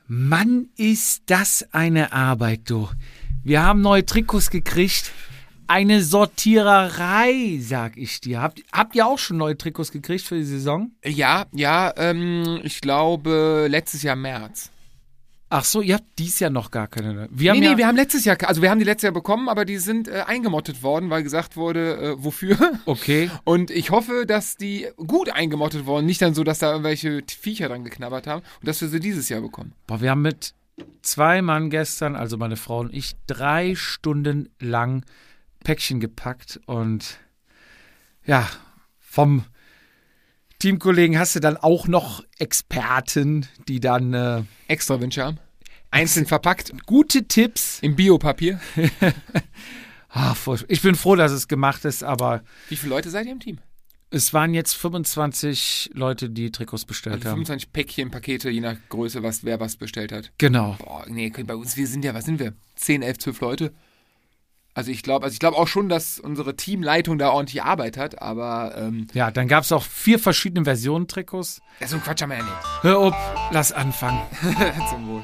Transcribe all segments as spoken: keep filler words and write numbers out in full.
Mann, ist das eine Arbeit, du. Wir haben neue Trikots gekriegt. Eine Sortiererei, sag ich dir. Habt, habt ihr auch schon neue Trikots gekriegt für die Saison? Ja, ja, ähm, ich glaube letztes Jahr März. Ach so, ihr habt dieses Jahr noch gar keine. Wir nee, haben nee, ja wir haben letztes Jahr, also wir haben die letztes Jahr bekommen, aber die sind äh, eingemottet worden, weil gesagt wurde, äh, wofür. Okay. Und ich hoffe, dass die gut eingemottet wurden, nicht dann so, dass da irgendwelche Viecher dran geknabbert haben und dass wir sie dieses Jahr bekommen. Boah, wir haben mit zwei Mann gestern, also meine Frau und ich, drei Stunden lang Päckchen gepackt und ja, vom Teamkollegen hast du dann auch noch Experten, die dann äh, Extra Wünsche haben. Einzeln verpackt. Gute Tipps. Im Biopapier. Ah, ich bin froh, dass es gemacht ist, aber Wie viele Leute seid ihr im Team? es waren jetzt fünfundzwanzig Leute, die Trikots bestellt Also haben. fünfundzwanzig Päckchen, Pakete, je nach Größe, was wer was bestellt hat. Genau. Boah, nee, bei uns, wir sind ja, was sind wir? zehn, elf, zwölf Leute. Also ich glaube, also ich glaube auch schon, dass unsere Teamleitung da ordentlich Arbeit hat, aber ähm, Ja, dann gab es auch vier verschiedene Versionen Trikots. ja, so ein Quatsch haben wir ja nicht. Hör auf, lass anfangen. Zum Wohl.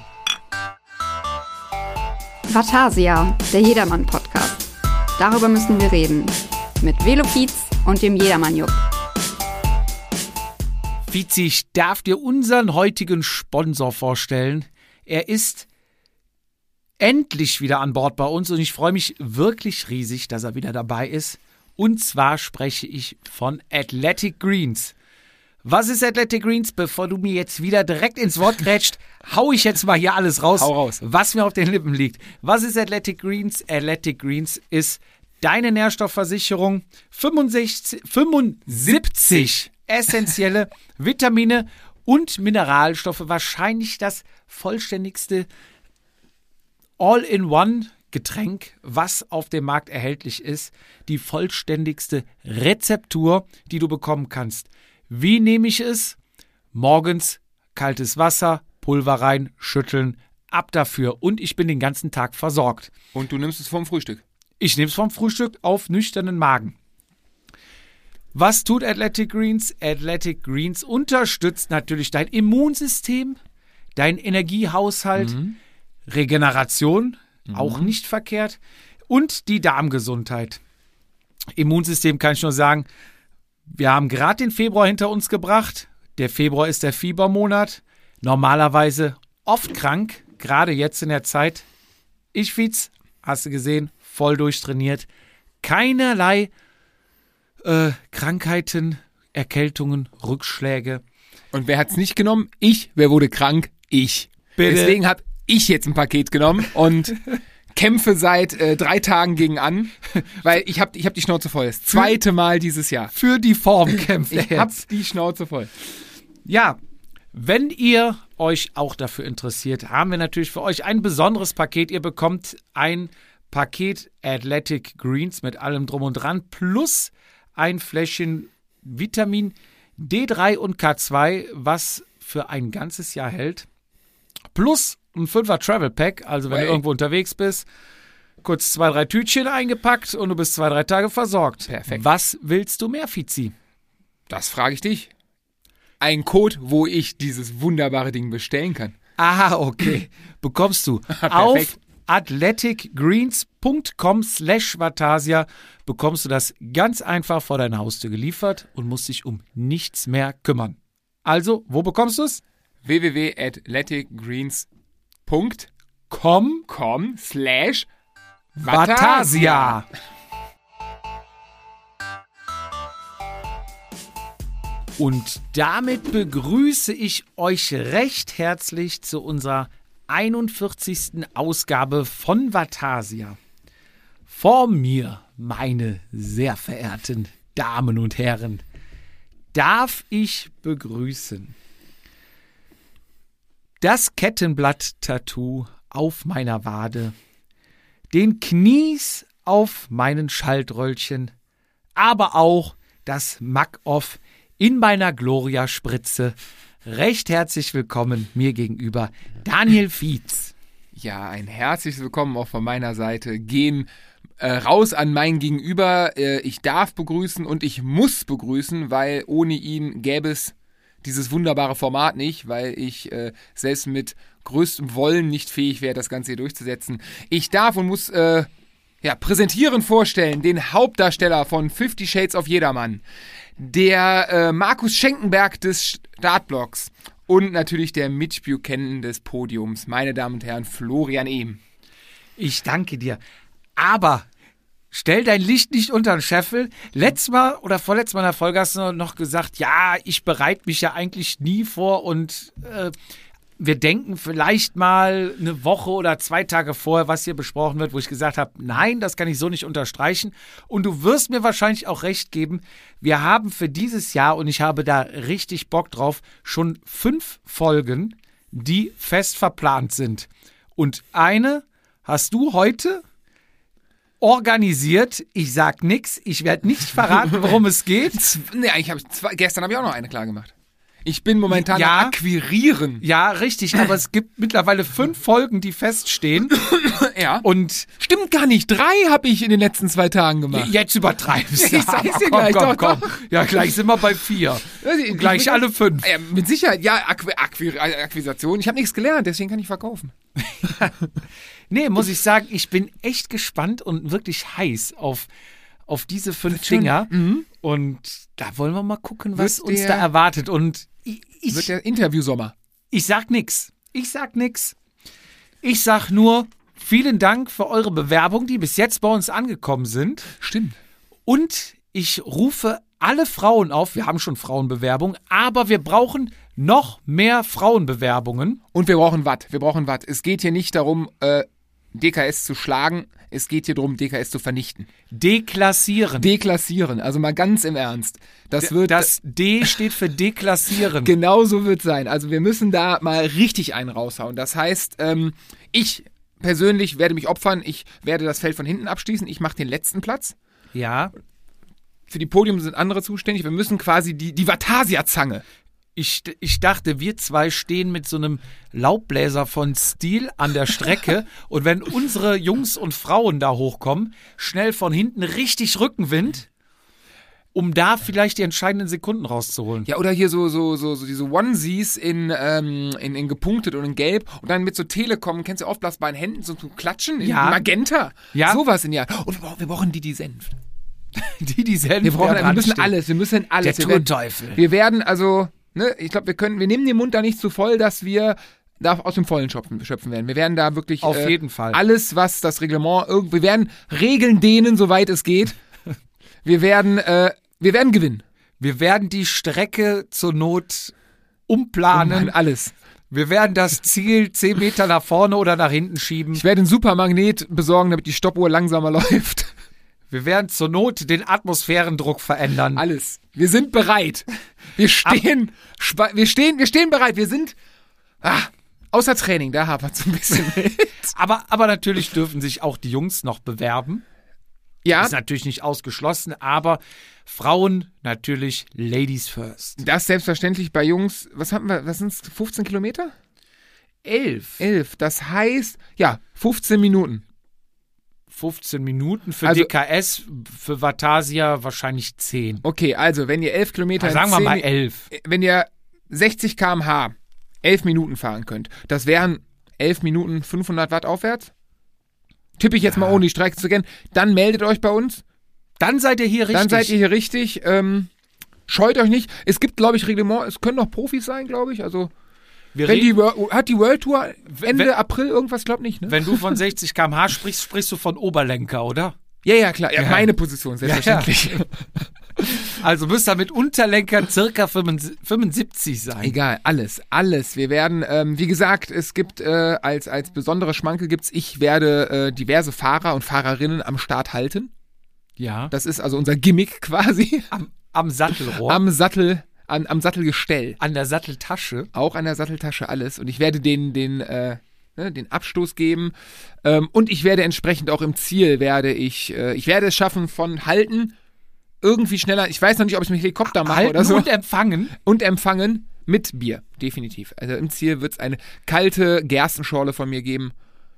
Vatasia, der Jedermann-Podcast. Darüber müssen wir reden. Mit Velo Fietz und dem Jedermann-Jupp. Vizi, ich darf dir unseren heutigen Sponsor vorstellen. Er ist endlich wieder an Bord bei uns und ich freue mich wirklich riesig, dass er wieder dabei ist. Und zwar spreche ich von Athletic Greens. Was ist Athletic Greens? Bevor du mir jetzt wieder direkt ins Wort grätscht, hau ich jetzt mal hier alles raus, Hau raus. was mir auf den Lippen liegt. Was ist Athletic Greens? Athletic Greens ist deine Nährstoffversicherung. fünfundsechzig, fünfundsiebzig essentielle Vitamine und Mineralstoffe. Wahrscheinlich das vollständigste All-in-One-Getränk, was auf dem Markt erhältlich ist. Die vollständigste Rezeptur, die du bekommen kannst. Wie nehme ich es? Morgens kaltes Wasser, Pulver rein, schütteln, ab dafür. Und ich bin den ganzen Tag versorgt. Und du nimmst es vom Frühstück. Ich nehme es vom Frühstück auf nüchternen Magen. Was tut Athletic Greens? Athletic Greens unterstützt natürlich dein Immunsystem, dein Energiehaushalt, Mhm. Regeneration, auch nicht verkehrt, und die Darmgesundheit. Immunsystem kann ich nur sagen, wir haben gerade den Februar hinter uns gebracht. Der Februar ist der Fiebermonat. Normalerweise oft krank, gerade jetzt in der Zeit. Ich, Fietz, hast du gesehen, voll durchtrainiert. Keinerlei äh, Krankheiten, Erkältungen, Rückschläge. Und wer hat es nicht genommen? Ich. Wer wurde krank? Ich. Bitte. Deswegen habe ich jetzt ein Paket genommen und kämpfe seit äh, drei Tagen gegen an, weil ich habe ich hab die Schnauze voll. Das zweite Mal dieses Jahr. Für die Form kämpft er Ich habe jetzt. die Schnauze voll. Ja, wenn ihr euch auch dafür interessiert, haben wir natürlich für euch ein besonderes Paket. Ihr bekommt ein Paket Athletic Greens mit allem drum und dran plus ein Fläschchen Vitamin D drei und K zwei, was für ein ganzes Jahr hält. Plus ein Fünfer Travel Pack, also wenn Hey. du irgendwo unterwegs bist, kurz zwei, drei Tütchen eingepackt und du bist zwei, drei Tage versorgt. Perfekt. Was willst du mehr, Fizi? Das frage ich dich. Ein Code, wo ich dieses wunderbare Ding bestellen kann. Aha, okay. Bekommst du auf athleticgreens.com slash Vatasia bekommst du das ganz einfach vor deiner Haustür geliefert und musst dich um nichts mehr kümmern. Also, wo bekommst du es? w w w punkt athleticgreens punkt Com com slash Vatasia. Und damit begrüße ich euch recht herzlich zu unserer einundvierzigsten Ausgabe von Vatasia. Vor mir, meine sehr verehrten Damen und Herren, darf ich begrüßen das Kettenblatt-Tattoo auf meiner Wade, den Knies auf meinen Schaltröllchen, aber auch das Mack-Off in meiner Gloria-Spritze. Recht herzlich willkommen mir gegenüber, Daniel Fietz. Ja, ein herzliches Willkommen auch von meiner Seite. Gehen äh, raus an mein Gegenüber. Äh, ich darf begrüßen und ich muss begrüßen, weil ohne ihn gäbe es dieses wunderbare Format nicht, weil ich äh, selbst mit größtem Wollen nicht fähig wäre, das Ganze hier durchzusetzen. Ich darf und muss äh, ja, präsentieren, vorstellen, den Hauptdarsteller von Fifty Shades of Jedermann, der äh, Markus Schenkenberg des Startblocks und natürlich der Mitch Buchanan des Podiums, meine Damen und Herren, Florian Ehm. Ich danke dir. Aber stell dein Licht nicht unter den Scheffel. Letztes Mal oder vorletztes Mal in der Folge hast du noch gesagt, ja, ich bereite mich ja eigentlich nie vor und äh, wir denken vielleicht mal eine Woche oder zwei Tage vorher, was hier besprochen wird, wo ich gesagt habe, nein, das kann ich so nicht unterstreichen. Und du wirst mir wahrscheinlich auch recht geben, wir haben für dieses Jahr, und ich habe da richtig Bock drauf, schon fünf Folgen, die fest verplant sind. Und eine hast du heute organisiert. Ich sag nix, ich werde nicht verraten, worum es geht. Nee, ich hab zwei, gestern habe ich auch noch eine klar gemacht. Ich bin momentan Ja. am Akquirieren. Ja, richtig, aber es gibt mittlerweile fünf Folgen, die feststehen. Ja. Und Stimmt gar nicht. Drei habe ich in den letzten zwei Tagen gemacht. jetzt übertreibst du. Ich sag's Aber dir komm, gleich, komm, doch, komm. Ja, gleich sind wir bei vier. Ich- Und gleich ich- alle fünf. Ja, mit Sicherheit. Ja, Acqu Acquir Akquisition. Ich habe nichts gelernt, deswegen kann ich verkaufen. Nee, muss ich sagen, ich bin echt gespannt und wirklich heiß auf, auf diese fünf schon- Dinger. Und da wollen wir mal gucken, was Wird uns der- da erwartet. Und ich, Wird ich, der Interviewsommer. ich sag nix. Ich sag nix. Ich sag nur, vielen Dank für eure Bewerbung, die bis jetzt bei uns angekommen sind. Stimmt. Und ich rufe alle Frauen auf, wir haben schon Frauenbewerbungen, aber wir brauchen noch mehr Frauenbewerbungen. Und wir brauchen Watt. Wir brauchen Watt. Es geht hier nicht darum, äh, D K S zu schlagen. Es geht hier darum, D K S zu vernichten. Deklassieren. Deklassieren. Also mal ganz im Ernst. Das wird das D steht für deklassieren. Genau so wird es sein. Also wir müssen da mal richtig einen raushauen. Das heißt, ähm, ich persönlich werde mich opfern. Ich werde das Feld von hinten abschließen. Ich mache den letzten Platz. Ja, Für die Podium sind andere zuständig. Wir müssen quasi die, die Vatasia-Zange. ich, ich dachte, wir zwei stehen mit so einem Laubbläser von Stil an der Strecke und wenn unsere Jungs und Frauen da hochkommen, schnell von hinten richtig Rückenwind, um da vielleicht die entscheidenden Sekunden rauszuholen. Ja, oder hier so, so, so, so diese Onesies in, ähm, in, in gepunktet und in gelb und dann mit so Telekom, kennst du, aufblasbaren Händen, so zum Klatschen in Ja. Magenta. Ja. Sowas in ja. Und wir brauchen, wir brauchen die, die Senf. Die, die Senf, Wir brauchen, der wir müssen dran steht. alles, wir müssen alles. Der wir werden, Tourteufel. wir werden also, ne, ich glaube, wir können, wir nehmen den Mund da nicht zu voll, dass wir da aus dem Vollen schöpfen, schöpfen werden. Wir werden da wirklich Auf äh, jeden Fall. alles, was das Reglement irgendwie, wir werden Regeln dehnen, soweit es geht. Wir werden, äh, wir werden gewinnen. Wir werden die Strecke zur Not Und umplanen. alles. Wir werden das Ziel zehn Meter nach vorne oder nach hinten schieben. Ich werde einen Supermagnet besorgen, damit die Stoppuhr langsamer läuft. Wir werden zur Not den Atmosphärendruck verändern. Alles. Wir sind bereit. Wir stehen, spa- wir stehen, wir stehen bereit. Wir sind, ah, außer Training, da hapert es ein bisschen mit. Aber, aber natürlich dürfen sich auch die Jungs noch bewerben. Ja, Ist natürlich nicht ausgeschlossen, aber Frauen natürlich Ladies first. das selbstverständlich bei Jungs. Was haben wir, was sind's, fünfzehn Kilometer? Elf. elf. Das heißt, ja, fünfzehn Minuten. fünfzehn Minuten für Also- D K S, für Vatasia wahrscheinlich zehn. Okay, also, wenn ihr elf Kilometer Also in sagen wir zehn mal Mi- elf. wenn ihr sechzig Kilometer pro Stunde elf Minuten fahren könnt, das wären elf Minuten fünfhundert Watt aufwärts. Tippe ich jetzt mal, ohne die Strecke zu kennen. Dann meldet euch bei uns. Dann seid ihr hier richtig. Dann seid ihr hier richtig. Ähm, scheut euch nicht. Es gibt, glaube ich, Reglement. Es können noch Profis sein, glaube ich. Also, Wir wenn reden, die, Wor- hat die World Tour Ende wenn- April irgendwas, glaube nicht, ne? wenn du von sechzig Kilometer pro Stunde sprichst, sprichst du von Oberlenker, oder? Ja, ja, klar. Ja, Ja. meine Position, selbstverständlich. Also müsst ihr mit Unterlenker circa fünfundsiebzig sein. Egal, alles, alles. Wir werden, ähm, wie gesagt, es gibt äh, als, als besondere Schmankel gibt's, ich werde äh, diverse Fahrer und Fahrerinnen am Start halten. Ja. Das ist also unser Gimmick quasi. Am, am Sattelrohr. Am Sattel, an, am Sattelgestell. an der Satteltasche. Auch an der Satteltasche alles. Und ich werde den, den, äh, ne, den Abstoß geben. Ähm, und ich werde entsprechend auch im Ziel werde ich, äh, ich werde es schaffen von halten, irgendwie schneller. Ich weiß noch nicht, ob ich mit Helikopter mache Halten oder so. und empfangen. Und empfangen mit Bier, definitiv. Also im Ziel wird es eine kalte Gerstenschorle von mir geben.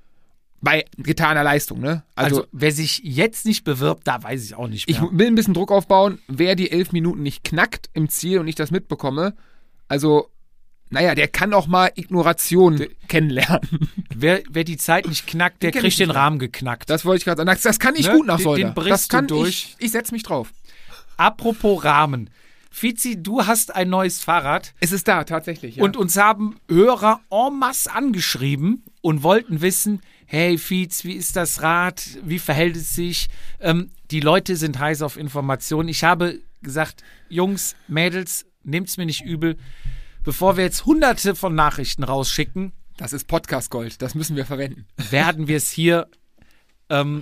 Bei getaner Leistung, ne? Also, Also, wer sich jetzt nicht bewirbt, da weiß ich auch nicht ich mehr. will ein bisschen Druck aufbauen. Wer die elf Minuten nicht knackt im Ziel und ich das mitbekomme, Also, naja, der kann auch mal Ignoration de- kennenlernen. Wer, wer die Zeit nicht knackt, der Den kriegt den nicht. Rahmen geknackt. Das wollte ich gerade sagen. Das, das kann ich Ne? gut nach Den- Solda. den brichst Das kann du durch. ich. Ich setze mich drauf. Apropos Rahmen. Fizi, du hast ein neues Fahrrad Es ist da, tatsächlich. Ja. und uns haben Hörer en masse angeschrieben und wollten wissen, hey Fiz, wie ist das Rad? Wie verhält es sich? Ähm, die Leute sind heiß auf Informationen. Ich habe gesagt, Jungs, Mädels, nehmt's mir nicht übel. Bevor wir jetzt hunderte von Nachrichten rausschicken, das ist Podcast Gold. Das müssen wir verwenden. werden wir es hier ähm,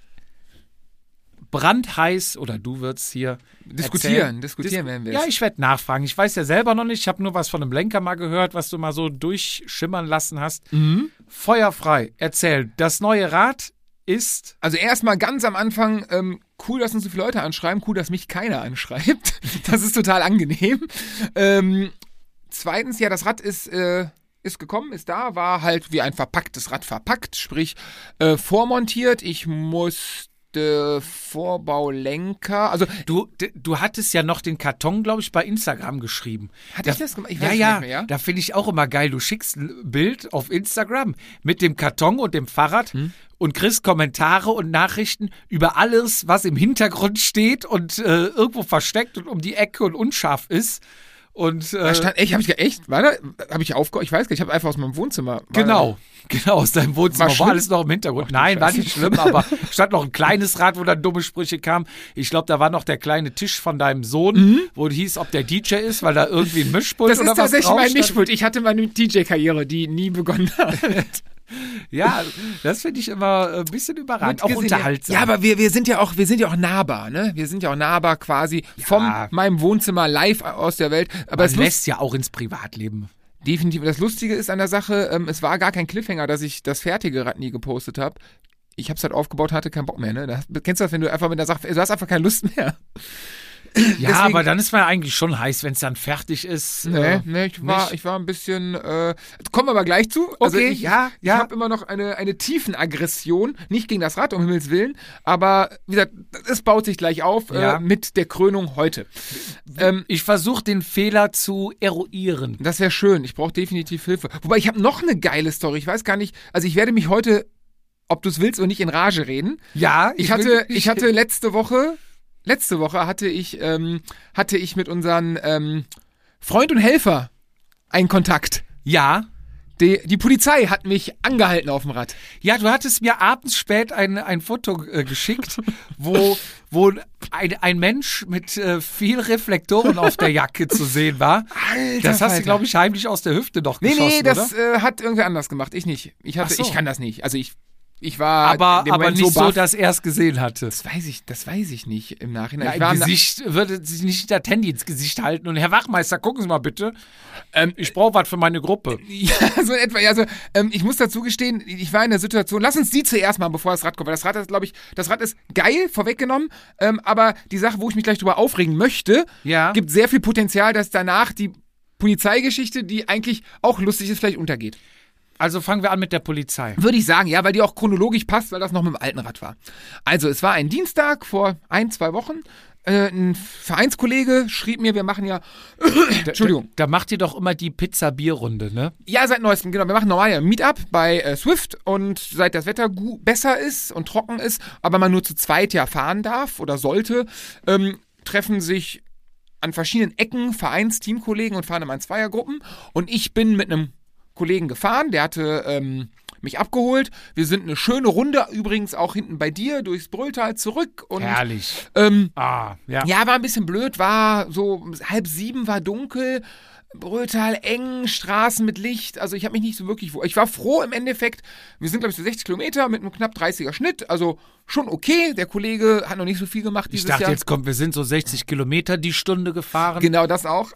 brandheiß, oder du wirst hier Diskutieren, erzählen. diskutieren Dis- werden wir Ja, es. ich werde nachfragen. Ich weiß ja selber noch nicht. Ich habe nur was von einem Lenker mal gehört, was du mal so durchschimmern lassen hast. Mhm. Feuerfrei, erzähl. Das neue Rad ist... Also erstmal ganz am Anfang, ähm, cool, dass uns so viele Leute anschreiben, cool, dass mich keiner anschreibt. Das ist total angenehm. Ähm, zweitens, ja, das Rad ist, äh, ist gekommen, ist da, war halt wie ein verpacktes Rad verpackt, sprich äh, vormontiert. Ich musste Vorbaulenker, also Du, d- du hattest ja noch den Karton, glaube ich, bei Instagram geschrieben. hatte ich das gemacht? Ich Ja, es ja, nicht mehr, ja. da finde ich auch immer geil. Du schickst ein Bild auf Instagram mit dem Karton und dem Fahrrad Hm. und kriegst Kommentare und Nachrichten über alles, was im Hintergrund steht und äh, irgendwo versteckt und um die Ecke und unscharf ist. Und äh, Da stand, echt, hab ich echt, war da, hab ich aufgehört, ich weiß gar nicht, ich habe einfach aus meinem Wohnzimmer. war genau, genau, aus deinem Wohnzimmer War war, schlimm? alles noch im Hintergrund. Ach, du Nein, war Scheiße. nicht schlimm, aber stand noch ein kleines Rad, wo dann dumme Sprüche kamen. Ich glaube, da war noch der kleine Tisch von deinem Sohn, wo hieß, ob der D J ist, weil da irgendwie ein Mischpult Das oder ist was tatsächlich drauf mein stand. Mischpult. Ich hatte meine D J-Karriere, die nie begonnen hat. Ja, das finde ich immer ein bisschen überragend, auch Gesehen, unterhaltsam. Ja, aber wir, wir sind ja auch, wir sind ja auch nahbar, ne? Wir sind ja auch nahbar quasi vom meinem Wohnzimmer live aus der Welt. Aber man es lässt lässt ja auch ins Privatleben. definitiv. Das Lustige ist an der Sache, ähm, es war gar kein Cliffhanger, dass ich das fertige Rad nie gepostet habe. Ich habe es halt aufgebaut, hatte keinen Bock mehr, ne? Das, kennst du das, wenn du einfach mit der Sache, du hast einfach keine Lust mehr. Ja, Deswegen- aber dann ist man ja eigentlich schon heiß, wenn es dann fertig ist. Nee, äh, nee, ich war, nicht. ich war ein bisschen, äh, kommen wir aber gleich zu. Also Okay, ich, ja, ich ja. habe immer noch eine, eine Tiefenaggression, nicht gegen das Rad, um Himmels Willen, aber wie gesagt, es baut sich gleich auf Ja. äh, mit der Krönung heute. Ähm, Ich versuche den Fehler zu eruieren. das wäre schön, ich brauche definitiv Hilfe. Wobei, ich habe noch eine geile Story, ich weiß gar nicht, also ich werde mich heute, ob du es willst oder nicht, in Rage reden. Ja, Ich hatte, ich hatte letzte Woche, letzte Woche hatte ich, ähm, hatte ich mit unseren ähm, Freund und Helfer einen Kontakt. Ja, Die, die Polizei hat mich angehalten auf dem Rad. ja, du hattest mir abends spät ein, ein Foto äh, geschickt, wo, wo ein, ein Mensch mit äh, viel Reflektoren auf der Jacke zu sehen war. Alter, Das hast du, Falter. glaube ich, heimlich aus der Hüfte noch Nee, geschossen, nee, das oder? äh, hat irgendwer anders gemacht. Ich nicht. Ich hatte, Ach so. ich kann das nicht. Also ich, ich war Aber, in dem aber Moment nicht so, baff. dass er es gesehen hatte. Das weiß ich, das weiß ich nicht im Nachhinein. Ja, ich war im am- Gesicht würde sich nicht das Handy ins Gesicht halten. Und Herr Wachmeister, gucken Sie mal bitte. Ähm, ich brauche was für meine Gruppe. Ja, so in etwa. Ja, also, ähm, ich muss dazu gestehen, ich war in der Situation, lass uns die zuerst machen, bevor das Rad kommt. Weil das Rad ist, glaube ich, das Rad ist geil, vorweggenommen. Ähm, aber die Sache, wo ich mich gleich drüber aufregen möchte, Ja. gibt sehr viel Potenzial, dass danach die Polizeigeschichte, die eigentlich auch lustig ist, vielleicht untergeht. Also fangen wir an mit der Polizei. Würde ich sagen, ja, weil die auch chronologisch passt, weil das noch mit dem alten Rad war. Also, es war ein Dienstag vor ein, zwei Wochen. Äh, ein Vereinskollege schrieb mir, wir machen ja, Entschuldigung. Da, da macht ihr doch immer die Pizza-Bier-Runde, ne? Ja, seit neuestem, genau. Wir machen normal ja ein Meetup bei äh, Swift und seit das Wetter gu- besser ist und trocken ist, aber man nur zu zweit ja fahren darf oder sollte, ähm, treffen sich an verschiedenen Ecken Vereins-Teamkollegen und fahren immer in Zweiergruppen. Und ich bin mit einem Kollegen gefahren, der hatte ähm, mich abgeholt. Wir sind eine schöne Runde, übrigens auch hinten bei dir, durchs Brülltal zurück. Und, Herrlich. ähm, Ah, ja. ja, war ein bisschen blöd, war so halb sieben, war dunkel, Brülltal eng, Straßen mit Licht, also ich habe mich nicht so wirklich, ich war froh im Endeffekt, wir sind glaube ich so sechzig Kilometer mit einem knapp dreißiger Schnitt, also schon okay, der Kollege hat noch nicht so viel gemacht dieses Ich dachte, Jahr. jetzt kommt, wir sind so sechzig Kilometer die Stunde gefahren. Genau das auch.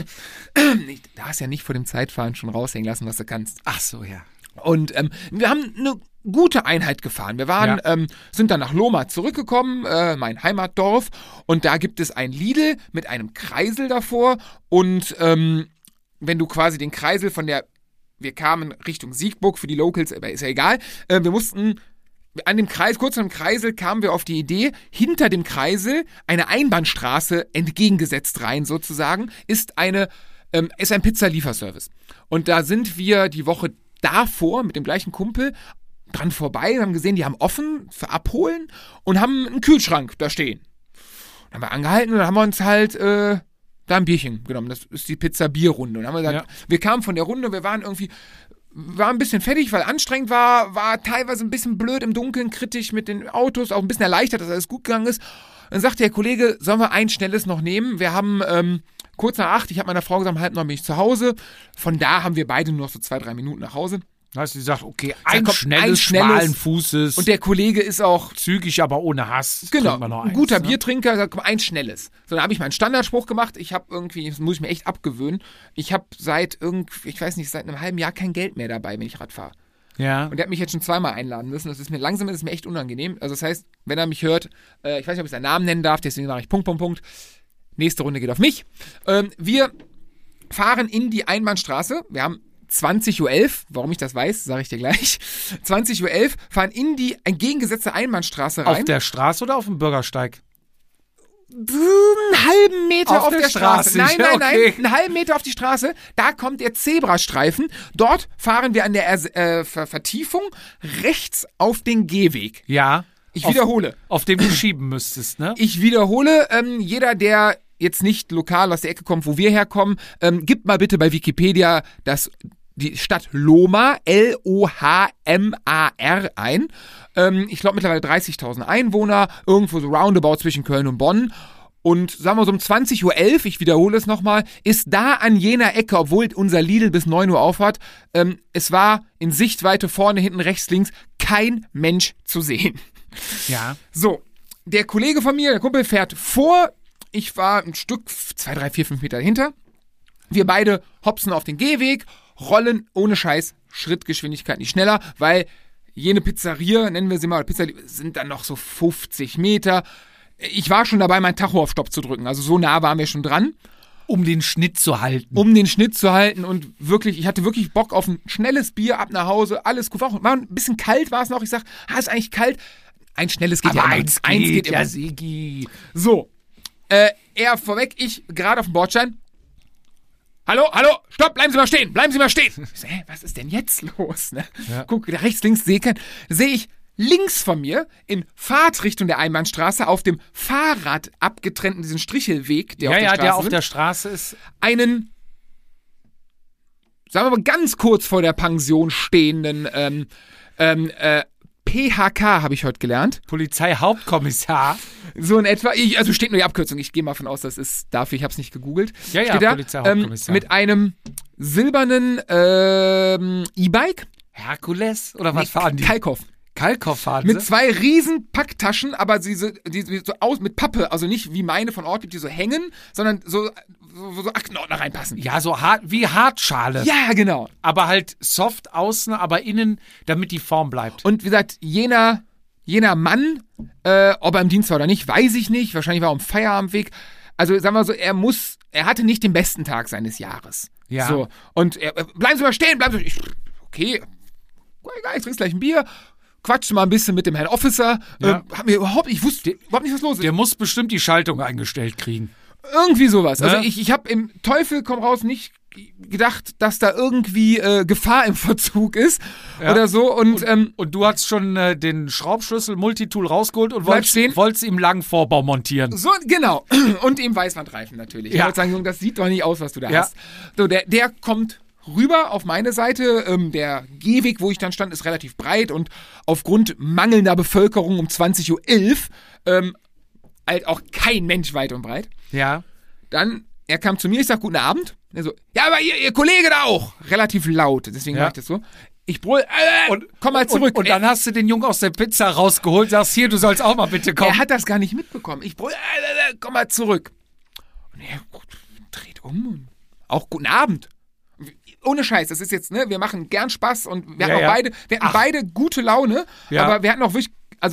Nicht- Da hast ja nicht vor dem Zeitfahren schon raushängen lassen, was du kannst. Ach so, ja. Und ähm, wir haben eine gute Einheit gefahren. Wir waren, Ja. ähm, sind dann nach Lohmar zurückgekommen, äh, mein Heimatdorf, und da gibt es ein Lidl mit einem Kreisel davor und ähm, wenn du quasi den Kreisel von der, wir kamen Richtung Siegburg für die Locals, aber ist ja egal, äh, wir mussten an dem Kreis, kurz an dem Kreisel kamen wir auf die Idee, hinter dem Kreisel eine Einbahnstraße entgegengesetzt rein sozusagen, ist eine ähm, ist ein Pizzalieferservice. Und da sind wir die Woche davor mit dem gleichen Kumpel dran vorbei, haben gesehen, die haben offen für Abholen und haben einen Kühlschrank da stehen. Dann haben wir angehalten und dann haben wir uns halt äh, da ein Bierchen genommen. Das ist die Pizza-Bier-Runde. Und dann haben wir gesagt, ja. wir kamen von der Runde, wir waren irgendwie, waren ein bisschen fertig, weil anstrengend war, war teilweise ein bisschen blöd im Dunkeln, kritisch mit den Autos, auch ein bisschen erleichtert, dass alles gut gegangen ist. Dann sagte der Kollege, sollen wir ein schnelles noch nehmen? Wir haben ähm, kurz nach acht, ich habe meiner Frau gesagt, um halb neun bin ich zu Hause. Von da haben wir beide nur noch so zwei, drei Minuten nach Hause. Da hast du gesagt, okay, ein, kommt, schnelles, ein schnelles, schmalen Fußes. Und der Kollege ist auch zügig, aber ohne Hass. Genau, noch ein eins, guter ne? Biertrinker, sagt, komm, ein schnelles. So, dann habe ich meinen Standardspruch gemacht. Ich habe irgendwie, das muss ich mir echt abgewöhnen, ich habe seit irgendwie, ich weiß nicht, seit einem halben Jahr kein Geld mehr dabei, wenn ich Rad fahre. Ja. Und der hat mich jetzt schon zweimal einladen müssen. Das ist mir langsam, das ist mir echt unangenehm. Also das heißt, wenn er mich hört, äh, ich weiß nicht, ob ich seinen Namen nennen darf, deswegen mache ich Punkt, Punkt, Punkt. Nächste Runde geht auf mich. Ähm, wir fahren in die Einbahnstraße. Wir haben zwanzig Uhr elf, warum ich das weiß, sage ich dir gleich. zwanzig Uhr elf, fahren in die entgegengesetzte Einbahnstraße rein. Auf der Straße oder auf dem Bürgersteig? Einen halben Meter auf, auf der, der Straße. Straße. Nein, nein, Okay. nein. Einen halben Meter auf die Straße. Da kommt der Zebrastreifen. Dort fahren wir an der äh, Ver- Vertiefung rechts auf den Gehweg. Ja. Ich auf, wiederhole. Auf dem du schieben müsstest, ne? Ich wiederhole. Ähm, jeder, der jetzt nicht lokal aus der Ecke kommt, wo wir herkommen, ähm, gibt mal bitte bei Wikipedia das die Stadt Lohmar, L O H M A R ein. Ähm, ich glaube mittlerweile dreißigtausend Einwohner, irgendwo so roundabout zwischen Köln und Bonn. Und sagen wir so um zwanzig Uhr elf, ich wiederhole es nochmal, ist da an jener Ecke, obwohl unser Lidl bis neun Uhr aufhat, ähm, es war in Sichtweite vorne, hinten, rechts, links kein Mensch zu sehen. Ja. So, der Kollege von mir, der Kumpel, fährt vor. Ich war ein Stück, zwei, drei, vier, fünf Meter dahinter. Wir beide hopsen auf den Gehweg, rollen ohne Scheiß Schrittgeschwindigkeit nicht schneller, weil jene Pizzeria, nennen wir sie mal, Pizzeria, sind dann noch so fünfzig Meter. Ich war schon dabei, meinen Tacho auf Stopp zu drücken. Also so nah waren wir schon dran. Um den Schnitt zu halten. Um den Schnitt zu halten und wirklich, ich hatte wirklich Bock auf ein schnelles Bier, ab nach Hause, alles gut. War ein bisschen kalt war es noch. Ich sag, ah, ist eigentlich kalt. Ein schnelles geht Aber ja immer. eins geht, eins geht ja, immer. Sigi. So, äh, er vorweg, ich gerade auf dem Bordstein. Hallo, hallo, stopp, bleiben Sie mal stehen, bleiben Sie mal stehen. Ich so, hä, was ist denn jetzt los? Ne? Ja. Guck, rechts, links, sehe kein, sehe ich links von mir in Fahrtrichtung der Einbahnstraße auf dem Fahrrad abgetrennten, diesen Strichelweg, der Ja, auf der ja, Straße der auf sind, der Straße ist. einen, sagen wir mal ganz kurz vor der Pension stehenden ähm, ähm, äh, P H K habe ich heute gelernt. Polizeihauptkommissar. So in etwa, ich, also steht nur die Abkürzung, ich gehe mal von aus, das ist dafür, ich habe es nicht gegoogelt. Ja, ja, steht da, Polizeihauptkommissar. ähm, mit einem silbernen ähm, E-Bike. Herkules? Oder was Nee, fahren die? Kalkoff. Kalkoff fahren Mit sie? zwei riesen Packtaschen, aber sie so, die, die so aus mit Pappe, also nicht wie meine von Ortlieb, die so hängen, sondern so, so, so Aktenordner reinpassen. Ja, so hart, wie Hartschale. Ja, genau. Aber halt soft außen, aber innen, damit die Form bleibt. Und wie gesagt, jener, jener Mann, äh, ob er im Dienst war oder nicht, weiß ich nicht. Wahrscheinlich war er am Feierabendweg. Also sagen wir so, er muss, er hatte nicht den besten Tag seines Jahres. Ja. So. Und er, bleiben Sie mal stehen, bleiben Sie. Ich, okay, egal, ich trinke gleich ein Bier. Quatschte mal ein bisschen mit dem Herrn Officer. Ja. Äh, hab mir überhaupt, ich wusste überhaupt nicht, was los ist. Der muss bestimmt die Schaltung eingestellt kriegen. Irgendwie sowas. Also Ne? ich, ich habe im Teufel komm raus nicht gedacht, dass da irgendwie äh, Gefahr im Verzug ist Ja. oder so. Und, Und, ähm, und du hast schon äh, den Schraubschlüssel Multitool rausgeholt und Bleib wolltest, stehen. wolltest ihm langen Vorbau montieren. so, genau. Und eben Weißwandreifen natürlich. Ich Ja. wollte sagen, Junge, das sieht doch nicht aus, was du da Ja. hast. So, der, der kommt rüber auf meine Seite. Ähm, der Gehweg, wo ich dann stand, ist relativ breit und aufgrund mangelnder Bevölkerung um zwanzig Uhr elf ähm, halt auch kein Mensch weit und breit. Ja. Dann, er kam zu mir, ich sag, guten Abend. Er so, ja, aber ihr, ihr Kollege da auch. Relativ laut, deswegen Ja. war ich das so. Ich brüll, äh, Und komm mal zurück. Und, und dann hast du den Jungen aus der Pizza rausgeholt, sagst, hier, du sollst auch mal bitte kommen. Er hat das gar nicht mitbekommen. Ich brüll, äh, äh, komm mal zurück. Und er dreht um und auch guten Abend. Ohne Scheiß, das ist jetzt, ne, wir machen gern Spaß und wir Ja, hatten auch ja. beide, wir hatten Ach. beide gute Laune, Ja. aber wir hatten auch wirklich, also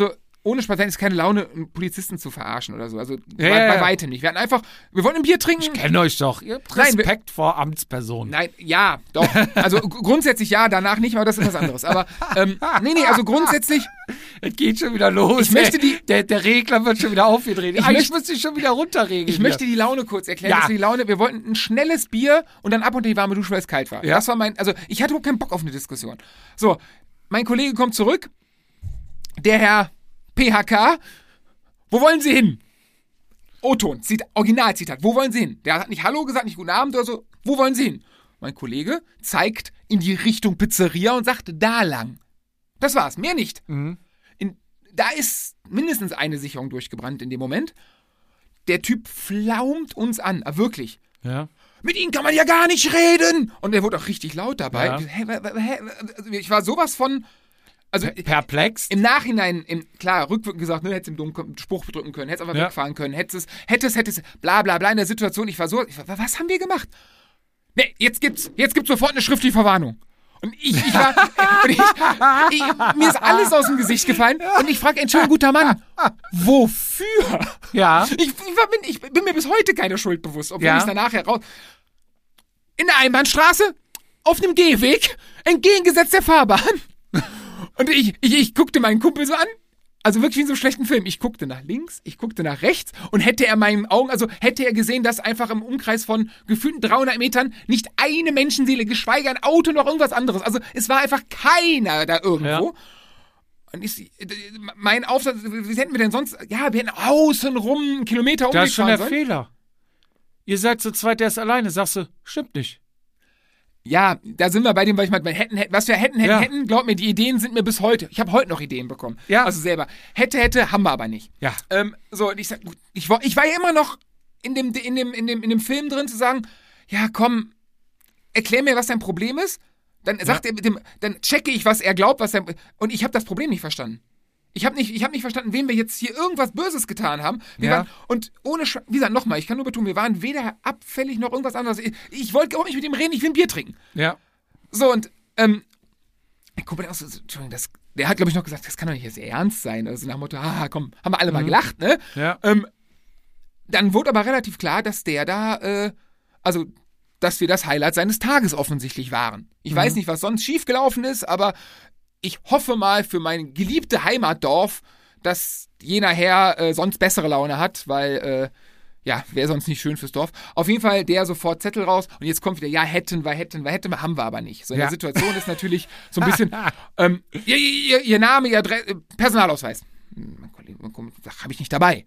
ohne Spaß, es ist keine Laune, einen Polizisten zu verarschen oder so. Also Ja, bei, ja, bei ja. weitem nicht. Wir hatten einfach, wir wollten ein Bier trinken. Ich kenne euch doch. Ihr habt Nein, Respekt vor Amtspersonen. Nein, ja, doch. Also g- grundsätzlich ja, danach nicht, aber das ist was anderes. Aber ähm, nee, nee, also grundsätzlich, Es geht schon wieder los. Ich möchte ey. die- der, der Regler wird schon wieder aufgedreht. Ich Eigentlich möchte- müsste ich schon wieder runterregeln. ich möchte die Laune kurz erklären. Ja. dass wir die Laune, wir wollten ein schnelles Bier und dann ab und die warme Dusche, weil es kalt war. Ja. Das war mein, also ich hatte überhaupt keinen Bock auf eine Diskussion. So, mein Kollege kommt zurück, der Herr P H K, wo wollen Sie hin? O-Ton, Zit- Originalzitat, wo wollen Sie hin? Der hat nicht Hallo gesagt, nicht Guten Abend oder so, wo wollen Sie hin? Mein Kollege zeigt in die Richtung Pizzeria und sagt, da lang. Das war's, mehr nicht. Mhm. In, da ist mindestens eine Sicherung durchgebrannt in dem Moment. Der Typ flaumt uns an, ah, wirklich. Ja. Mit Ihnen kann man ja gar nicht reden. Und er wurde auch richtig laut dabei. Ja. Hä, hä, hä, also ich war sowas von, also Perplex. im Nachhinein, im, klar, rückwirkend gesagt, ne, hättest du einen dummen Spruch drücken können, hättest einfach Ja. wegfahren können, hättest es, hättest, hättest, bla bla bla in der Situation. Ich war so, ich war, was haben wir gemacht? Ne, jetzt gibt's, jetzt gibt's sofort eine schriftliche Verwarnung. Und ich, ich war, und ich, ich, mir ist alles aus dem Gesicht gefallen und ich frage, Entschuldigung, guter Mann, wofür? Ja. Ich, ich, war, bin, ich bin mir bis heute keine Schuld bewusst, obwohl Ja. ich danach heraus... In der Einbahnstraße, auf einem Gehweg, entgegengesetzt der Fahrbahn. Und ich, ich, ich guckte meinen Kumpel so an, also wirklich wie in so einem schlechten Film. Ich guckte nach links, ich guckte nach rechts und hätte er meinen Augen, also hätte er gesehen, dass einfach im Umkreis von gefühlten dreihundert Metern nicht eine Menschenseele, geschweige ein Auto noch irgendwas anderes. Also es war einfach keiner da irgendwo. Ja. Und ich, mein Aufsatz, wie hätten wir denn sonst, ja, wir hätten außenrum einen Kilometer Das ist schon der umgefahren sollen. Fehler. Ihr seid zu zweit, der ist alleine. Sagst du, stimmt nicht. Ja, da sind wir bei dem, was ich meinte, hätten, hätten, was wir hätten, hätten, Ja. hätten, glaub mir, die Ideen sind mir bis heute. Ich habe heute noch Ideen bekommen. Ja. Also selber. Hätte, hätte, haben wir aber nicht. Ja. Ähm, so, und ich sag, gut, ich war, ich war ja immer noch in dem, in dem, in dem, in dem Film drin zu sagen, ja, komm, erklär mir, was dein Problem ist. Dann sagt er mit dem, dann checke ich, was er glaubt, was er, und ich habe das Problem nicht verstanden. Ich habe nicht, ich hab nicht verstanden, wem wir jetzt hier irgendwas Böses getan haben. Wir Ja. waren, und ohne, Sch- wie gesagt, nochmal, ich kann nur betonen, wir waren weder abfällig noch irgendwas anderes. Ich, ich wollte auch nicht mit ihm reden, ich will ein Bier trinken. Ja. So, und, ähm, ich gucke mir aus, Entschuldigung, das, der hat, glaube ich, noch gesagt, das kann doch nicht jetzt ernst sein. Also nach dem Motto, ah, komm, haben wir alle mal gelacht, ne? Ja. Ähm, dann wurde aber relativ klar, dass der da, äh, also, dass wir das Highlight seines Tages offensichtlich waren. Ich weiß nicht, was sonst schiefgelaufen ist, aber ich hoffe mal für mein geliebte Heimatdorf, dass jener Herr äh, sonst bessere Laune hat, weil, äh, ja, wäre sonst nicht schön fürs Dorf. Auf jeden Fall der sofort Zettel raus und jetzt kommt wieder, ja, hätten wir, hätten wir, hätten wir, haben wir aber nicht. So in Ja. der Situation ist natürlich so ein bisschen, ähm, ihr, ihr, ihr Name, ihr Adresse, Personalausweis. Hm, Mein Kollege, habe ich nicht dabei.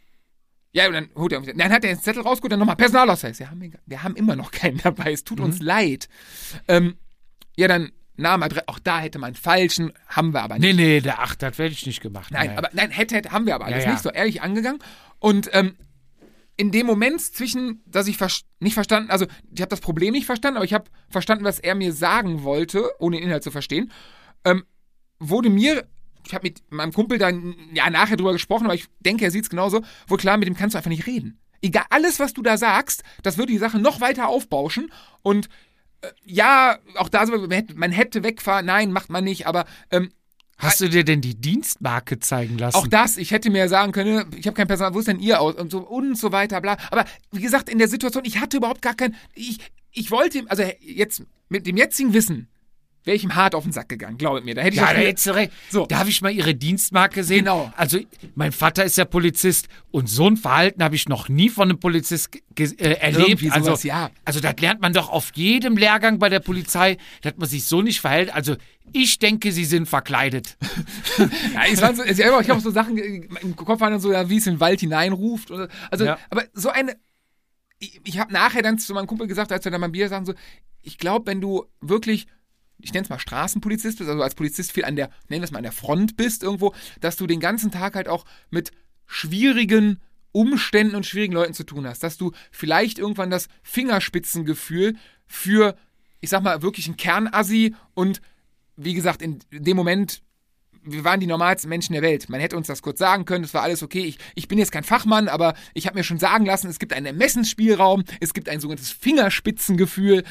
Ja, und dann holt er, dann hat er den Zettel rausgeholt, dann nochmal Personalausweis. Wir haben, wir haben immer noch keinen dabei, es tut uns leid. Ähm, ja, dann Name, Adresse, auch da hätte man einen falschen, haben wir aber nicht. Nee, nee, der Acht, das werde ich nicht gemacht. Nein, Nee. aber nein, hätte, hätte, haben wir aber alles Ja, ja. nicht so ehrlich angegangen. Und ähm, in dem Moment zwischen, dass ich vers- nicht verstanden, also ich habe das Problem nicht verstanden, aber ich habe verstanden, was er mir sagen wollte, ohne den Inhalt zu verstehen, ähm, wurde mir, ich habe mit meinem Kumpel dann ja nachher drüber gesprochen, aber ich denke, er sieht es genauso, wohl klar, mit dem kannst du einfach nicht reden. Egal, alles, was du da sagst, das würde die Sache noch weiter aufbauschen und äh, ja, auch da, so, man hätte, man hätte wegfahren, nein, macht man nicht, aber ähm, Hast du dir denn die Dienstmarke zeigen lassen? auch das, ich hätte mir sagen können, ich habe kein Personal, wo ist denn ihr aus und so und so weiter, bla. Aber wie gesagt, in der Situation, ich hatte überhaupt gar kein, ich, ich wollte, also jetzt mit dem jetzigen Wissen, wäre ich ihm hart auf den Sack gegangen, glaubet mir. Da hätte ich Ja, das da mir- hättest du recht. So. Darf ich mal Ihre Dienstmarke sehen? Genau. Also, mein Vater ist ja Polizist und so ein Verhalten habe ich noch nie von einem Polizist ge- äh, erlebt. Irgendwie sowas, also, ja. also, das lernt man doch auf jedem Lehrgang bei der Polizei, dass man sich so nicht verhält. Also, ich denke, Sie sind verkleidet. Ja, es waren so, ich habe auch so Sachen im Kopf, waren dann so, ja, wie es in den Wald hineinruft. Oder, also, Ja. aber so eine, ich, ich habe nachher dann zu meinem Kumpel gesagt, als wir dann beim Bier sagen, so, ich glaube, wenn du wirklich, ich nenne es mal Straßenpolizist bist, also als Polizist viel an der, nennen wir es mal an der Front bist irgendwo, dass du den ganzen Tag halt auch mit schwierigen Umständen und schwierigen Leuten zu tun hast, dass du vielleicht irgendwann das Fingerspitzengefühl für, ich sag mal, wirklich einen Kernassi und wie gesagt, in dem Moment, wir waren die normalsten Menschen der Welt. Man hätte uns das kurz sagen können, es war alles okay. Ich, ich bin jetzt kein Fachmann, aber ich habe mir schon sagen lassen, es gibt einen Ermessensspielraum, es gibt ein sogenanntes Fingerspitzengefühl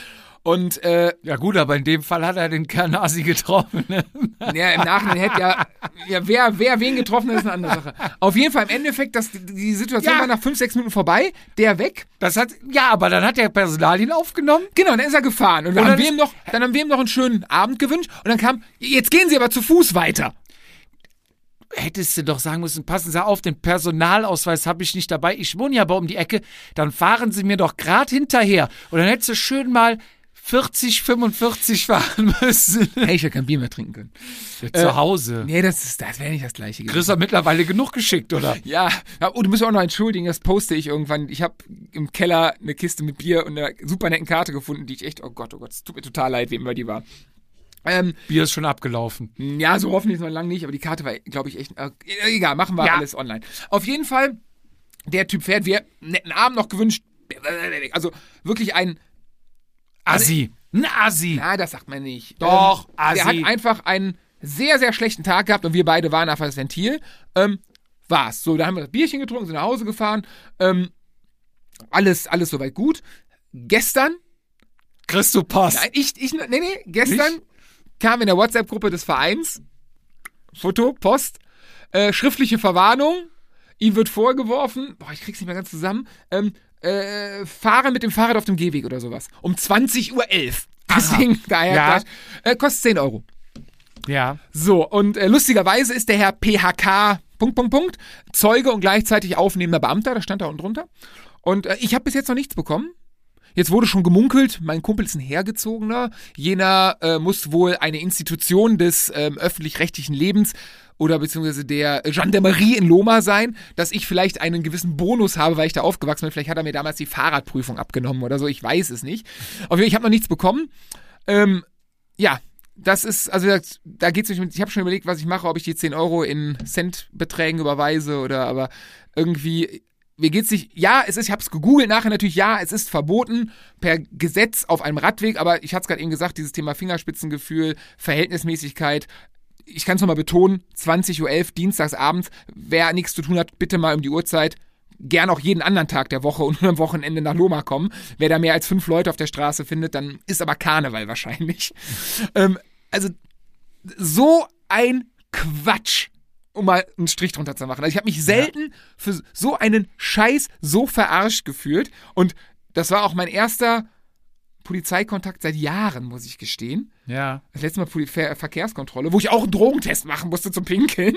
Und äh, Ja gut, aber in dem Fall hat er den Kanasi getroffen. Ne? ja, im Nachhinein hätte ja, ja wer, wer wen getroffen hat, ist eine andere Sache. Auf jeden Fall im Endeffekt, dass die, die Situation Ja. war nach fünf, sechs Minuten vorbei, der weg. Das hat, ja, aber dann hat der Personal ihn aufgenommen. Genau, dann ist er gefahren. Und wir Und haben dann wir ihm noch, dann haben wir ihm noch einen schönen Abend gewünscht. Und dann kam, jetzt gehen Sie aber zu Fuß weiter. Hättest du doch sagen müssen, passen Sie auf, den Personalausweis habe ich nicht dabei. Ich wohne ja aber um die Ecke. Dann fahren Sie mir doch gerade hinterher. Und dann hättest du schön mal vierzig, fünfundvierzig fahren müssen. Hey, ich hätte kein Bier mehr trinken können. Ja, zu Hause. Nee, das, ist- das wäre nicht das Gleiche gewesen. Chris hat mittlerweile genug geschickt, oder? Ja, ja, und du musst auch noch entschuldigen, das poste ich irgendwann. Ich habe im Keller eine Kiste mit Bier und einer super netten Karte gefunden, die ich echt, oh Gott, oh Gott, es tut mir total leid, wem immer die war. Ähm, Bier ist schon abgelaufen. ja, so hoffentlich noch lang nicht, aber die Karte war, glaube ich, echt, äh, egal, machen wir Ja. alles online. Auf jeden Fall, der Typ fährt, wir haben einen netten Abend noch gewünscht, also wirklich ein, Assi. Ein Assi. na, das sagt man nicht. Doch, ähm, Assi. Der hat einfach einen sehr, sehr schlechten Tag gehabt und wir beide waren einfach das Ventil. Ähm, war's. So, da haben wir das Bierchen getrunken, sind nach Hause gefahren. Ähm, alles, alles soweit gut. Gestern, Chris, du Pass. nein, ich, ich, nee, nee, gestern kam in der WhatsApp-Gruppe des Vereins, Foto, Post, äh, schriftliche Verwarnung, ihm wird vorgeworfen, boah, ich krieg's nicht mehr ganz zusammen, ähm, äh, Fahren mit dem Fahrrad auf dem Gehweg oder sowas. Um zwanzig Uhr elf. Deswegen, daher, Ja. gleich, äh, kostet zehn Euro. Ja. So, und äh, lustigerweise ist der Herr P H K, Punkt, Punkt, Punkt, Zeuge und gleichzeitig aufnehmender Beamter, das stand da unten drunter. Und äh, ich habe bis jetzt noch nichts bekommen. Jetzt wurde schon gemunkelt, mein Kumpel ist ein Hergezogener. Jener äh, muss wohl eine Institution des ähm, öffentlich-rechtlichen Lebens oder beziehungsweise der Gendarmerie in Lohmar sein, dass ich vielleicht einen gewissen Bonus habe, weil ich da aufgewachsen bin. Vielleicht hat er mir damals die Fahrradprüfung abgenommen oder so, ich weiß es nicht. Auf jeden Fall, ich habe noch nichts bekommen. Ähm, ja, das ist, also das, da geht's nicht mit, ich habe schon überlegt, was ich mache, ob ich die zehn Euro in Centbeträgen überweise oder, aber irgendwie, mir geht's nicht, ja, es ist, ich habe es gegoogelt nachher natürlich, ja, es ist verboten per Gesetz auf einem Radweg, aber ich hatte es gerade eben gesagt, dieses Thema Fingerspitzengefühl, Verhältnismäßigkeit, ich kann es nochmal betonen, zwanzig Uhr elf, dienstags abends, wer nichts zu tun hat, bitte mal um die Uhrzeit, gern auch jeden anderen Tag der Woche und nur am Wochenende nach Lohmar kommen. Wer da mehr als fünf Leute auf der Straße findet, dann ist aber Karneval wahrscheinlich. ähm, also so ein Quatsch, um mal einen Strich drunter zu machen. Also ich habe mich selten für so einen Scheiß so verarscht gefühlt und das war auch mein erster Polizeikontakt seit Jahren, muss ich gestehen. Ja. Das letzte Mal Poli- Ver Verkehrskontrolle, wo ich auch einen Drogentest machen musste zum Pinkeln.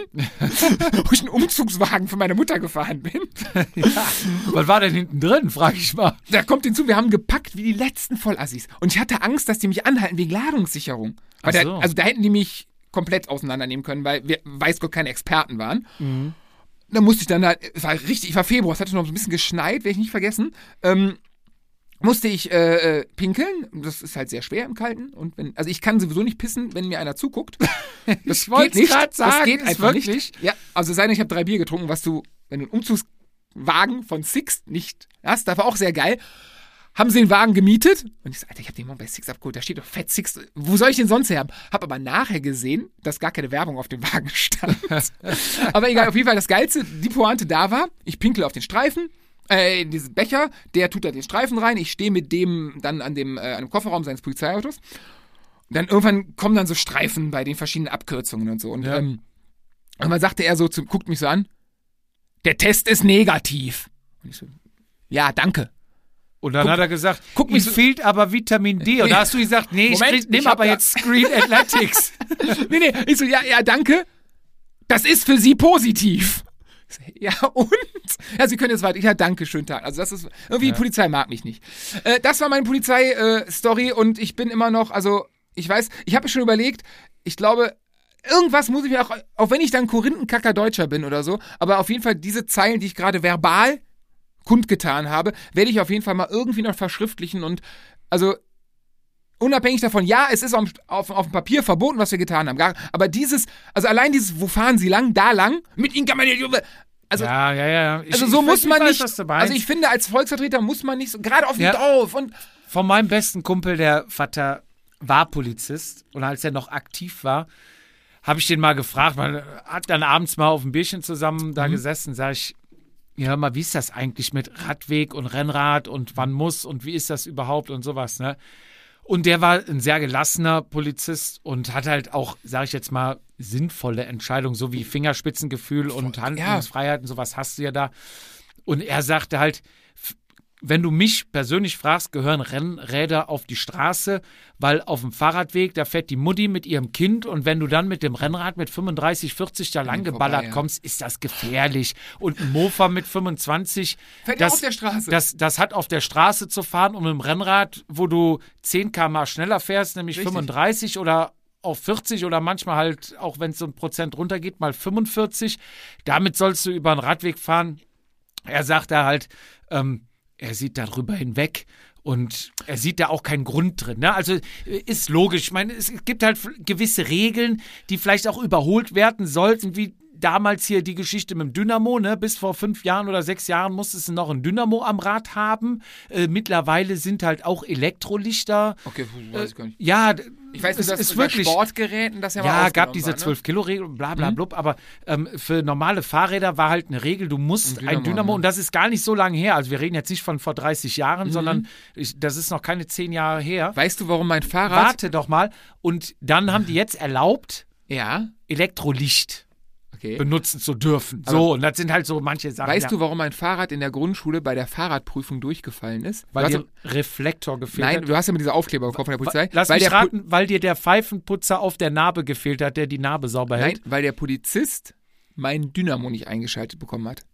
Wo ich einen Umzugswagen für meine Mutter gefahren bin. Ja. Was war denn hinten drin, frage ich mal. Da kommt hinzu, wir haben gepackt wie die letzten Vollassis. Und ich hatte Angst, dass die mich anhalten wegen Ladungssicherung. Weil Ach so. da, also da hätten die mich komplett auseinandernehmen können, weil wir, weiß Gott, keine Experten waren. Mhm. Da musste ich dann halt, es war richtig, ich war Februar, es hatte noch so ein bisschen geschneit, werde ich nicht vergessen. Ähm, musste ich äh, äh, pinkeln. Das ist halt sehr schwer im Kalten. Und wenn, also ich kann sowieso nicht pissen, wenn mir einer zuguckt. Das Ich wollt's geht nicht. grad sagen, das geht ist einfach wirklich. nicht. Ja, also sei denn, ich habe drei Bier getrunken, was du, wenn du einen Umzugswagen von Sixt nicht hast, das war auch sehr geil. Haben sie den Wagen gemietet? Und ich so, Alter, ich habe den morgen bei Sixt abgeholt, da steht doch Fett Sixt. Wo soll ich den sonst her haben? Hab aber nachher gesehen, dass gar keine Werbung auf dem Wagen stand. Aber egal, auf jeden Fall das Geilste, die Pointe da war, ich pinkel auf den Streifen, äh, in diesen Becher, der tut da den Streifen rein, ich stehe mit dem dann an dem, äh, an dem Kofferraum seines Polizeiautos. Und dann irgendwann kommen dann so Streifen bei den verschiedenen Abkürzungen und so. Und Ja. ähm, irgendwann sagte er so, zu, guckt mich so an, der Test ist negativ. Und ich so, ja, danke. Und dann Guck- hat er gesagt, guck ihm mich so- fehlt aber Vitamin D. Und da hast du gesagt, nee, ich Moment, krieg, nimm ich hab aber da- jetzt Screen Athletics. Nee, nee, ich so, ja, ja, danke. Das ist für Sie positiv. Ich so, ja, und? Ja, Sie können jetzt weiter. Ja, danke, schönen Tag. Also das ist, irgendwie Ja. die Polizei mag mich nicht. Äh, das war meine Polizei-Story und ich bin immer noch, also, ich weiß, ich habe mir schon überlegt, ich glaube, irgendwas muss ich mir auch, auch wenn ich dann Korinthenkacker Deutscher bin oder so, aber auf jeden Fall diese Zeilen, die ich gerade verbal kundgetan habe, werde ich auf jeden Fall mal irgendwie noch verschriftlichen und, also, unabhängig davon, ja, es ist auf, auf, auf dem Papier verboten, was wir getan haben. Gar, aber dieses, also allein dieses, wo fahren Sie lang, da lang, mit Ihnen kann man ja, also, ja, ja, ja. Ich, also so ich, muss ich man weiß, nicht, was du meinst. also ich finde, als Volksvertreter muss man nicht so, gerade auf dem Ja. Dorf und, Von meinem besten Kumpel, der Vater war Polizist und als er noch aktiv war, habe ich den mal gefragt, man hat dann abends mal auf ein Bierchen zusammen da Mhm. gesessen, sag ich, ja, hör mal, wie ist das eigentlich mit Radweg und Rennrad und wann muss und wie ist das überhaupt und sowas, ne? Und der war ein sehr gelassener Polizist und hat halt auch, sage ich jetzt mal, sinnvolle Entscheidungen, so wie Fingerspitzengefühl und Handlungsfreiheit und sowas hast du ja da. Und er sagte halt, wenn du mich persönlich fragst, gehören Rennräder auf die Straße, weil auf dem Fahrradweg, da fährt die Mutti mit ihrem Kind und wenn du dann mit dem Rennrad mit fünfunddreißig, vierzig da lang geballert vorbei, ja. kommst, ist das gefährlich. Und ein Mofa mit fünfundzwanzig, fährt das, auf der Straße. Das, das hat auf der Straße zu fahren und mit dem Rennrad, wo du zehn Kilometer pro Stunde schneller fährst, nämlich Richtig. fünfunddreißig oder auf vierzig oder manchmal halt, auch wenn es so ein Prozent runtergeht, mal fünfundvierzig. Damit sollst du über einen Radweg fahren. Er sagt da halt, ähm, er sieht darüber hinweg und er sieht da auch keinen Grund drin. Ne? Also ist logisch. Ich meine, es gibt halt gewisse Regeln, die vielleicht auch überholt werden sollten, wie damals hier die Geschichte mit dem Dynamo. Ne? Bis vor fünf Jahren oder sechs Jahren musstest du noch ein Dynamo am Rad haben. Äh, mittlerweile sind halt auch Elektrolichter. Okay, weiß ich gar nicht. Äh, ja, ich weiß nicht, es dass ist bei wirklich Sportgeräten das ja Ja, mal gab diese war, ne? zwölf Kilo Regel, bla bla mhm. blub, aber ähm, für normale Fahrräder war halt eine Regel, du musst ein Dynamo, ein Dynamo ne? Und das ist gar nicht so lange her, also wir reden jetzt nicht von vor dreißig Jahren, mhm. sondern ich, das ist noch keine zehn Jahre her. Weißt du, warum mein Fahrrad... Warte doch mal, und dann haben die jetzt erlaubt, ja? Elektrolicht Okay. benutzen zu dürfen. Aber so, und das sind halt so manche Sachen. Weißt ja. du, warum mein Fahrrad in der Grundschule bei der Fahrradprüfung durchgefallen ist? Weil dir ja, Reflektor gefehlt nein, hat? Nein, du hast ja mit dieser Aufkleber bekommen von der Polizei. Lass weil mich der raten, weil dir der Pfeifenputzer auf der Narbe gefehlt hat, der die Narbe sauber hält. Nein, weil der Polizist meinen Dynamo nicht eingeschaltet bekommen hat.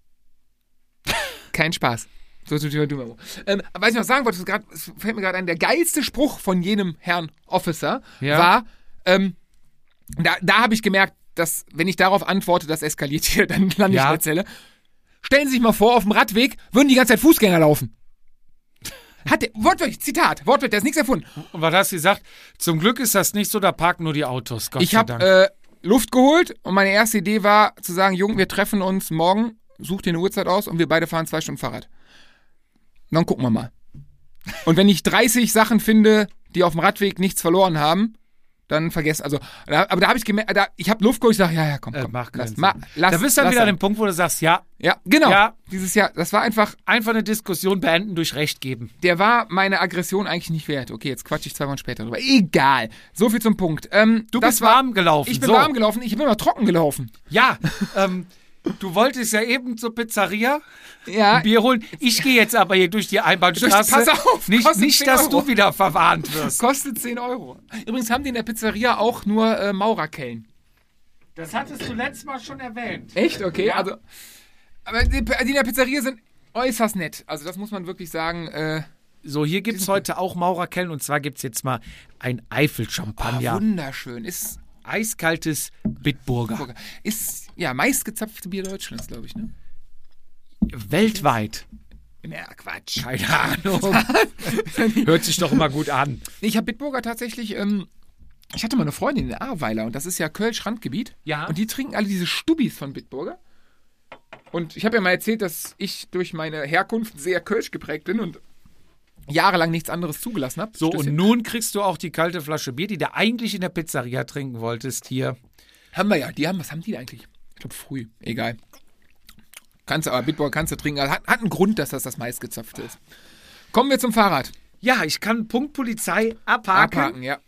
Kein Spaß. So zum Thema Dynamo. Ähm, was ich noch sagen wollte, grad, es fällt mir gerade ein, der geilste Spruch von jenem Herrn Officer ja. war, ähm, da, da habe ich gemerkt, dass, wenn ich darauf antworte, das eskaliert hier, dann lande ich ja. in der Zelle. Stellen Sie sich mal vor, auf dem Radweg würden die ganze Zeit Fußgänger laufen. Hat der, wortwörtlich, Zitat, wortwörtlich, der ist nichts erfunden. Und was hast du gesagt? Zum Glück ist das nicht so, da parken nur die Autos, Gott ich sei hab, Dank. Ich habe äh, Luft geholt und meine erste Idee war zu sagen, Jungen, wir treffen uns morgen, such dir eine Uhrzeit aus und wir beide fahren zwei Stunden Fahrrad. Und dann gucken wir mal. Und wenn ich dreißig Sachen finde, die auf dem Radweg nichts verloren haben, dann vergesst, also, da, aber da habe ich gemerkt, da, ich habe Luft geholt, ich sage, ja, ja, komm, komm, äh, mach lass, ma, lass, Da bist du dann lass wieder an sein. dem Punkt, wo du sagst, ja, ja, genau, ja, dieses Jahr, das war einfach, einfach eine Diskussion beenden durch Recht geben. Der war meine Aggression eigentlich nicht wert. Okay, jetzt quatsche ich zwei Wochen später drüber. Egal, so viel zum Punkt. Ähm, Du das bist war, warm gelaufen. Ich bin so. warm gelaufen, ich bin immer trocken gelaufen. Ja, ähm, du wolltest ja eben zur Pizzeria Ja. ein Bier holen. Ich gehe jetzt aber hier durch die Einbahnstraße. Durch, pass auf, nicht, kostet nicht zehn dass Euro. du wieder verwarnt wirst. Kostet zehn Euro. Übrigens haben die in der Pizzeria auch nur äh, Maurerkellen. Das hattest du letztes Mal schon erwähnt. Echt? Okay, Ja. also. Aber die, die in der Pizzeria sind äußerst nett. Also das muss man wirklich sagen. Äh, So, hier gibt es heute auch Maurerkellen und zwar gibt es jetzt mal ein Eifel-Champagner. oh, wunderschön. Ist, Eiskaltes Bitburger. ist ja meistgezapfte Bier Deutschlands, glaube ich, ne? Weltweit. Ja, Quatsch. Keine Ahnung. Hört sich doch immer gut an. Ich habe Bitburger tatsächlich, ähm, ich hatte mal eine Freundin in Ahrweiler und das ist ja Kölsch-Randgebiet. Ja. Und die trinken alle diese Stubis von Bitburger. Und ich habe ja mal erzählt, dass ich durch meine Herkunft sehr Kölsch geprägt bin und jahrelang nichts anderes zugelassen habe. So, und nun kriegst du auch die kalte Flasche Bier, die du eigentlich in der Pizzeria trinken wolltest, hier. Haben wir ja. Die haben, was haben die da eigentlich? Ich glaube früh. Egal. Kannst du, aber Bitburger kannst du trinken. Also hat, hat einen Grund, dass das das meistgezapfte ist. Kommen wir zum Fahrrad. Ja, ich kann Punkt Polizei abhaken. Abhaken, ja.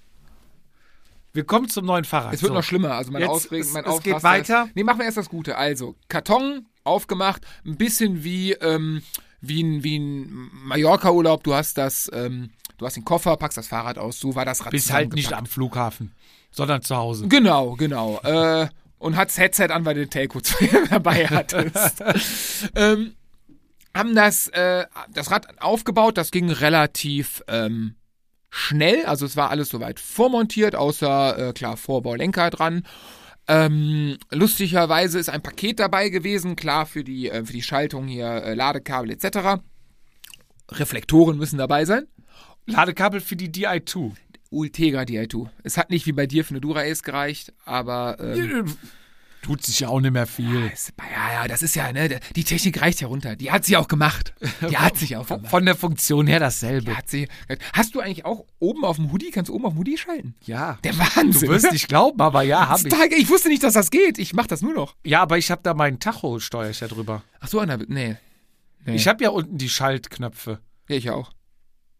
Wir kommen zum neuen Fahrrad. Es wird so. noch schlimmer. Also mein Jetzt, Ausregen, es, mein es geht Ausraster weiter. Ist, nee, machen wir erst das Gute. Also, Karton aufgemacht, ein bisschen wie, ähm, wie ein, wie ein Mallorca-Urlaub. Du hast das, ähm, du hast den Koffer, packst das Fahrrad aus. So war das Rad Bist halt nicht zusammengepackt. am Flughafen, sondern zu Hause. Genau, genau. Äh, und hat's Headset an, weil du den Telco dabei hattest. ähm, haben das, äh, das Rad aufgebaut. Das ging relativ ähm, schnell. Also es war alles soweit vormontiert, außer, äh, klar, Vorbaulenker dran. Ähm, lustigerweise ist ein Paket dabei gewesen, klar, für die, äh, für die Schaltung hier, äh, Ladekabel et cetera. Reflektoren müssen dabei sein. Ladekabel für die D I zwei. Ultegra D I zwei. Es hat nicht wie bei dir für eine Dura-Ace gereicht, aber ähm, tut sich ja auch nicht mehr viel. ja, ja, das ist ja, ne, die Technik reicht ja runter. Die hat sie auch gemacht. Die hat sich auch Von, gemacht. von der Funktion her dasselbe. Die hat sie, hast du eigentlich auch oben auf dem Hoodie, kannst du oben auf dem Hoodie schalten? Ja. Der Wahnsinn. Du wirst nicht glauben, aber ja, hab ich. Ich wusste nicht, dass das geht. Ich mach das nur noch. Ja, aber ich habe da meinen Tacho, steuere ich ja drüber. Ach so, Anna, nee. nee. Ich habe ja unten die Schaltknöpfe. Ja, ich auch.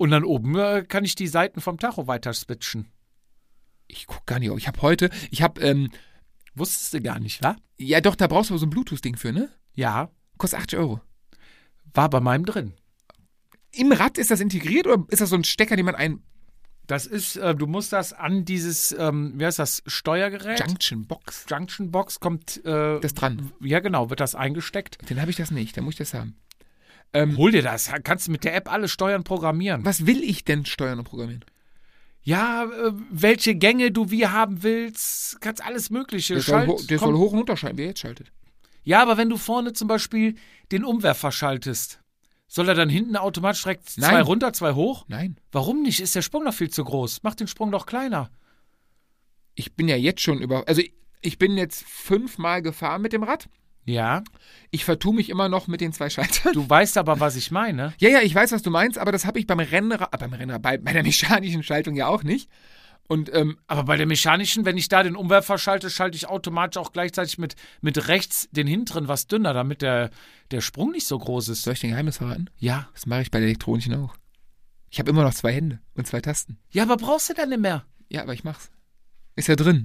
Und dann oben äh, kann ich die Seiten vom Tacho weiter switchen. Ich guck gar nicht auf. Ich habe heute, ich habe, ähm, Wusstest du gar nicht, wa? ja doch, da brauchst du aber so ein Bluetooth-Ding für, ne? Ja, Kostet achtzig Euro. war bei meinem drin. Im Rad ist das integriert oder ist das so ein Stecker, den man ein... Das ist, äh, du musst das an dieses, ähm, wie heißt das, Steuergerät? Junction Box. Junction Box kommt. Äh, Das dran. Ja, genau, wird das eingesteckt. Den habe ich das nicht, dann muss ich das haben. Ähm, Hol dir das, kannst du mit der App alle Steuern programmieren. was will ich denn steuern und programmieren? Ja, äh, welche Gänge du wie haben willst, kannst alles Mögliche. Der soll, Schalt- ho- der komm- soll hoch und runter schalten, wer jetzt schaltet. Ja, aber wenn du vorne zum Beispiel den Umwerfer schaltest, soll er dann hinten automatisch direkt zwei Nein. runter, zwei hoch? Nein. Warum nicht? Ist der Sprung noch viel zu groß? Mach den Sprung doch kleiner. Ich bin ja jetzt schon über... Also ich, ich bin jetzt fünfmal gefahren mit dem Rad. Ja, Ich vertue mich immer noch mit den zwei Schaltern. du weißt aber, was ich meine. Ja, ja, ich weiß, was du meinst, aber das habe ich beim Rennrad, äh, beim Rennrad, bei, bei der mechanischen Schaltung ja auch nicht. Und ähm, Aber bei der mechanischen, wenn ich da den Umwerfer schalte, schalte ich automatisch auch gleichzeitig mit, mit rechts den hinteren was dünner, damit der, der Sprung nicht so groß ist. soll ich den Geheimnis verraten? Ja. Das mache ich bei der elektronischen auch. Ich habe immer noch zwei Hände und zwei Tasten. Ja, aber brauchst du dann nicht mehr. Ja, aber ich mach's. Ist ja drin.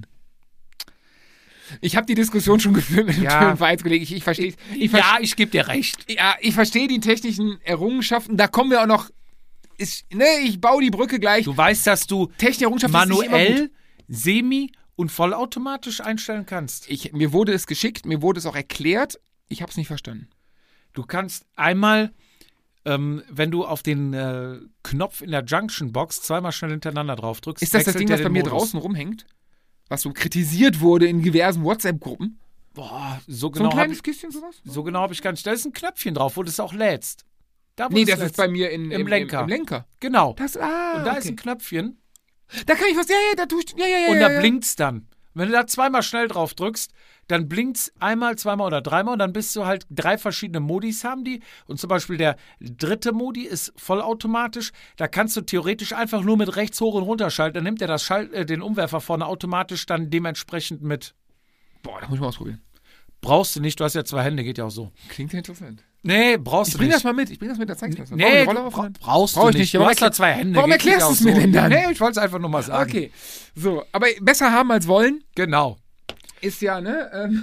Ich habe die Diskussion schon geführt mit dem Ja. schönen Vereinskollegen. Ich, ich verstehe ich ver Ja, ich gebe dir recht. ja, ich verstehe die technischen Errungenschaften. Da kommen wir auch noch. Ist, ne, ich baue die Brücke gleich. Du weißt, dass du Technische Errungenschaften ist nicht immer gut. manuell, semi- und vollautomatisch einstellen kannst. Ich, mir wurde es geschickt, mir wurde es auch erklärt. Ich habe es nicht verstanden. Du kannst einmal, ähm, wenn du auf den äh, Knopf in der Junction Box zweimal schnell hintereinander drauf drückst, Ist das das wechselt Ding, der was bei den mir Modus. draußen rumhängt? Was so kritisiert wurde in diversen WhatsApp-Gruppen? Boah, so So ein genau habe kleines ich, Kistchen sowas? so genau hab ich gar nicht. Da ist ein Knöpfchen drauf, wo du es auch lädst. Da, wo Nee, du es das ist lädst. bei mir in, im im, Lenker. Im, im Lenker. Genau. Das, ah, Und da okay. ist ein Knöpfchen Da kann ich was, ja, ja, da tue ich, ja, ja, ja. und ja, da ja. blinkt's dann. Wenn du da zweimal schnell drauf drückst, dann blinkt's einmal, zweimal oder dreimal und dann bist du halt drei verschiedene Modis haben die. Und zum Beispiel der dritte Modi ist vollautomatisch. Da kannst du theoretisch einfach nur mit rechts hoch und runter schalten. Dann nimmt er das Schalt, äh, den Umwerfer vorne automatisch dann dementsprechend mit. Boah, da muss ich mal ausprobieren. Brauchst du nicht, du hast ja zwei Hände, geht ja auch so. Klingt ja interessant. Nee, brauchst Ich du bring nicht. das mal mit, ich bring das mit, da zeigst du mir das mal. Nee, Brauch ich die du Rolle bra aufmachen? brauchst Brauch du ich nicht. nicht, Du aber hast da erklär- zwei Hände. Warum geht erklärst ja du auch es mir so. denn dann? Nee, ich wollte es einfach nur mal sagen. Okay, so, aber besser haben als wollen Genau. ist ja, ne, ähm,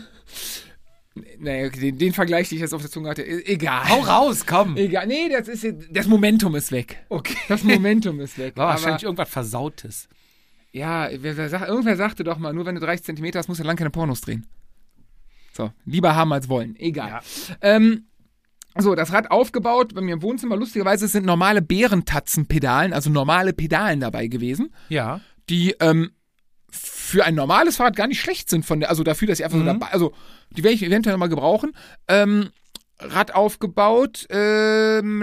naja, okay, den, den Vergleich, den ich jetzt auf der Zunge hatte, e- egal. Hau raus, komm. Egal, nee, das ist, das Momentum ist weg. Okay. Das Momentum ist weg. War aber, wahrscheinlich irgendwas Versautes. ja, wer, wer, sag- irgendwer sagte doch mal, nur wenn du dreißig Zentimeter hast, musst du lang keine Pornos drehen. So, lieber haben als wollen, egal. Ja. Ähm, so, das Rad aufgebaut bei mir im Wohnzimmer. Lustigerweise sind normale Bärentatzenpedalen, also normale Pedalen dabei gewesen, Ja. die ähm, für ein normales Fahrrad gar nicht schlecht sind. Von der, also dafür, dass ich einfach Mhm. so dabei, also die werde ich eventuell nochmal gebrauchen. Ähm, Rad aufgebaut, ähm,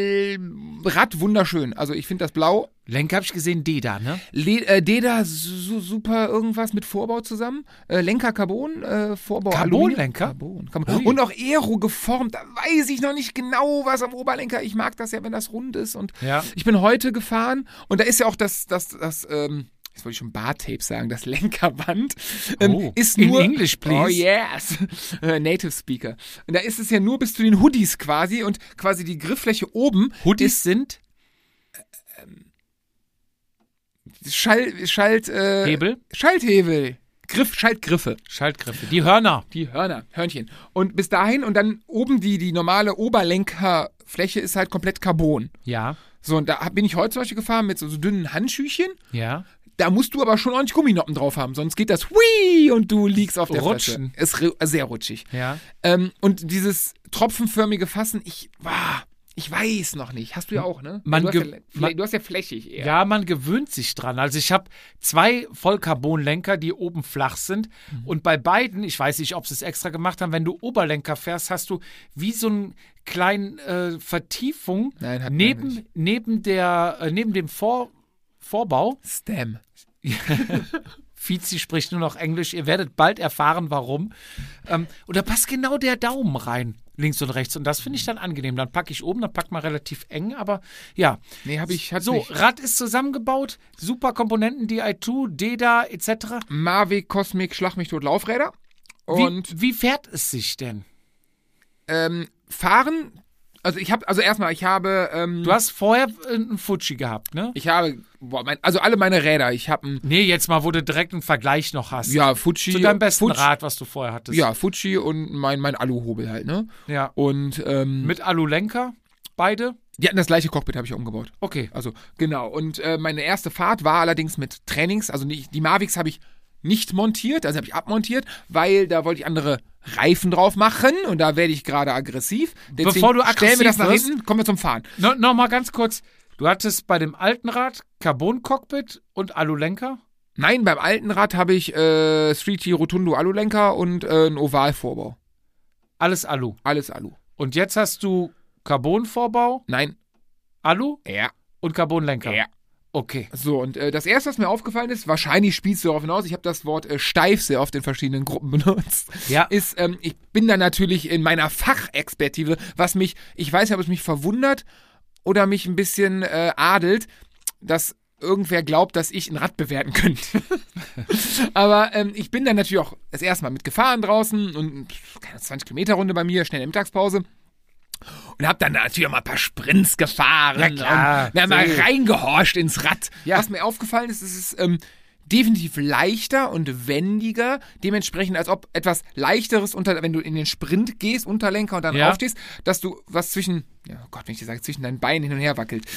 Rad wunderschön. Also ich finde das Blau. Lenker habe ich gesehen, Deda, ne? Le äh, Deda, su super irgendwas mit Vorbau zusammen. Äh, Lenker Carbon, äh, Vorbau Carbon-Lenker? Aluminium. Carbon, Carbon. Ui. Und auch Aero geformt. Da weiß ich noch nicht genau, was am Oberlenker. Ich mag das ja, wenn das rund ist. Und Ja. ich bin heute gefahren und da ist ja auch das, das, das, ähm, jetzt wollte ich schon Bartape sagen, das Lenkerband ähm, Oh, ist in nur... English, please. Oh yes, äh, Native Speaker. Und da ist es ja nur bis zu den Hoodies quasi und quasi die Grifffläche oben Hoodies sind Schall, Schalt, äh, Hebel, Schalthebel. Griff, Schaltgriffe. Schaltgriffe, die Hörner. Die Hörner, Hörnchen. Und bis dahin und dann oben die, die normale Oberlenkerfläche ist halt komplett Carbon. Ja, So, und da bin ich heute zum Beispiel gefahren mit so, so dünnen Handschüchen. ja. Da musst du aber schon ordentlich Gumminoppen drauf haben, sonst geht das hui und du liegst auf der Rutschen. Fresse. Ist ru- sehr rutschig. Ja. Ähm, und dieses tropfenförmige Fassen, ich, wah, ich weiß noch nicht. Hast du ja auch, ne? Man du, hast ja, ge- flä- man- du hast ja flächig eher. Ja, man gewöhnt sich dran. Also ich habe zwei Vollcarbonlenker, die oben flach sind. Mhm. Und bei beiden, ich weiß nicht, ob sie es extra gemacht haben, wenn du Oberlenker fährst, hast du wie so eine kleine äh, Vertiefung Nein, hat man neben, nicht. neben, der, äh, neben dem Vor, Vorbau. Stem. Fizi spricht nur noch Englisch. Ihr werdet bald erfahren, warum. Ähm, und da passt genau der Daumen rein, links und rechts. Und das finde ich dann angenehm. Dann packe ich oben, dann packt man relativ eng. Aber ja, Nee, hab ich, hat so, nicht. Rad ist zusammengebaut. Super Komponenten, D I zwei, Deda et cetera. Mavic Cosmic Schlag mich tot Laufräder. Wie, Und wie fährt es sich denn? ähm, fahren, Also ich habe, also erstmal, ich habe... Ähm, Du hast vorher einen Fuji gehabt, ne? Ich habe, boah, mein, also alle meine Räder, ich habe ein... Nee, jetzt mal, wo du direkt einen Vergleich noch hast. Ja, Fuji... Zu deinem besten Fuji, Rad, was du vorher hattest. Ja, Fuji und mein, mein Aluhobel halt, ne? Ja. Und, ähm... Mit Alulenker, beide? Die hatten das gleiche Cockpit, habe ich umgebaut. Okay. Also, genau. Und äh, meine erste Fahrt war allerdings mit Trainings, also nicht, die Mavics habe ich nicht montiert, also habe ich abmontiert, weil da wollte ich andere Reifen drauf machen und da werde ich gerade aggressiv. Deswegen Bevor du aggressiv stellen wir das nach wirst, hinten, kommen wir zum Fahren. No, noch mal ganz kurz. Du hattest bei dem alten Rad Carbon-Cockpit und Alulenker? Nein, beim alten Rad habe ich äh, drei T Rotundo Alulenker und äh, einen Ovalvorbau. Alles Alu. Alles Alu. Und jetzt hast du Carbon-Vorbau, Nein. Alu Ja. und Carbonlenker. Ja. Okay. So, und äh, das erste, was mir aufgefallen ist, wahrscheinlich spielst du darauf hinaus, ich habe das Wort äh, steif sehr oft in verschiedenen Gruppen benutzt, Ja. ist, ähm, ich bin da natürlich in meiner Fachexpertise, was mich, ich weiß nicht, ob es mich verwundert oder mich ein bisschen äh, adelt, dass irgendwer glaubt, dass ich ein Rad bewerten könnte. Aber ähm, ich bin dann natürlich auch das erste Mal mitgefahren draußen und keine zwanzig Kilometer Runde bei mir, schnell in der Mittagspause. Und hab dann natürlich auch mal ein paar Sprints gefahren. Ja, klar. Und wir haben mal Sehr. reingehorcht ins Rad. Ja. Was mir aufgefallen ist, ist es ist ähm, definitiv leichter und wendiger. Dementsprechend, als ob etwas leichteres, unter, wenn du in den Sprint gehst, Unterlenker und dann Ja. aufstehst, dass du was zwischen, ja oh Gott, wenn ich dir sage, zwischen deinen Beinen hin und her wackelt.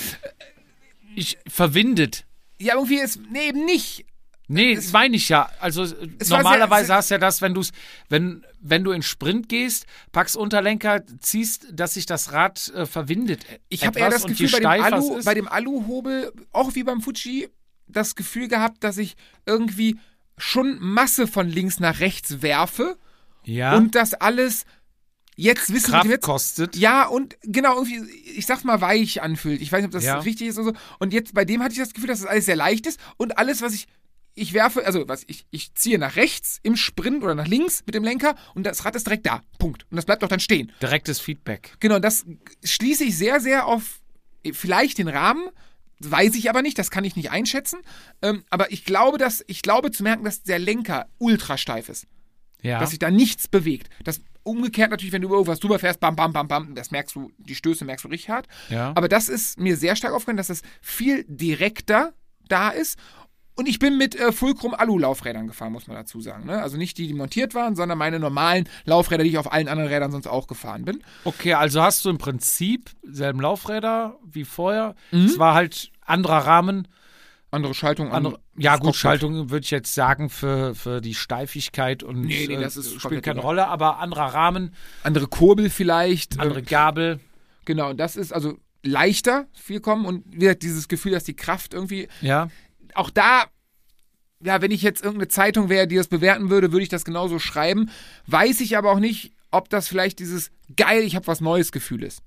Ich verwindet. Ja, irgendwie ist, nee, eben nicht. Nee, das meine ich ja. Also Es war normalerweise sehr- hast du ja das, wenn du's, wenn, wenn du in Sprint gehst, packst Unterlenker, ziehst, dass sich das Rad äh, verwindet. Ich habe eher etwas das und je Gefühl, bei dem, steifer es Alu, ist- bei dem Aluhobel, auch wie beim Fuji, das Gefühl gehabt, dass ich irgendwie schon Masse von links nach rechts werfe ja, und das alles jetzt wissen Kraft Sie jetzt, kostet. ja, und genau, irgendwie, ich sag's mal, weich anfühlt. Ich weiß nicht, ob das Ja. richtig ist oder so. Und jetzt bei dem hatte ich das Gefühl, dass das alles sehr leicht ist und alles, was ich, ich werfe, also was ich, ich ziehe nach rechts im Sprint oder nach links mit dem Lenker und das Rad ist direkt da. Punkt. Und das bleibt auch dann stehen. Direktes Feedback. Genau, das schließe ich sehr, sehr auf vielleicht den Rahmen, weiß ich aber nicht, das kann ich nicht einschätzen. Ähm, aber ich glaube, dass, ich glaube zu merken, dass der Lenker ultra steif ist. Ja. Dass sich da nichts bewegt. Das umgekehrt natürlich, wenn du über irgendwas drüber fährst, bam, bam, bam, bam, das merkst du, die Stöße merkst du richtig hart. Ja. Aber das ist mir sehr stark aufgefallen, dass das viel direkter da ist. Und ich bin mit äh, Fulcrum-Alu-Laufrädern gefahren, muss man dazu sagen. Ne? Also nicht die, die montiert waren, sondern meine normalen Laufräder, die ich auf allen anderen Rädern sonst auch gefahren bin. Okay, also hast du im Prinzip selben Laufräder wie vorher. Mhm. Es war halt anderer Rahmen. Andere Schaltung. Andere, ja, gut, Cockpit. Schaltung würde ich jetzt sagen für, für die Steifigkeit und Nee, nee, das äh, ist spielt komplett keine egal. Rolle, aber anderer Rahmen, Andere Kurbel vielleicht. andere äh, Gabel. Genau, das ist also leichter viel kommen und wieder dieses Gefühl, dass die Kraft irgendwie, Ja. auch da, ja, wenn ich jetzt irgendeine Zeitung wäre, die das bewerten würde, würde ich das genauso schreiben. Weiß ich aber auch nicht, ob das vielleicht dieses geil, ich habe was Neues Gefühl ist.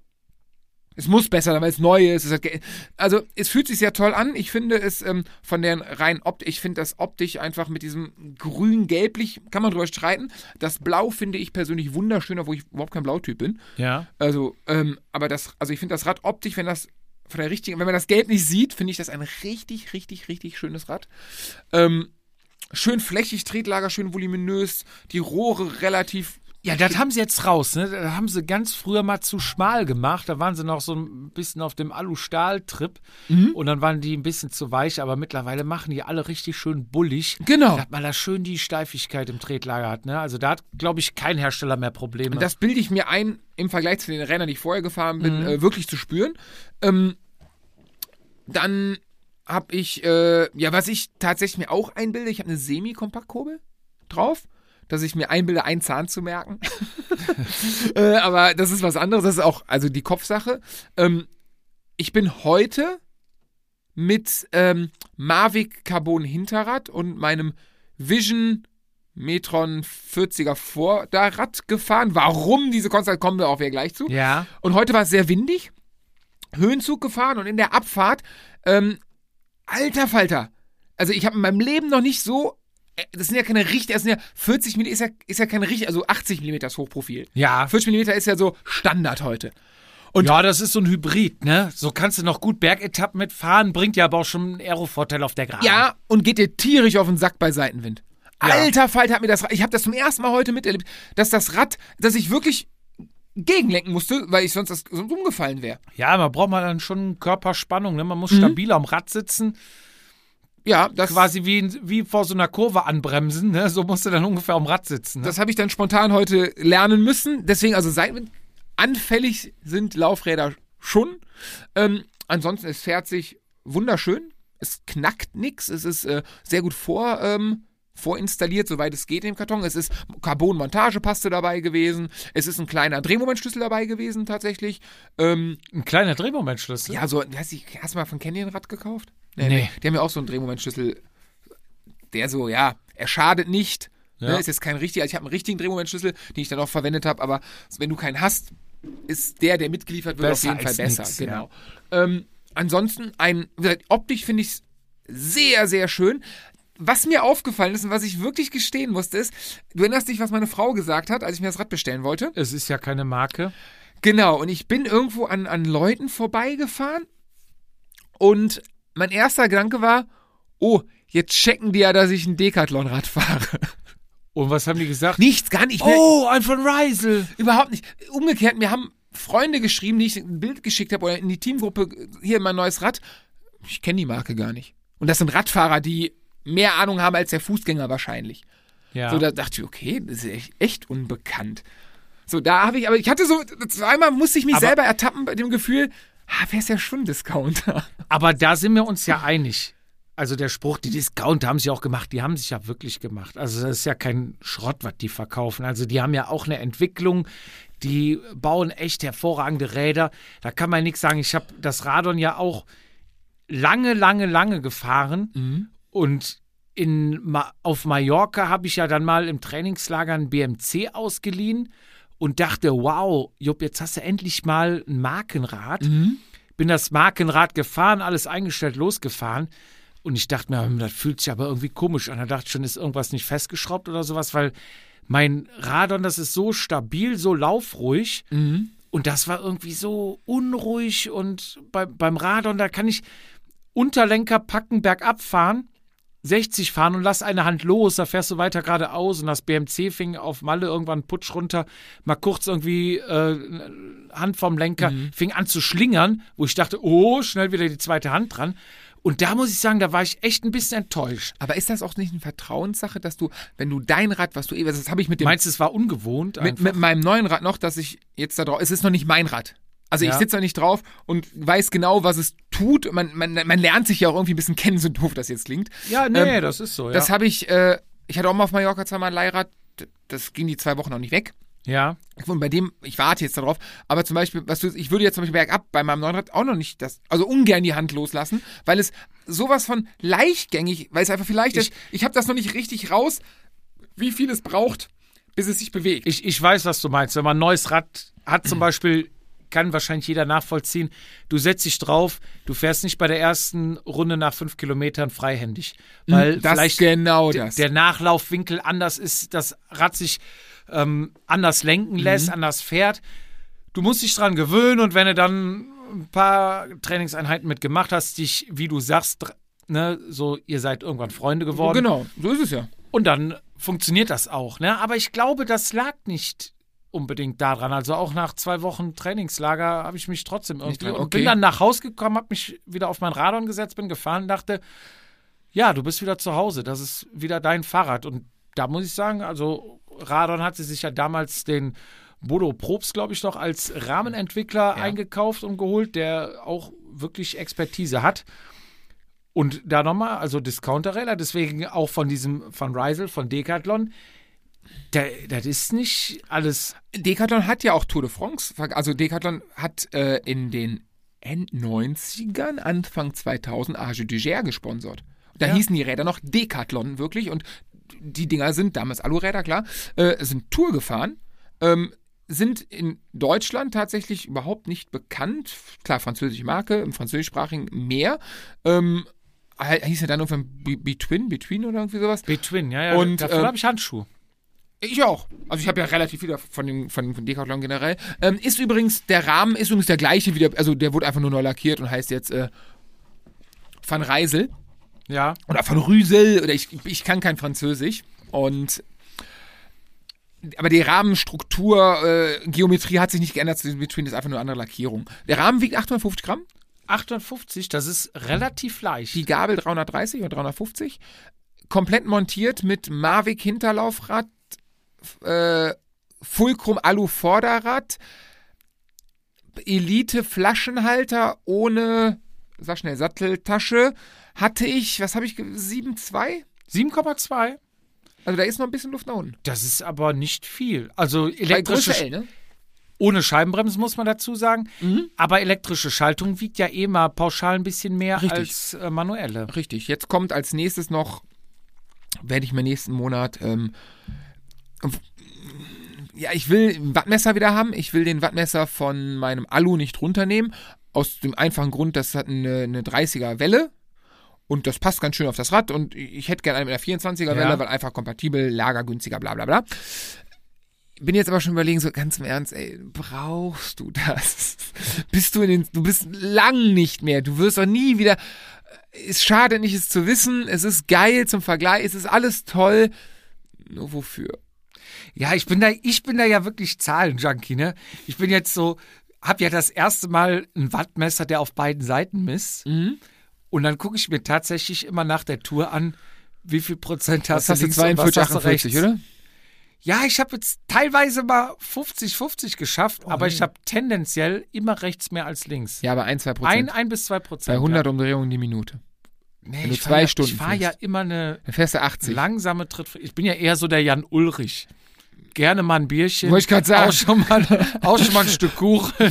Es muss besser sein, weil es neu ist. Es hat ge- also es fühlt sich sehr toll an. Ich finde es ähm, von der rein Optik, ich finde das optisch einfach mit diesem grün-gelblich, kann man drüber streiten. Das Blau finde ich persönlich wunderschön, obwohl ich überhaupt kein Blautyp bin. Ja. Also, ähm, aber das, also ich finde das Rad optisch, wenn das von der richtigen, wenn man das Gelb nicht sieht, finde ich das ein richtig, richtig, richtig schönes Rad. Ähm, schön flächig, Tretlager, schön voluminös, die Rohre relativ. Ja, das haben sie jetzt raus, ne? Das haben sie ganz früher mal zu schmal gemacht. Da waren sie noch so ein bisschen auf dem Alu-Stahl-Trip. Mhm. Und dann waren die ein bisschen zu weich, aber mittlerweile machen die alle richtig schön bullig. Genau. Dass man da schön die Steifigkeit im Tretlager hat, ne? Also da hat, glaube ich, kein Hersteller mehr Probleme. Und das bilde ich mir ein, im Vergleich zu den Rennern, die ich vorher gefahren bin, Mhm. äh, wirklich zu spüren. Ähm, dann habe ich, äh, ja, was ich tatsächlich mir auch einbilde, ich habe eine Semi-Kompaktkurbel drauf, dass ich mir einbilde, einen Zahn zu merken. äh, aber das ist was anderes, das ist auch, also die Kopfsache. Ähm, ich bin heute mit ähm, Mavic Carbon Hinterrad und meinem Vision Metron vierziger Vorderrad gefahren. Warum diese Konstanz, kommen wir auch wieder gleich zu. ja. Und heute war es sehr windig, Höhenzug gefahren und in der Abfahrt, ähm, alter Falter, also ich habe in meinem Leben noch nicht so, äh, das sind ja keine richtig, das sind ja vierzig Millimeter, ist ja, ist ja keine richtig, also achtzig Millimeter ist Hochprofil. Ja. vierzig Millimeter ist ja so Standard heute. Und ja, das ist so ein Hybrid, ne? So kannst du noch gut Bergetappen mitfahren, bringt ja aber auch schon einen Aero-Vorteil auf der Geraden. ja, und geht dir tierisch auf den Sack bei Seitenwind. Ja. Alter Falter hat mir das Rad, ich habe das zum ersten Mal heute miterlebt, dass das Rad, dass ich wirklich gegenlenken musste, weil ich sonst, das, sonst umgefallen wäre. Ja, man braucht mal dann schon Körperspannung, ne? Man muss mhm. stabil am Rad sitzen. Ja, das quasi wie, wie vor so einer Kurve anbremsen, ne? So musst du dann ungefähr am Rad sitzen. Ne? Das habe ich dann spontan heute lernen müssen. Deswegen, also seid anfällig sind Laufräder schon. Ähm, ansonsten, es fährt sich wunderschön. Es knackt nichts. Es ist äh, sehr gut vor, ähm, vorinstalliert, soweit es geht im Karton. Es ist Carbon-Montagepaste dabei gewesen. Es ist ein kleiner Drehmomentschlüssel dabei gewesen, tatsächlich. Ähm, ein kleiner Drehmomentschlüssel? Ja, so, hast du, hast du mal von Candy ein Rad gekauft? Nee. nee. Die haben ja auch so einen Drehmomentschlüssel, der so, ja, er schadet nicht. Ja. Ne, ist jetzt kein richtiger, also ich habe einen richtigen Drehmomentschlüssel, den ich dann auch verwendet habe, aber wenn du keinen hast, ist der, der mitgeliefert wird, besser auf jeden Fall besser. Nix, genau. Ja. Ähm, ansonsten, ein, optisch finde ich es sehr, sehr schön. Was mir aufgefallen ist und was ich wirklich gestehen musste, ist, du erinnerst dich, was meine Frau gesagt hat, als ich mir das Rad bestellen wollte? Es ist ja keine Marke. Genau, und ich bin irgendwo an, an Leuten vorbeigefahren und mein erster Gedanke war, oh, jetzt checken die ja, dass ich ein Decathlon-Rad fahre. Und was haben die gesagt? Nichts, gar nicht. Oh, ein von Rysel. Überhaupt nicht. Umgekehrt, mir haben Freunde geschrieben, die ich ein Bild geschickt habe oder in die Teamgruppe, hier mein neues Rad. Ich kenne die Marke gar nicht. Und das sind Radfahrer, die mehr Ahnung haben als der Fußgänger wahrscheinlich. Ja. So, da dachte ich, okay, das ist echt, echt unbekannt. So, da habe ich, aber ich hatte so, zweimal musste ich mich aber selber ertappen bei dem Gefühl, ah, wer ist ja schon Discounter? Aber da sind wir uns ja einig. Also der Spruch, die Discounter haben sich auch gemacht, die haben sich ja wirklich gemacht. Also das ist ja kein Schrott, was die verkaufen. Also die haben ja auch eine Entwicklung, die bauen echt hervorragende Räder. Da kann man nichts sagen. Ich habe das Radon ja auch lange, lange, lange gefahren. Mhm. Und in, auf Mallorca habe ich ja dann mal im Trainingslager ein B M C ausgeliehen und dachte, wow, Jupp, jetzt hast du endlich mal ein Markenrad. Mhm. Bin das Markenrad gefahren, alles eingestellt, losgefahren. Und ich dachte mir, das fühlt sich aber irgendwie komisch an. Da dachte ich schon, ist irgendwas nicht festgeschraubt oder sowas, weil mein Radon, das ist so stabil, so laufruhig. Mhm. Und das war irgendwie so unruhig. Und bei, beim Radon, da kann ich Unterlenker packen, bergab fahren, sechzig fahren und lass eine Hand los, da fährst du weiter geradeaus und das B M C fing auf Malle irgendwann Putsch runter, mal kurz irgendwie äh, Hand vom Lenker, mhm. fing an zu schlingern, wo ich dachte, oh, schnell wieder die zweite Hand dran. Und da muss ich sagen, da war ich echt ein bisschen enttäuscht. Aber ist das auch nicht eine Vertrauenssache, dass du, wenn du dein Rad, was du eh, das habe ich mit dem... Meinst du, es war ungewohnt? Mit, mit meinem neuen Rad noch, dass ich jetzt da drauf, es ist noch nicht mein Rad. Also ja. Ich sitze da nicht drauf und weiß genau, was es tut. Man, man, man lernt sich ja auch irgendwie ein bisschen kennen, so doof das jetzt klingt. Ja, nee, ähm, das ist so, ja. Das habe ich, äh, ich hatte auch mal auf Mallorca zweimal ein Leihrad, das ging die zwei Wochen noch nicht weg. Ja. Und bei dem, ich warte jetzt darauf, aber zum Beispiel, was du, ich würde jetzt zum Beispiel bergab bei meinem neuen Rad auch noch nicht das, also ungern die Hand loslassen, weil es sowas von leichtgängig, weil es einfach vielleicht ist, ich, ich habe das noch nicht richtig raus, wie viel es braucht, bis es sich bewegt. Ich, ich weiß, was du meinst. Wenn man ein neues Rad hat zum Beispiel, kann wahrscheinlich jeder nachvollziehen, du setzt dich drauf, du fährst nicht bei der ersten Runde nach fünf Kilometern freihändig, weil das vielleicht genau d- das. der Nachlaufwinkel anders ist, das Rad sich ähm, anders lenken lässt, Mhm. anders fährt. Du musst dich dran gewöhnen und wenn du dann ein paar Trainingseinheiten mitgemacht hast, dich, wie du sagst, dr- ne, so ihr seid irgendwann Freunde geworden. Genau, so ist es ja. Und dann funktioniert das auch, ne? Aber ich glaube, das lag nicht unbedingt daran. Also auch nach zwei Wochen Trainingslager habe ich mich trotzdem irgendwie dran, und okay. bin dann nach Hause gekommen, habe mich wieder auf mein Radon gesetzt, bin gefahren und dachte, ja, du bist wieder zu Hause, das ist wieder dein Fahrrad. Und da muss ich sagen, also Radon hatte sich ja damals den Bodo Probst, glaube ich, noch als Rahmenentwickler Ja. eingekauft und geholt, der auch wirklich Expertise hat. Und da nochmal, also Discounter-Räder, deswegen auch von diesem, von Rysel, von Decathlon, der, das ist nicht alles. Decathlon hat ja auch Tour de France, also Decathlon hat äh, in den Endneunzigern, Anfang zweitausend Age du Gers gesponsert. Da Ja. hießen die Räder noch Decathlon wirklich und die Dinger sind damals Aluräder, klar, äh, sind Tour gefahren, ähm, sind in Deutschland tatsächlich überhaupt nicht bekannt. Klar, französische Marke, im französischsprachigen mehr. Ähm, hieß ja dann irgendwann Be- Between, Between oder irgendwie sowas. Between, ja, ja. Und, dafür ähm, habe ich Handschuhe. Ich auch. Also ich habe ja relativ viel von dem von, von Decathlon generell. Ähm, ist übrigens, der Rahmen ist übrigens der gleiche wieder, also der wurde einfach nur neu lackiert und heißt jetzt äh, Van Rysel Ja. oder Van Rysel oder ich, ich kann kein Französisch und aber die Rahmenstruktur, äh, Geometrie hat sich nicht geändert. Between ist einfach nur eine andere Lackierung. Der Rahmen wiegt achthundertfünfzig Gramm. achthundertfünfzig, das ist relativ leicht. Die Gabel dreihundertdreißig oder dreihundertfünfzig. Komplett montiert mit Mavic Hinterlaufrad, äh, Fulcrum Alu Vorderrad, Elite Flaschenhalter ohne, sag schnell, Satteltasche. Hatte ich, was habe ich, sieben Komma zwei? sieben Komma zwei? Also da ist noch ein bisschen Luft nach unten. Das ist aber nicht viel. Also Bei elektrische, Größe L, ne? ohne Scheibenbremsen muss man dazu sagen. Mhm. Aber elektrische Schaltung wiegt ja eh mal pauschal ein bisschen mehr Richtig. als äh, manuelle. Richtig. Jetzt kommt als nächstes noch, werde ich mir nächsten Monat, ähm, ja, ich will ein Wattmesser wieder haben. Ich will den Wattmesser von meinem Alu nicht runternehmen. Aus dem einfachen Grund, das hat eine, eine dreißiger Welle. Und das passt ganz schön auf das Rad. Und ich hätte gerne eine mit einer vierundzwanziger Welle, Ja. weil einfach kompatibel, lagergünstiger, bla bla bla. Bin jetzt aber schon überlegen, so ganz im Ernst, ey, brauchst du das? Bist du in den, du bist lang nicht mehr. Du wirst auch nie wieder, es schadet nicht, es zu wissen. Es ist geil zum Vergleich. Es ist alles toll. Nur wofür? Ja, ich bin da, ich bin da ja wirklich Zahlenjunkie, ne? Ich bin jetzt so, hab ja das erste Mal ein Wattmesser, der auf beiden Seiten misst. Mhm. Und dann gucke ich mir tatsächlich immer nach der Tour an, wie viel Prozent Was hast du hast du, links und was zweiundvierzig, hast du achtundvierzig, rechts. oder? Ja, ich habe jetzt teilweise mal fünfzig fünfzig geschafft, aber ich habe tendenziell immer rechts mehr als links. Ja, aber ein, zwei Prozent. Ein, ein bis zwei Prozent. Bei hundert Umdrehungen die Minute. Nee, wenn du ich fahr zwei ja, Stunden Ich fahre ja fährst. immer eine Dann fährst du achtzig. langsame Tritt. Ich bin ja eher so der Jan Ulrich. Gerne mal ein Bierchen. Wollte ich gerade sagen. Auch schon mal, auch schon mal ein Stück Kuchen.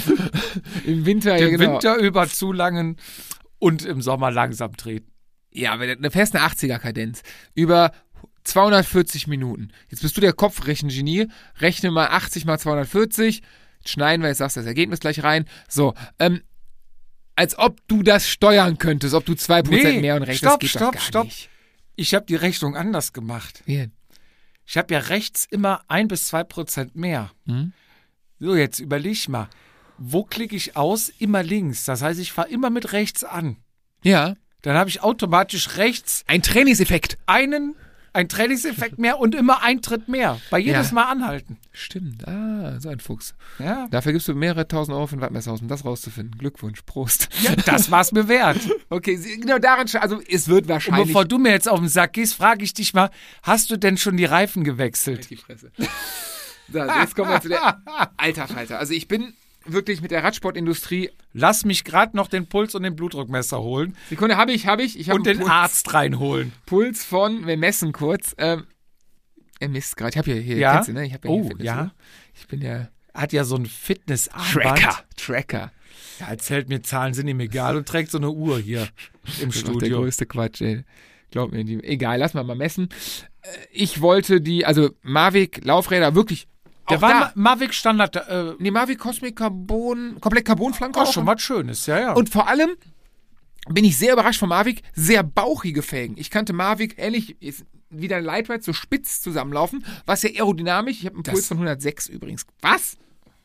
Im Winter, ja Den genau. Winter über zu langen und im Sommer langsam treten. Ja, aber du fährst eine achtziger-Kadenz. Über zweihundertvierzig Minuten. Jetzt bist du der Kopfrechengenie. Rechne mal achtzig mal zweihundertvierzig. Jetzt schneiden wir, jetzt sagst du das Ergebnis gleich rein. So, ähm, als ob du das steuern könntest, ob du zwei Prozent Nee, mehr und rechts, stopp, das geht stopp, doch gar stopp. nicht. Ich habe die Rechnung anders gemacht. Wie denn? Ich habe ja rechts immer ein bis zwei Prozent mehr. Hm? So, jetzt überleg mal. Wo klicke ich aus? Immer links. Das heißt, ich fahre immer mit rechts an. Ja. Dann habe ich automatisch rechts Ein Trainingseffekt. einen, ein Trainingseffekt mehr und immer ein Tritt mehr. Bei jedes Ja. Mal anhalten. Stimmt. Ah, so ein Fuchs. Ja. Dafür gibst du mehrere tausend Euro für ein Wattmesser aus, um das rauszufinden. Glückwunsch. Prost. Ja, das war's mir wert. Okay, sie- genau daran, sch- also es wird Und wahrscheinlich... bevor du mir jetzt auf den Sack gehst, frage ich dich mal, hast du denn schon die Reifen gewechselt? Die Fresse. So, jetzt kommen wir zu der... Alter Falter. Also ich bin wirklich mit der Radsportindustrie... Lass mich gerade noch den Puls und den Blutdruckmesser holen Sekunde, habe ich, habe ich. Ich habe und einen den Puls, Arzt reinholen. Puls von, wir messen kurz. Ähm, er misst gerade. Ich habe ja hier, Ja? kennst du, ne? Ich habe ja Oh, hier Fitness, ja. ne? Ich bin ja Hat ja so ein Fitnessarmband. Tracker. Ja, erzählt mir, Zahlen sind ihm egal und trägt so eine Uhr hier im Das ist doch der Studio. größte Quatsch, ey. Glaub mir, die, egal, lass mal mal messen. Äh, Ich wollte die, also Mavic Laufräder wirklich. Der auch war da, Ma Mavic Standard, äh, nee, Mavic Cosmic Carbon, komplett Carbonflanke auch schon was Schönes, ja, ja. Und vor allem bin ich sehr überrascht von Mavic, sehr bauchige Felgen. Ich kannte Mavic, ähnlich, ist wieder ein Lightweight, so spitz zusammenlaufen, was ja aerodynamisch, ich habe einen Das- Puls von hundertsechs übrigens. Was?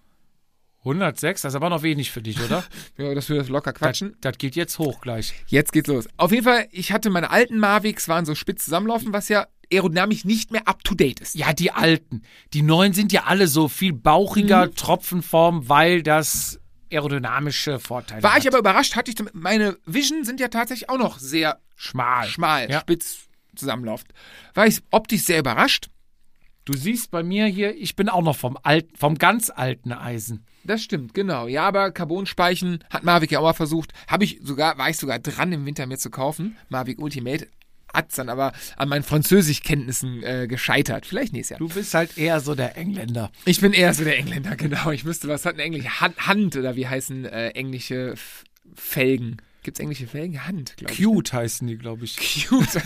hundertsechs, das ist aber noch wenig für dich, oder? Ja, dass wir das locker das, quatschen. das geht jetzt hoch gleich. Jetzt geht's los. Auf jeden Fall, ich hatte meine alten Mavics, waren so spitz zusammenlaufen, was ja aerodynamisch nicht mehr up to date ist. Ja, die alten. Die neuen sind ja alle so viel bauchiger, Mhm. Tropfenform, weil das aerodynamische Vorteile War hat. ich aber überrascht, hatte ich, damit- meine Vision sind ja tatsächlich auch noch sehr schmal. schmal, Ja. spitz zusammenlaufend. War ich optisch sehr überrascht. Du siehst bei mir hier, ich bin auch noch vom alten, vom ganz alten Eisen. Das stimmt, genau. Ja, aber Carbonspeichen hat Mavic ja auch mal versucht. Habe ich sogar, war ich sogar dran im Winter mir zu kaufen. Mavic Ultimate. Hat's dann aber an meinen Französischkenntnissen äh, gescheitert. Vielleicht nächstes Jahr. Du bist halt eher so der Engländer. Ich bin eher so der Engländer, genau. Ich wüsste, was hat ein Englisch? Hand, Hand oder wie heißen äh, englische F Felgen? Gibt's englische Felgen? Hand, glaube ich. Cute heißen die, glaube ich. Cute.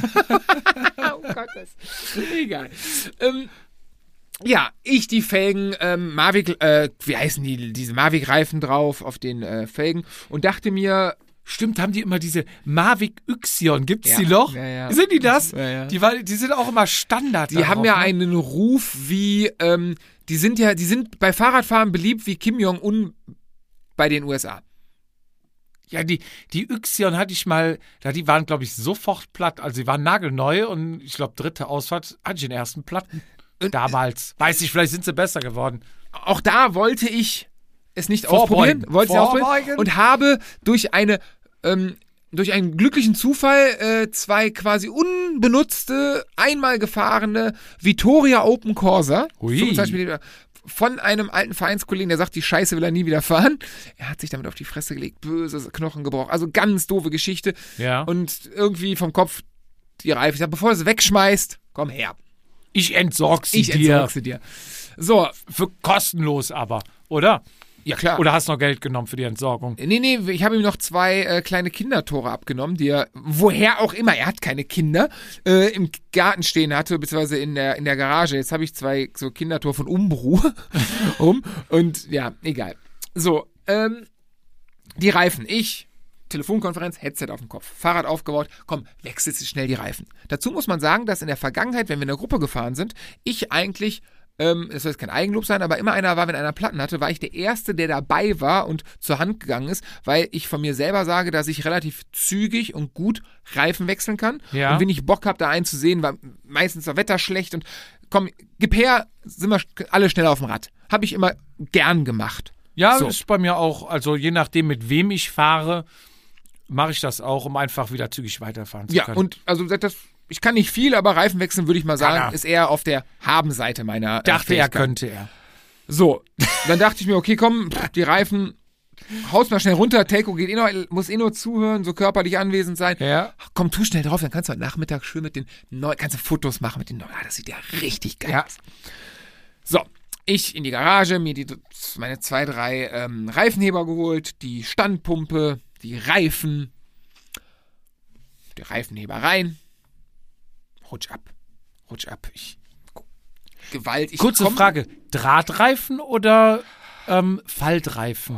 Oh Gott, das egal. Ähm, ja, ich die Felgen, ähm, Mavic, äh, wie heißen die, diese Mavic-Reifen drauf auf den äh, Felgen und dachte mir, Stimmt, haben die immer diese Mavic Yxion, gibt's Ja, die noch? ja, ja. Sind die das? Ja, ja. Die, war, die sind auch immer Standard. die darauf, haben ja ne? einen Ruf wie, ähm, die sind ja, die sind bei Fahrradfahren beliebt wie Kim Jong-un bei den U S A. Ja, die, die Yxion hatte ich mal, da die waren, glaube ich, sofort platt. Also die waren nagelneu und ich glaube, dritte Ausfahrt hatte ich den ersten Platten. Und, damals. Weiß ich, vielleicht sind sie besser geworden. Auch da wollte ich es nicht Vorbeugen. ausprobieren, wollte es Vorbeugen. ausprobieren und habe durch eine ähm, durch einen glücklichen Zufall äh, zwei quasi unbenutzte, einmal gefahrene Vittoria Open Corsa Ui. fünfundzwanzig Millimeter von einem alten Vereinskollegen, der sagt, die Scheiße will er nie wieder fahren. Er hat sich damit auf die Fresse gelegt, böse Knochengebroch, also ganz doofe Geschichte. Ja. Und irgendwie vom Kopf die Reifen. Ich sag, bevor du sie wegschmeißt, komm her. Ich entsorg sie Ich dir. entsorg sie dir. So, Für kostenlos aber, oder? ja klar. Oder hast du noch Geld genommen für die Entsorgung? Nee, nee, ich habe ihm noch zwei äh, kleine Kindertore abgenommen, die er, woher auch immer, er hat keine Kinder, äh, im Garten stehen hatte, beziehungsweise in der, in der Garage. Jetzt habe ich zwei so Kindertore von Umbro um und ja, egal. So, ähm, die Reifen. Ich, Telefonkonferenz, Headset auf dem Kopf, Fahrrad aufgebaut, komm, wechselst du schnell die Reifen. Dazu muss man sagen, dass in der Vergangenheit, wenn wir in der Gruppe gefahren sind, ich eigentlich Ähm, das soll jetzt kein Eigenlob sein, aber immer einer war, wenn einer Platten hatte, war ich der Erste, der dabei war und zur Hand gegangen ist, weil ich von mir selber sage, dass ich relativ zügig und gut Reifen wechseln kann. Ja. Und wenn ich Bock habe, da einen zu sehen, war meistens das Wetter schlecht und komm, gib her, sind wir alle schnell auf dem Rad. Habe ich immer gern gemacht. Ja, So. ist bei mir auch, also je nachdem, mit wem ich fahre, mache ich das auch, um einfach wieder zügig weiterfahren zu Ja, können. und also das, ich kann nicht viel, aber Reifen wechseln, würde ich mal sagen, Kann er. ist eher auf der Haben-Seite meiner äh, dachte, er Fähigkeit. könnte er. So, dann dachte ich mir, okay, komm, die Reifen, haust mal schnell runter, Telco geht eh noch, muss eh nur zuhören, so körperlich anwesend sein. Ja. Ach, komm, tu schnell drauf, dann kannst du heute Nachmittag schön mit den neuen, kannst du Fotos machen mit den neuen, ah, das sieht ja richtig geil Ja. aus. So, ich in die Garage, mir die, meine zwei, drei ähm, Reifenheber geholt, die Standpumpe, die Reifen, die Reifenheber rein, rutsch ab, rutsch ab, ich, Gewalt, ich Kurze komm- Frage, Drahtreifen oder ähm, Faltreifen?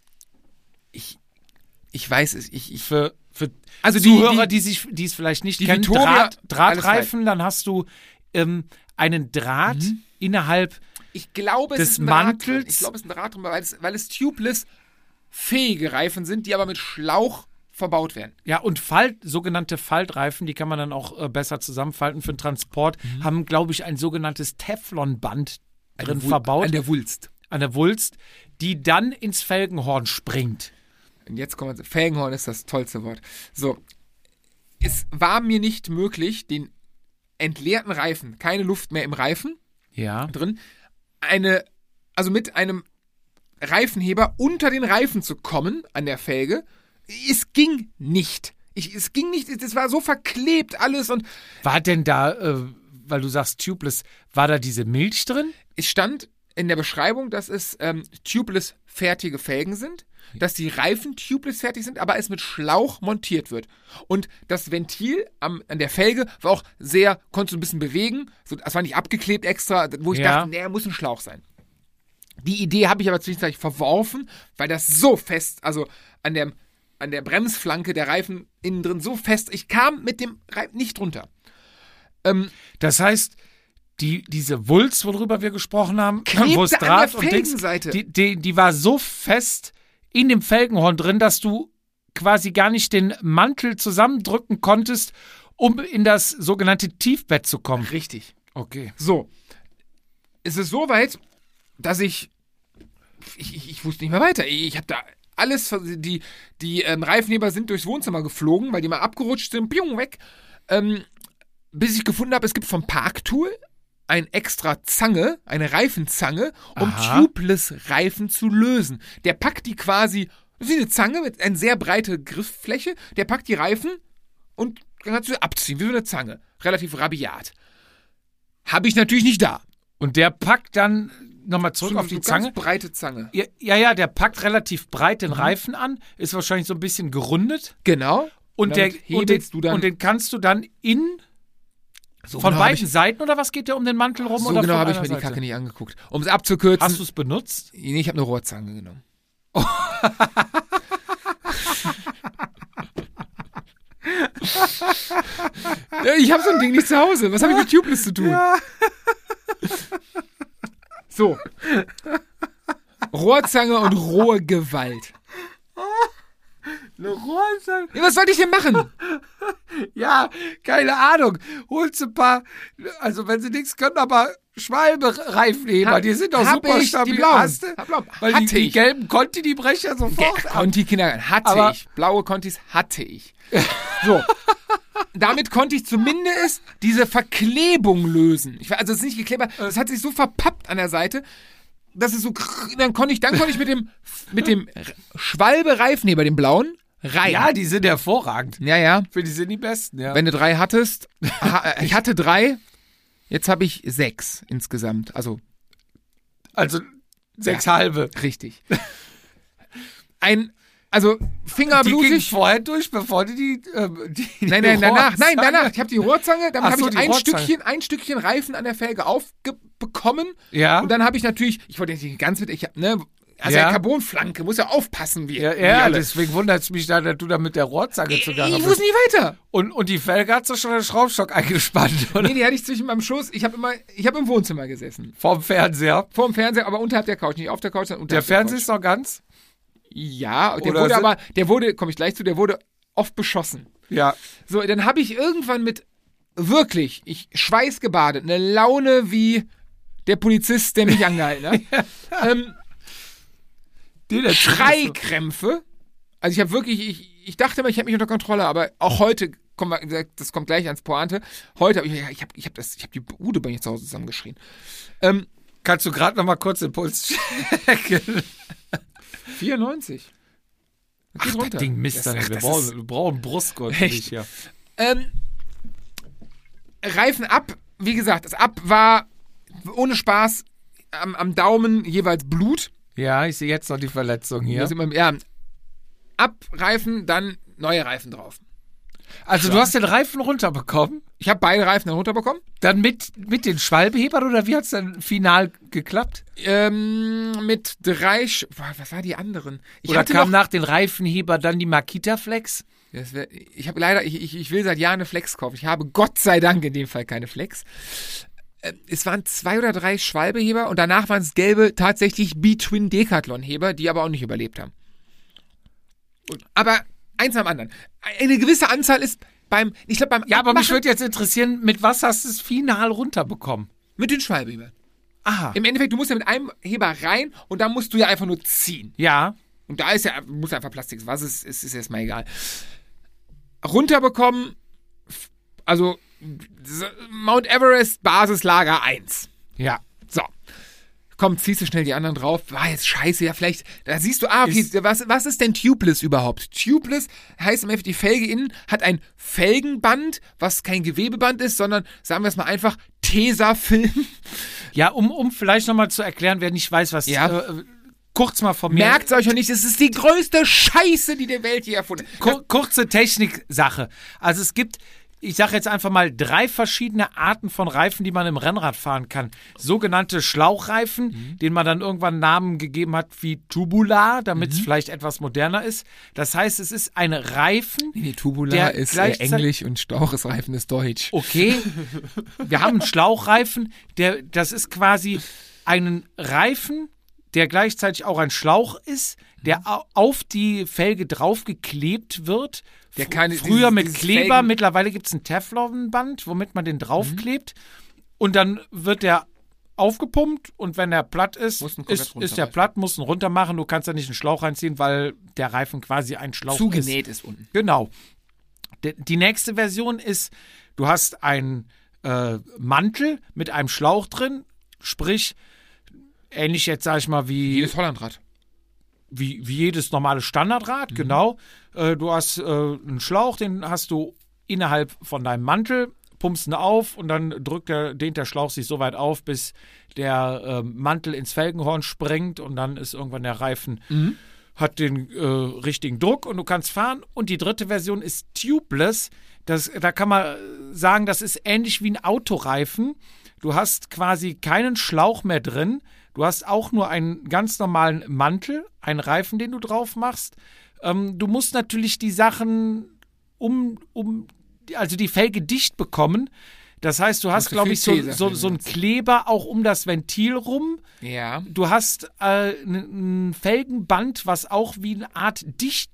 Ich, ich weiß es, ich, ich, Für, für Also die- Zuhörer, die- die, sich, die es vielleicht nicht die kennen, Vittoria- Draht, Drahtreifen, dann hast du ähm, einen Draht Mhm. innerhalb. ich glaube, es Des ist ein Draht Mantels? drin. Ich glaube, es ist ein Draht drin, weil es, weil es tubeless fähige Reifen sind, die aber mit Schlauch verbaut werden. Ja, und Falt, sogenannte Faltreifen, die kann man dann auch äh, besser zusammenfalten für den Transport, Mhm. haben, glaube ich, ein sogenanntes Teflonband drin Wul- verbaut, An der Wulst. an der Wulst, die dann ins Felgenhorn springt. Und jetzt kommen wir, Felgenhorn ist das tollste Wort. So, es war mir nicht möglich, den entleerten Reifen, keine Luft mehr im Reifen Ja. drin, eine, also mit einem Reifenheber unter den Reifen zu kommen an der Felge. Es ging nicht. Ich, es ging nicht, es war so verklebt alles und War denn da, äh, weil du sagst tubeless, war da diese Milch drin? es stand in der Beschreibung, dass es ähm, tubeless fertige Felgen sind, dass die Reifen tubeless fertig sind, aber es mit Schlauch montiert wird. Und das Ventil am, an der Felge war auch sehr, konntest du ein bisschen bewegen, so, das war nicht abgeklebt extra, wo ich Ja. dachte, nee, muss ein Schlauch sein. Die Idee habe ich aber zwischenzeitlich verworfen, weil das so fest, also an der, an der Bremsflanke der Reifen innen drin so fest, ich kam mit dem Reifen nicht runter. Ähm, Das heißt, die, diese Wulst, worüber wir gesprochen haben, Klebte wo es an der Draht und Dings, Felgenseite. die, die, die war so fest in dem Felgenhorn drin, dass du quasi gar nicht den Mantel zusammendrücken konntest, um in das sogenannte Tiefbett zu kommen. richtig. Okay. So, es ist so weit, dass ich, ich, ich, ich wusste nicht mehr weiter. Ich habe da alles, die, die ähm, Reifenheber sind durchs Wohnzimmer geflogen, weil die mal abgerutscht sind, piung, weg. Ähm, bis ich gefunden habe, es gibt vom Parktool ein extra Zange, eine Reifenzange, um Aha. tubeless Reifen zu lösen. Der packt die quasi, das ist wie eine Zange mit einer sehr breite Grifffläche, der packt die Reifen und dann kannst du sie abziehen, wie so eine Zange. Relativ rabiat. Habe ich natürlich nicht da. Und der packt dann, nochmal zurück So auf die eine Zange. Ganz breite Zange. Ja, ja, ja, der packt relativ breit Mhm. den Reifen an, ist wahrscheinlich so ein bisschen gerundet. Genau. Und, der, damit und, den, hebelst du dann. und den kannst du dann in, so von genau hab beiden Seiten oder was geht der um den Mantel rum? Ich, so oder genau von habe ich einer mir die Seite? Kacke nicht angeguckt. Um es abzukürzen. Hast du es benutzt? Nee, ich habe eine Rohrzange genommen. Ja, ich habe so ein Ding nicht zu Hause. Was habe ich mit Tubeless zu tun? So. Rohrzange und rohe Gewalt. Eine Rohrzange? Ja, was soll ich denn machen? Ja, Ja, keine Ahnung. Holst ein paar, also wenn sie nichts können, aber Schwalbe-Reifenheber, Hab- die sind doch hab super ich, die stabil. blauen. Hast du? Hab blauen. Weil die, Hatte die ich. gelben Conti, die brechen ja sofort ab. Conti Kindergarten hatte Aber- ich. Blaue Contis hatte ich. So. Damit konnte ich zumindest diese Verklebung lösen. Ich, war- also es ist nicht geklebt, es hat sich so verpappt an der Seite, dass es so krrr, dann konnte ich, dann konnte ich mit dem mit dem Schwalbe-Reifenheber, dem blauen, rein. Ja, die sind hervorragend. ja, ja. Für die sind die besten, ja. Wenn du drei hattest, ha, ich hatte drei, jetzt habe ich sechs insgesamt. Also Also sechs halbe. richtig. Ein, also Die ging fingerblutig. vorher durch, bevor die die, ähm, die, die Nein, nein, danach. Nein, Rohrzange- danach. Ich habe die Rohrzange, dann Ach habe so, ich die ein Rohrzange. Stückchen, ein Stückchen Reifen an der Felge aufbekommen. Ja. Und dann habe ich natürlich, ich wollte nicht ganz mit, ich hab, ne, also Ja. eine Carbonflanke, muss ja aufpassen wie. Ja, wie ja alle. deswegen wundert es mich da, dass du da mit der Rohrzange ich, zugange ich bist. wusste nicht weiter. Und, und die Felge hat so schon den Schraubstock eingespannt, oder? Nee, die hatte ich zwischen meinem Schoß. Ich habe immer, ich habe im Wohnzimmer gesessen. Vorm Fernseher. Vor dem Fernseher, aber unterhalb der Couch, nicht auf der Couch, sondern Der unterhalb Fernseher der ist noch ganz? Couch. Ja, der Oder wurde sind- aber, der wurde, komme ich gleich zu, der wurde oft beschossen. Ja. So, dann habe ich irgendwann mit, wirklich, ich schweißgebadet, eine Laune wie der Polizist, der mich angehalten hat. ähm, Die, der Schreikrämpfe. Also ich habe wirklich, ich, ich dachte immer, ich habe mich unter Kontrolle, aber auch heute, kommen wir, das kommt gleich ans Pointe, heute habe ich, ich habe ich hab das, ich habe die Bude bei mir zu Hause zusammengeschrien. Ähm, Kannst du gerade noch mal kurz den Puls checken? vierundneunzig. Das geht Ach, runter. das Ding misst Das- dann. ach, Wir das brauchen, ist- wir brauchen einen Brustgurt für Echt? dich hier. Ähm, Reifen ab, wie gesagt, das Ab war ohne Spaß am, am Daumen jeweils Blut. Ja, ich sehe jetzt noch die Verletzung hier. Das immer, ja, Abreifen, dann neue Reifen drauf. Also du hast den Reifen runterbekommen, Ich habe beide Reifen dann runterbekommen. dann mit, mit den Schwalbehebern oder wie hat es dann final geklappt? Ähm, mit drei, Sch Boah, was war die anderen? Ich Oder hatte kam noch, nach den Reifenheber dann die Makita Flex? das wär, ich habe leider, ich, ich, ich will seit Jahren eine Flex kaufen. Ich habe Gott sei Dank in dem Fall keine Flex. Äh, Es waren zwei oder drei Schwalbeheber und danach waren es gelbe, tatsächlich B-Twin Decathlon-Heber, die aber auch nicht überlebt haben. Und, aber eins am anderen. Eine gewisse Anzahl ist beim, ich glaube beim Ja, aber mich Abmachen würde jetzt interessieren, mit was hast du es final runterbekommen? mit den Schwalbehebern. Aha. Im Endeffekt, du musst ja mit einem Heber rein und dann musst du ja einfach nur ziehen. Ja. Und da ist ja, muss einfach Plastik, was ist, ist, ist erstmal egal. Runterbekommen, f- also s- Mount Everest Basislager eins. Ja. So. Komm, ziehst du schnell die anderen drauf. War jetzt scheiße, ja, vielleicht, da siehst du, ah, okay, Ist- was, was ist denn Tubeless überhaupt? Tubeless heißt im Endeffekt, die Felge innen hat ein Felgenband, was kein Gewebeband ist, sondern, sagen wir es mal einfach, Tesafilm. Ja, um, um vielleicht nochmal zu erklären, wer nicht weiß, was. Ja. Äh, kurz mal von mir. Merkt euch auch nicht, es ist die größte Scheiße, die die Welt je erfunden hat. Kur kurze Techniksache. Also es gibt, ich sage jetzt einfach mal, drei verschiedene Arten von Reifen, die man im Rennrad fahren kann. Sogenannte Schlauchreifen, Mhm. denen man dann irgendwann Namen gegeben hat wie Tubular, damit Mhm. es vielleicht etwas moderner ist. Das heißt, es ist ein Reifen. Nee, Tubular Der ist äh, gleichzeitig- Englisch und Stauchesreifen ist Deutsch. Okay, wir haben einen Schlauchreifen, der, das ist quasi einen Reifen, der gleichzeitig auch ein Schlauch ist, der au- auf die Felge draufgeklebt wird. Der Fr- keine- Früher dieses- mit dieses Kleber, Felgen- mittlerweile gibt es ein Teflonband, womit man den draufklebt. Und dann wird der aufgepumpt und wenn er platt ist, Musst ihn komplett ist, ist der runterreißen. platt, musst ihn runter machen. Du kannst da nicht einen Schlauch reinziehen, weil der Reifen quasi ein Schlauch ist. Zugenäht ist unten. Genau. D- Die nächste Version ist, du hast einen äh, Mantel mit einem Schlauch drin, sprich, ähnlich jetzt, sag ich mal, wie, Jedes Hollandrad. wie, wie jedes normale Standardrad, genau. Äh, du hast äh, einen Schlauch, den hast du innerhalb von deinem Mantel, pumpst ihn auf und dann drückt der, dehnt der Schlauch sich so weit auf, bis der äh, Mantel ins Felgenhorn springt und dann ist irgendwann der Reifen hat den äh, richtigen Druck und du kannst fahren. Und die dritte Version ist tubeless. Das, da kann man sagen, das ist ähnlich wie ein Autoreifen. Du hast quasi keinen Schlauch mehr drin. Du hast auch nur einen ganz normalen Mantel, einen Reifen, den du drauf machst. Ähm, du musst natürlich die Sachen um, um, also die Felge dicht bekommen. Das heißt, du hast, Musst du glaube viel ich, so, Tesafilm so, so einen nutzen. Kleber auch um das Ventil rum. Ja. Du hast äh, ein Felgenband, was auch wie eine Art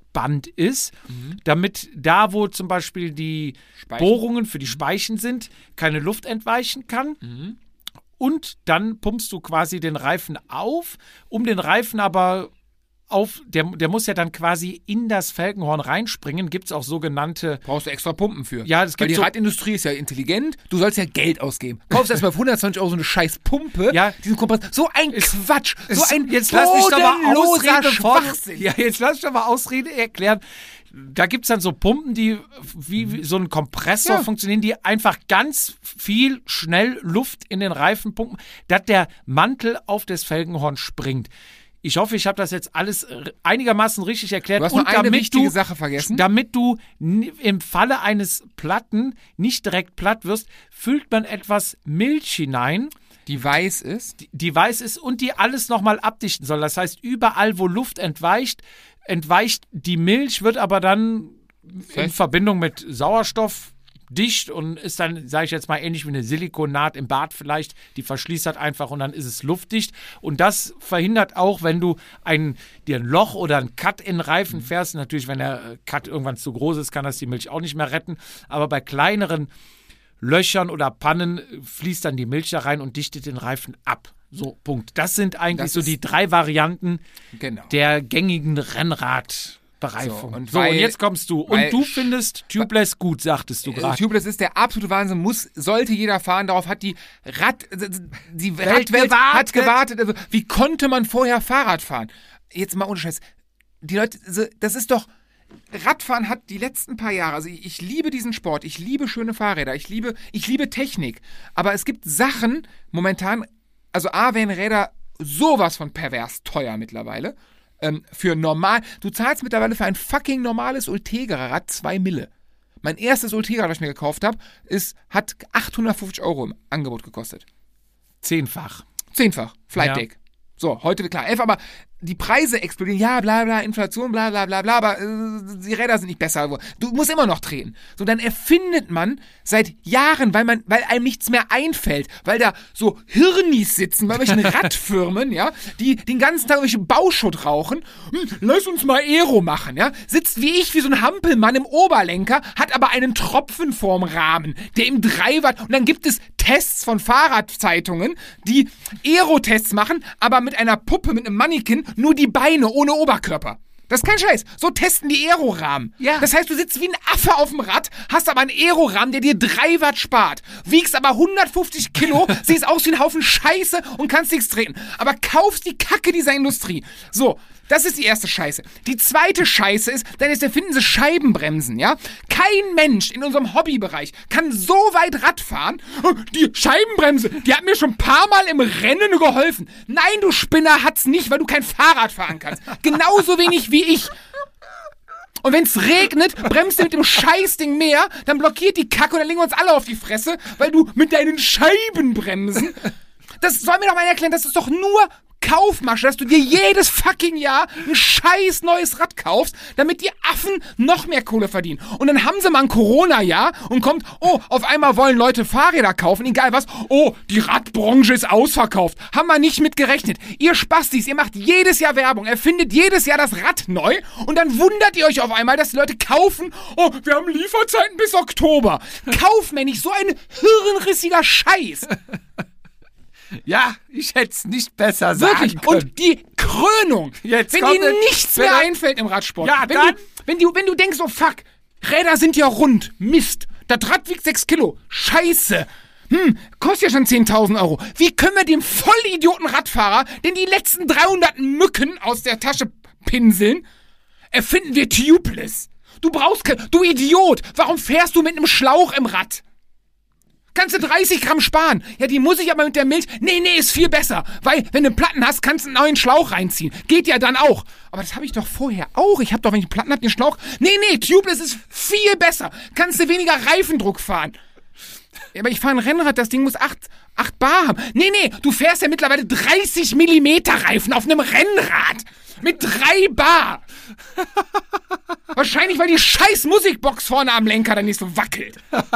Luftband ist, mhm. damit da, wo zum Beispiel die Speichen. Bohrungen für die Speichen sind, keine Luft entweichen kann. Mhm. Und dann pumpst du quasi den Reifen auf, um den Reifen aber auf, der, der muss ja dann quasi in das Felgenhorn reinspringen, gibt es auch sogenannte... Brauchst du extra Pumpen für. Ja, das gibt Weil die so, Radindustrie ist ja intelligent, du sollst ja Geld ausgeben. Kaufst erstmal für hundertzwanzig Euro so eine scheiß Pumpe, ja, diesen Kompressor. So ein es, Quatsch, es, so ein jetzt lass mich doch mal ausreden, Schwachsinn. Ja, jetzt lass mich doch mal Ausrede erklären. Da gibt es dann so Pumpen, die wie, wie so ein Kompressor ja. funktionieren, die einfach ganz viel schnell Luft in den Reifen pumpen, dass der Mantel auf das Felgenhorn springt. Ich hoffe, ich habe das jetzt alles einigermaßen richtig erklärt. Du hast noch und eine damit wichtige du, Sache vergessen. Damit du im Falle eines Platten nicht direkt platt wirst, füllt man etwas Milch hinein. Die weiß ist. Die, die weiß ist und die alles nochmal abdichten soll. Das heißt, überall, wo Luft entweicht, entweicht die Milch, wird aber dann Fest. in Verbindung mit Sauerstoff dicht und ist dann, sage ich jetzt mal, ähnlich wie eine Silikonnaht im Bad vielleicht, die verschließt halt einfach und dann ist es luftdicht. Und das verhindert auch, wenn du ein, dir ein Loch oder einen Cut in den Reifen fährst, natürlich, wenn der Cut irgendwann zu groß ist, kann das die Milch auch nicht mehr retten, aber bei kleineren Löchern oder Pannen fließt dann die Milch da rein und dichtet den Reifen ab. So, Punkt. Das sind eigentlich das so die drei Varianten genau. der gängigen Rennrad- Bereifung. So, und, so weil, und jetzt kommst du. Und du findest Tubeless gut, sagtest du gerade. Tubeless ist der absolute Wahnsinn, muss, sollte jeder fahren. Darauf hat die Rad, die Welt Radwelt gewartet. hat gewartet. Also, wie konnte man vorher Fahrrad fahren? Jetzt mal ohne Scheiß. Die Leute, das ist doch, Radfahren hat die letzten paar Jahre, also ich, ich liebe diesen Sport, ich liebe schöne Fahrräder, ich liebe, ich liebe Technik. Aber es gibt Sachen momentan, also A, werden Räder sowas von pervers teuer mittlerweile. Ähm, für normal, du zahlst mittlerweile für ein fucking normales Ultegra-Rad zwei Mille. Mein erstes Ultegra, was ich mir gekauft habe, ist, hat achthundertfünfzig Euro im Angebot gekostet. Zehnfach. Zehnfach, Flight Deck. Ja. So, heute, klar, elf, aber die Preise explodieren, ja, bla bla, Inflation, bla bla bla bla, aber äh, die Räder sind nicht besser. Du musst immer noch drehen. So, dann erfindet man seit Jahren, weil man, weil einem nichts mehr einfällt, weil da so Hirnis sitzen bei welchen Radfirmen, ja, die den ganzen Tag irgendwelche Bauschutt rauchen. Hm, lass uns mal Aero machen, ja. Sitzt wie ich, wie so ein Hampelmann im Oberlenker, hat aber einen Tropfen vorm Rahmen, der im drei Watt, und dann gibt es Tests von Fahrradzeitungen, die Aero-Tests machen, aber mit einer Puppe, mit einem Mannequin, nur die Beine ohne Oberkörper. Das ist kein Scheiß. So testen die Aerorahmen. Ja. Das heißt, du sitzt wie ein Affe auf dem Rad, hast aber einen Aerorahmen, der dir drei Watt spart, wiegst aber hundertfünfzig Kilo, siehst aus wie ein Haufen Scheiße und kannst nichts treten. Aber kaufst die Kacke dieser Industrie. So, das ist die erste Scheiße. Die zweite Scheiße ist, dann ist, erfinden sie Scheibenbremsen, ja? Kein Mensch in unserem Hobbybereich kann so weit Rad fahren. Die Scheibenbremse, die hat mir schon ein paar Mal im Rennen geholfen. Nein, du Spinner, hat's nicht, weil du kein Fahrrad fahren kannst. Genauso wenig wie ich. Und wenn's regnet, bremst du mit dem Scheißding mehr, dann blockiert die Kacke und dann legen wir uns alle auf die Fresse, weil du mit deinen Scheibenbremsen... Das soll mir doch mal erklären, das ist doch nur Kaufmasche, dass du dir jedes fucking Jahr ein scheiß neues Rad kaufst, damit die Affen noch mehr Kohle verdienen. Und dann haben sie mal ein Corona-Jahr und kommt, oh, auf einmal wollen Leute Fahrräder kaufen, egal was. Oh, die Radbranche ist ausverkauft. Haben wir nicht mit gerechnet. Ihr Spastis, ihr macht jedes Jahr Werbung, erfindet jedes Jahr das Rad neu und dann wundert ihr euch auf einmal, dass die Leute kaufen, oh, wir haben Lieferzeiten bis Oktober. Kaufmännisch, so ein hirnrissiger Scheiß. Ja, ich hätte es nicht besser sagen Wirklich. können. Und die Krönung, Jetzt wenn dir nichts mehr einfällt im Radsport. Ja, wenn, dann, du, wenn, du, wenn du denkst, oh fuck, Räder sind ja rund, Mist, das Rad wiegt sechs Kilo, scheiße, hm, kostet ja schon zehntausend Euro. Wie können wir dem vollidioten Radfahrer denn die letzten dreihundert Mücken aus der Tasche pinseln? Erfinden wir Tubeless. Du brauchst kein, du Idiot, warum fährst du mit einem Schlauch im Rad? Kannst du dreißig Gramm sparen. Ja, die muss ich aber mit der Milch... Nee, nee, ist viel besser. Weil, wenn du Platten hast, kannst du einen neuen Schlauch reinziehen. Geht ja dann auch. Aber das habe ich doch vorher auch. Ich habe doch, wenn ich Platten habe, den Schlauch... Nee, nee, Tubeless ist viel besser. Kannst du weniger Reifendruck fahren. Ja, aber ich fahre ein Rennrad, das Ding muss acht Bar haben. Nee, nee, du fährst ja mittlerweile dreißig Millimeter Reifen auf einem Rennrad. Mit drei Bar. Wahrscheinlich, weil die scheiß Musikbox vorne am Lenker dann nicht so wackelt.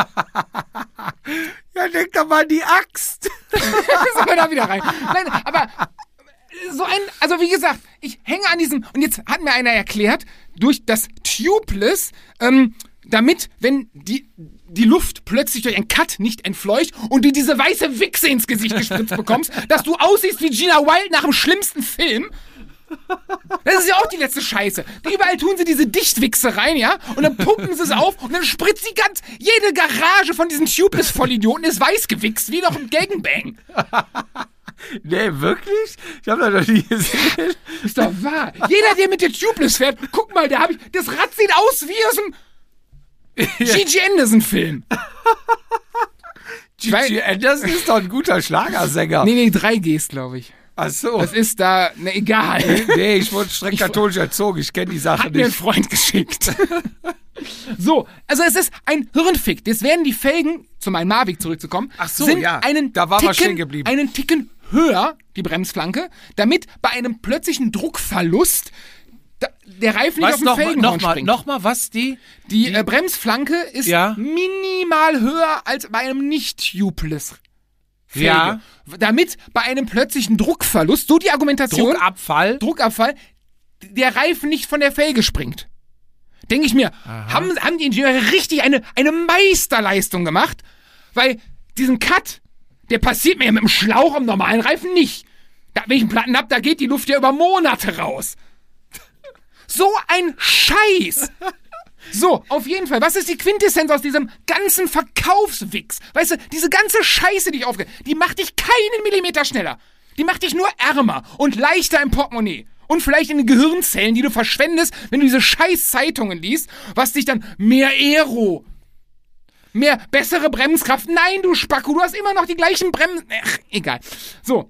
Ja, denk doch mal an die Axt. Sollen wir da wieder rein? Nein, aber so ein, also wie gesagt, ich hänge an diesem, und jetzt hat mir einer erklärt, durch das Tubeless, ähm, damit, wenn die, die Luft plötzlich durch einen Cut nicht entfleucht und du diese weiße Wichse ins Gesicht gespritzt bekommst, dass du aussiehst wie Gina Wild nach dem schlimmsten Film. Das ist ja auch die letzte Scheiße. Überall tun sie diese Dichtwichse rein, ja? Und dann pumpen sie es auf und dann spritzt die ganz, jede Garage von diesen Tubeless-Vollidioten ist weiß gewichst, wie doch ein Gangbang. Nee, wirklich? Ich hab das noch nie gesehen. Ist doch wahr. Jeder, der mit der Tubeless fährt, guck mal, da hab ich, das Rad sieht aus wie aus einem G G Anderson-Film. G G Anderson ist doch ein guter Schlagersänger. Nee, nee, drei Gs, glaube ich. Ach so. Das ist da, ne, egal. Nee, ich wurde streng katholisch erzogen, ich kenne die Sache Hat mir ein nicht. Freund geschickt. So, also es ist ein Hirnfick. Jetzt werden die Felgen, zu meinem Mavic zurückzukommen, Ach so, sind ja. einen, Da war Ticken, was stehen geblieben. einen Ticken höher, die Bremsflanke, damit bei einem plötzlichen Druckverlust da, der Reifen nicht Was auf den noch, Felgenhorn noch mal, springt. noch mal, was die? Die äh, Bremsflanke ist Ja. minimal höher als bei einem nicht-tubeless Felge. Ja. Damit bei einem plötzlichen Druckverlust, so die Argumentation, Druckabfall. Druckabfall, der Reifen nicht von der Felge springt. Denke ich mir, haben, haben die Ingenieure richtig eine, eine Meisterleistung gemacht? Weil diesen Cut, der passiert mir ja mit dem Schlauch am normalen Reifen nicht. Da, wenn ich einen Platten hab, da geht die Luft ja über Monate raus. So ein Scheiß. So, auf jeden Fall. Was ist die Quintessenz aus diesem ganzen Verkaufswichs? Weißt du, diese ganze Scheiße, die ich aufge... Die macht dich keinen Millimeter schneller. Die macht dich nur ärmer und leichter im Portemonnaie. Und vielleicht in den Gehirnzellen, die du verschwendest, wenn du diese scheiß Zeitungen liest, was dich dann mehr Aero, mehr bessere Bremskraft. Nein, du Spacko, du hast immer noch die gleichen Bremsen. Ach, egal. So.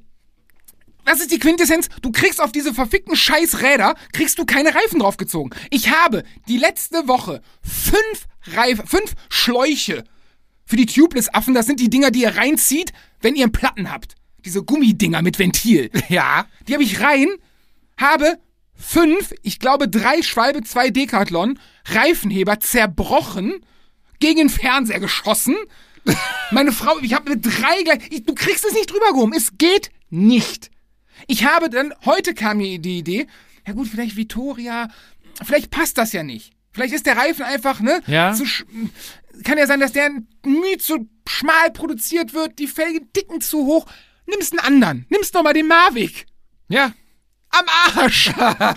Was ist die Quintessenz? Du kriegst auf diese verfickten Scheißräder, kriegst du keine Reifen draufgezogen. Ich habe die letzte Woche fünf Reifen, fünf Schläuche für die Tubeless-Affen, das sind die Dinger, die ihr reinzieht, wenn ihr einen Platten habt. Diese Gummidinger mit Ventil. Ja. Die habe ich rein, habe fünf, ich glaube drei Schwalbe, zwei Decathlon, Reifenheber zerbrochen, gegen den Fernseher geschossen. Meine Frau, ich habe mit drei gleich, ich, du kriegst es nicht drüber gehoben, es geht nicht. Ich habe dann, heute kam mir die Idee, ja gut, vielleicht Vittoria, vielleicht passt das ja nicht. Vielleicht ist der Reifen einfach, ne? Ja. Zu, kann ja sein, dass der müde zu schmal produziert wird, die Felgen dicken zu hoch. Nimmst einen anderen. Nimmst doch mal den Mavic. Ja. Am Arsch.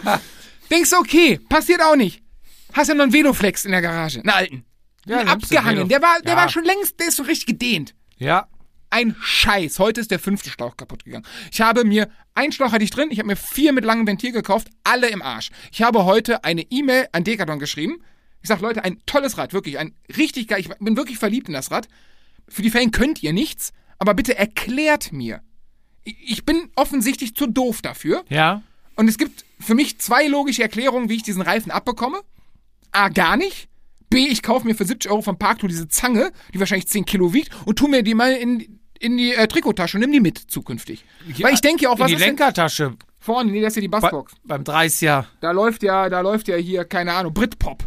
Denkst du, okay, passiert auch nicht. Hast ja noch einen Veloflex in der Garage, einen alten. Ja, einen nimmst du abgehangen. Velo. Der war, der Ja. war schon längst, der ist so richtig gedehnt. Ja. Ein Scheiß. Heute ist der fünfte Schlauch kaputt gegangen. Ich habe mir, einen Schlauch hatte ich drin, ich habe mir vier mit langem Ventil gekauft, alle im Arsch. Ich habe heute eine E-Mail an Decathlon geschrieben. Ich sage, Leute, ein tolles Rad, wirklich, ein richtig geil, ich bin wirklich verliebt in das Rad. Für die Felgen könnt ihr nichts, aber bitte erklärt mir. Ich bin offensichtlich zu doof dafür. Ja. Und es gibt für mich zwei logische Erklärungen, wie ich diesen Reifen abbekomme. A, gar nicht. B, ich kaufe mir für siebzig Euro vom Parktool diese Zange, die wahrscheinlich zehn Kilo wiegt, und tu mir die mal in, in die äh, Trikottasche und nimm die mit zukünftig. Weil ich denke ja auch, In was die ist denn Lenkertasche. vorne? Nee, das ist ja die Bei, Bassbox. beim dreißiger. Da läuft ja, da läuft ja hier, keine Ahnung, Britpop.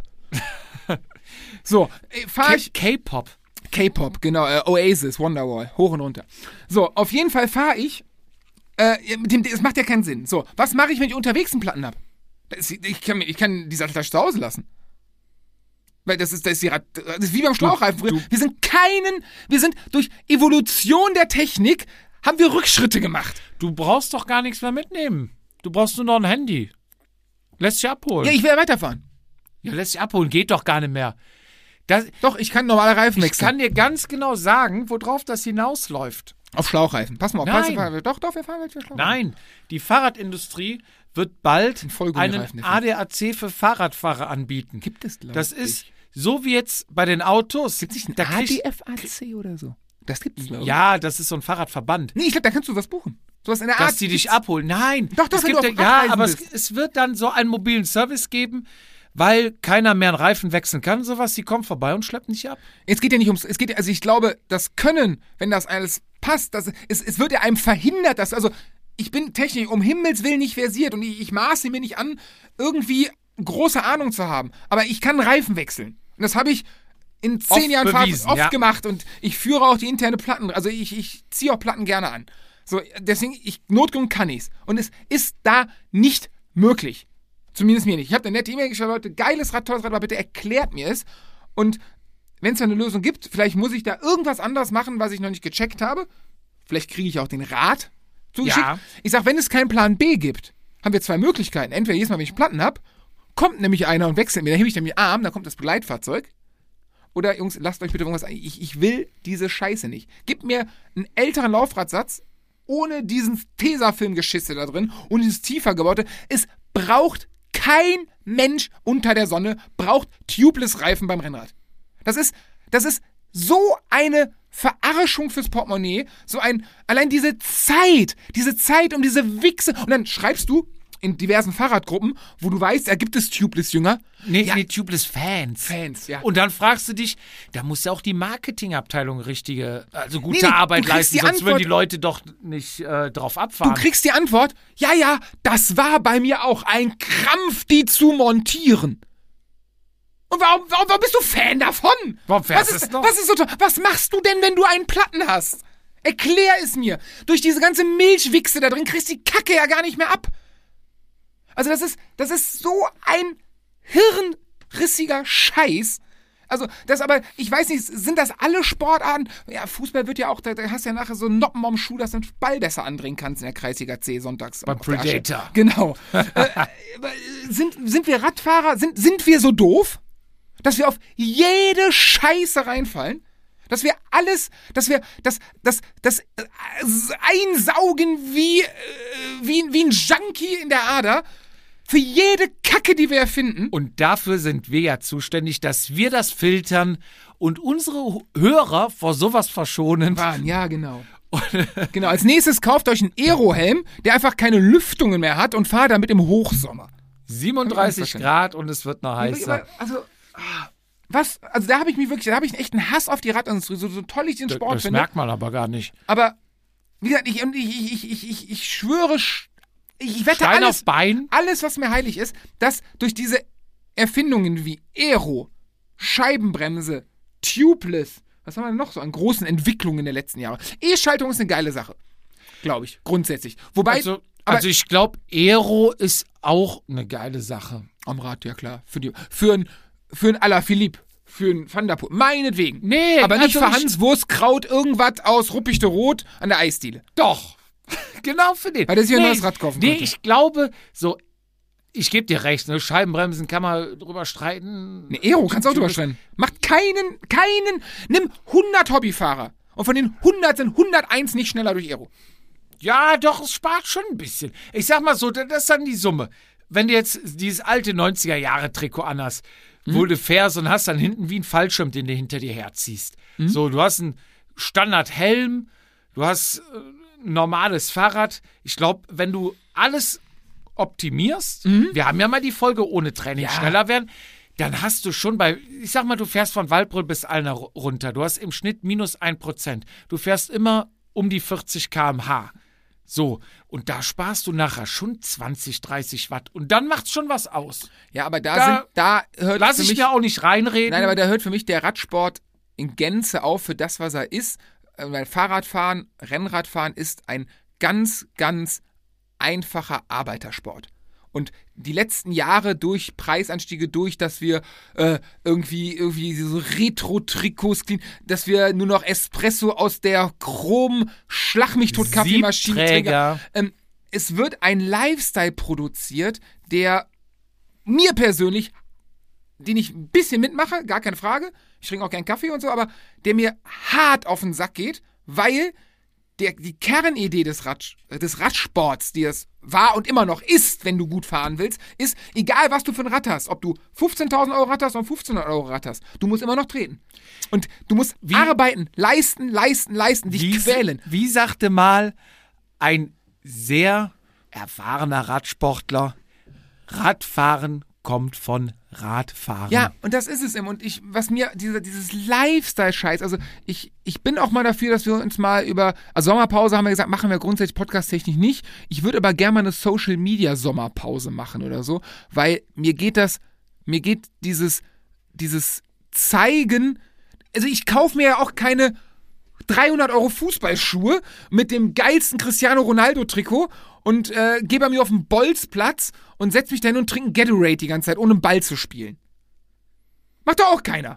So, äh, fahr ich... K- K-Pop. K-Pop, genau, äh, Oasis, Wonderwall, hoch und runter. So, auf jeden Fall fahre ich, äh, mit dem, das macht ja keinen Sinn. So, was mache ich, wenn ich unterwegs einen Platten habe? Ich kann, mir- ich kann die Satteltasche zu Hause lassen. Weil das ist, das ist, die, Rad- das ist wie beim Schlauchreifen früher. Wir sind keinen, wir sind durch Evolution der Technik, haben wir Rückschritte gemacht. Du brauchst doch gar nichts mehr mitnehmen. Du brauchst nur noch ein Handy. Lässt sich abholen. Ja, ich will ja weiterfahren. Ja, lässt sich abholen. Geht doch gar nicht mehr. Das, Doch, ich kann normale Reifen ich wechseln. kann dir ganz genau sagen, worauf das hinausläuft. Auf Schlauchreifen. Pass mal auf. Nein. Pass auf, doch, doch, wir fahren welche Schlauchreifen. Nein, die Fahrradindustrie wird bald einen Vollgummireifen dafür. A D A C für Fahrradfahrer anbieten. Gibt es, glaube Das ich. ist so wie jetzt bei den Autos. Gibt es nicht ein Da A kriegst- D F A C oder so? Das gibt's, glaube ich. Ja, das ist so ein Fahrradverband. Nee, ich glaube, da kannst du was buchen. Sowas in der Art. Dass die dich gibt's. abholen. Nein. Doch, doch, es wenn gibt du auf ja, ja, Abreisen aber es, bist. es wird dann so einen mobilen Service geben, weil keiner mehr einen Reifen wechseln kann, sowas. Die kommen vorbei und schleppen dich ab. Es geht ja nicht ums, es geht ja, also ich glaube, das Können, wenn das alles passt, das, es, es wird ja einem verhindert, dass, also ich bin technisch um Himmels Willen nicht versiert und ich, ich maße mir nicht an, irgendwie große Ahnung zu haben. Aber ich kann Reifen wechseln. Und das habe ich in zehn Oft Jahren Fahrt bewiesen, oft ja. gemacht und ich führe auch die interne Platten, also ich, ich ziehe auch Platten gerne an. So, deswegen, ich, notgedrungen kann ich's. Und es ist da nicht möglich. Zumindest mir nicht. Ich habe eine nette E-Mail geschrieben, Leute, geiles Rad, tolles Rad, aber bitte erklärt mir es. Und wenn es da eine Lösung gibt, vielleicht muss ich da irgendwas anderes machen, was ich noch nicht gecheckt habe. Vielleicht kriege ich auch den Rat zugeschickt. Ja. Ich sag, wenn es keinen Plan B gibt, haben wir zwei Möglichkeiten. Entweder jedes Mal, wenn ich Platten habe, kommt nämlich einer und wechselt mir, dann hebe ich dann den Arm, dann kommt das Begleitfahrzeug. Oder, Jungs, lasst euch bitte irgendwas ein. Ich, ich will diese Scheiße nicht. Gib mir einen älteren Laufradsatz, ohne diesen Tesafilm-Geschisse da drin und dieses tiefer gebaute. Es braucht kein Mensch unter der Sonne, braucht Tubeless-Reifen beim Rennrad. Das ist, das ist so eine Verarschung fürs Portemonnaie, so ein, allein diese Zeit, diese Zeit um diese Wichse. Und dann schreibst du in diversen Fahrradgruppen, wo du weißt, da gibt es Tubeless-Jünger. Nee, Ja. nee, Tubeless-Fans. Fans, ja. Und dann fragst du dich, da muss ja auch die Marketingabteilung richtige, also gute Nee, nee, Arbeit du kriegst leisten, die sonst würden Antwort- die Leute doch nicht äh, drauf Du abfahren. kriegst die Antwort, ja, ja, das war bei mir auch ein Krampf, die zu montieren. Und warum, warum, warum bist du Fan davon? Warum fährst was du ist, es noch? was ist so toll? Was machst du denn, wenn du einen Platten hast? Erklär es mir. Durch diese ganze Milchwichse da drin kriegst du die Kacke ja gar nicht mehr ab. Also das ist, das ist so ein hirnrissiger Scheiß. Also, das aber, ich weiß nicht, sind das alle Sportarten? Ja, Fußball wird ja auch, da, da hast du ja nachher so Noppen am Schuh, dass du den Ball besser andrehen kannst in der Kreisliga C sonntags. Beim auf der Asche. Predator. Genau. äh, äh, sind, sind wir Radfahrer, sind, sind wir so doof, dass wir auf jede Scheiße reinfallen? Dass wir alles, dass wir das, das, das äh, einsaugen wie, äh, wie, wie ein Junkie in der Ader für jede Kacke, die wir erfinden. Und dafür sind wir ja zuständig, dass wir das filtern und unsere Hörer vor sowas verschonen. Bahn, ja, genau. Genau, als nächstes kauft euch einen Aerohelm, der einfach keine Lüftungen mehr hat und fahrt damit im Hochsommer. siebenunddreißig Grad und es wird noch heißer. Also, ah, was, also da habe ich mich wirklich, da habe ich echt einen Hass auf die Radindustrie, so, so toll ich den Sport Das finde. merkt man aber gar nicht. Aber, wie gesagt, ich, und ich, ich, ich, ich, ich schwöre, ich, ich wette Stein alles, auf Bein. alles, was mir heilig ist, dass durch diese Erfindungen wie Aero, Scheibenbremse, Tubeless, was haben wir denn noch so an großen Entwicklungen der letzten Jahre? E-Schaltung ist eine geile Sache, glaube ich, grundsätzlich. Wobei, Also, aber also ich glaube, Aero ist auch eine geile Sache. am Rad, ja klar, für die, für ein, für ein Alaphilippe, für ein Van der Poel, meinetwegen. Nee, aber nicht also für ich- Hans Wurstkraut, irgendwas aus Ruppichte Rot an der Eisdiele. Doch. Genau für den. Weil der sich ein neues Rad kaufen Nee, könnte. ich glaube, so, ich gebe dir recht, ne? Scheibenbremsen kann man drüber streiten. Eine Aero kannst du auch drüber streiten. Macht keinen, keinen, nimm hundert Hobbyfahrer und von den hundert sind hunderteins nicht schneller durch Aero. Ja, doch, es spart schon ein bisschen. Ich sag mal so, das ist dann die Summe. Wenn du jetzt dieses alte neunziger-Jahre-Trikot anhast, Hm? wo du fährst und hast dann hinten wie ein Fallschirm, den du hinter dir herziehst. Hm? So, du hast einen Standard-Helm, du hast äh, ein normales Fahrrad. Ich glaube, wenn du alles optimierst, wir haben ja mal die Folge ohne Training Hm? Ja. schneller werden, dann hast du schon bei, ich sag mal, du fährst von Waldbröl bis Allner runter. Du hast im Schnitt minus ein Prozent. Du fährst immer um die vierzig Kilometer pro Stunde. So, und da sparst du nachher schon zwanzig, dreißig Watt. Und dann macht's schon was aus. Ja, aber da, Da sind, da hört Lass für ich mich, mir auch nicht reinreden. nein, aber da hört für mich der Radsport in Gänze auf für das, was er ist. Äh, Weil Fahrradfahren, Rennradfahren ist ein ganz, ganz einfacher Arbeitersport. Und die letzten Jahre durch Preisanstiege, durch, dass wir äh, irgendwie, irgendwie so Retro-Trikots kriegen, dass wir nur noch Espresso aus der Chrom-Schlag-mich-tot-Kaffeemaschine Siebträger. ähm, es wird ein Lifestyle produziert, der mir persönlich, den ich ein bisschen mitmache, gar keine Frage, ich trinke auch gern Kaffee und so, aber der mir hart auf den Sack geht, weil der, die Kernidee des, Rad, des Radsports, die es war und immer noch ist, wenn du gut fahren willst, ist, egal was du für ein Rad hast, ob du fünfzehntausend Euro Rad hast oder fünfzehnhundert Euro Rad hast, du musst immer noch treten. Und du musst Wie- arbeiten, leisten, leisten, leisten, dich wie, quälen. Wie sagte mal ein sehr erfahrener Radsportler, Radfahren kommt von Radfahren. Ja, und das ist es eben. Und ich, was mir, dieser, dieses Lifestyle-Scheiß, also ich, ich bin auch mal dafür, dass wir uns mal über, also Sommerpause haben wir gesagt, machen wir grundsätzlich podcast-technisch nicht. Ich würde aber gerne mal eine Social-Media-Sommerpause machen oder so, weil mir geht das, mir geht dieses, dieses Zeigen, also ich kaufe mir ja auch keine dreihundert Euro Fußballschuhe mit dem geilsten Cristiano Ronaldo-Trikot und äh, gehe bei mir auf den Bolzplatz und setz mich da hin und trinke Gatorade die ganze Zeit, ohne einen Ball zu spielen. Macht doch auch keiner.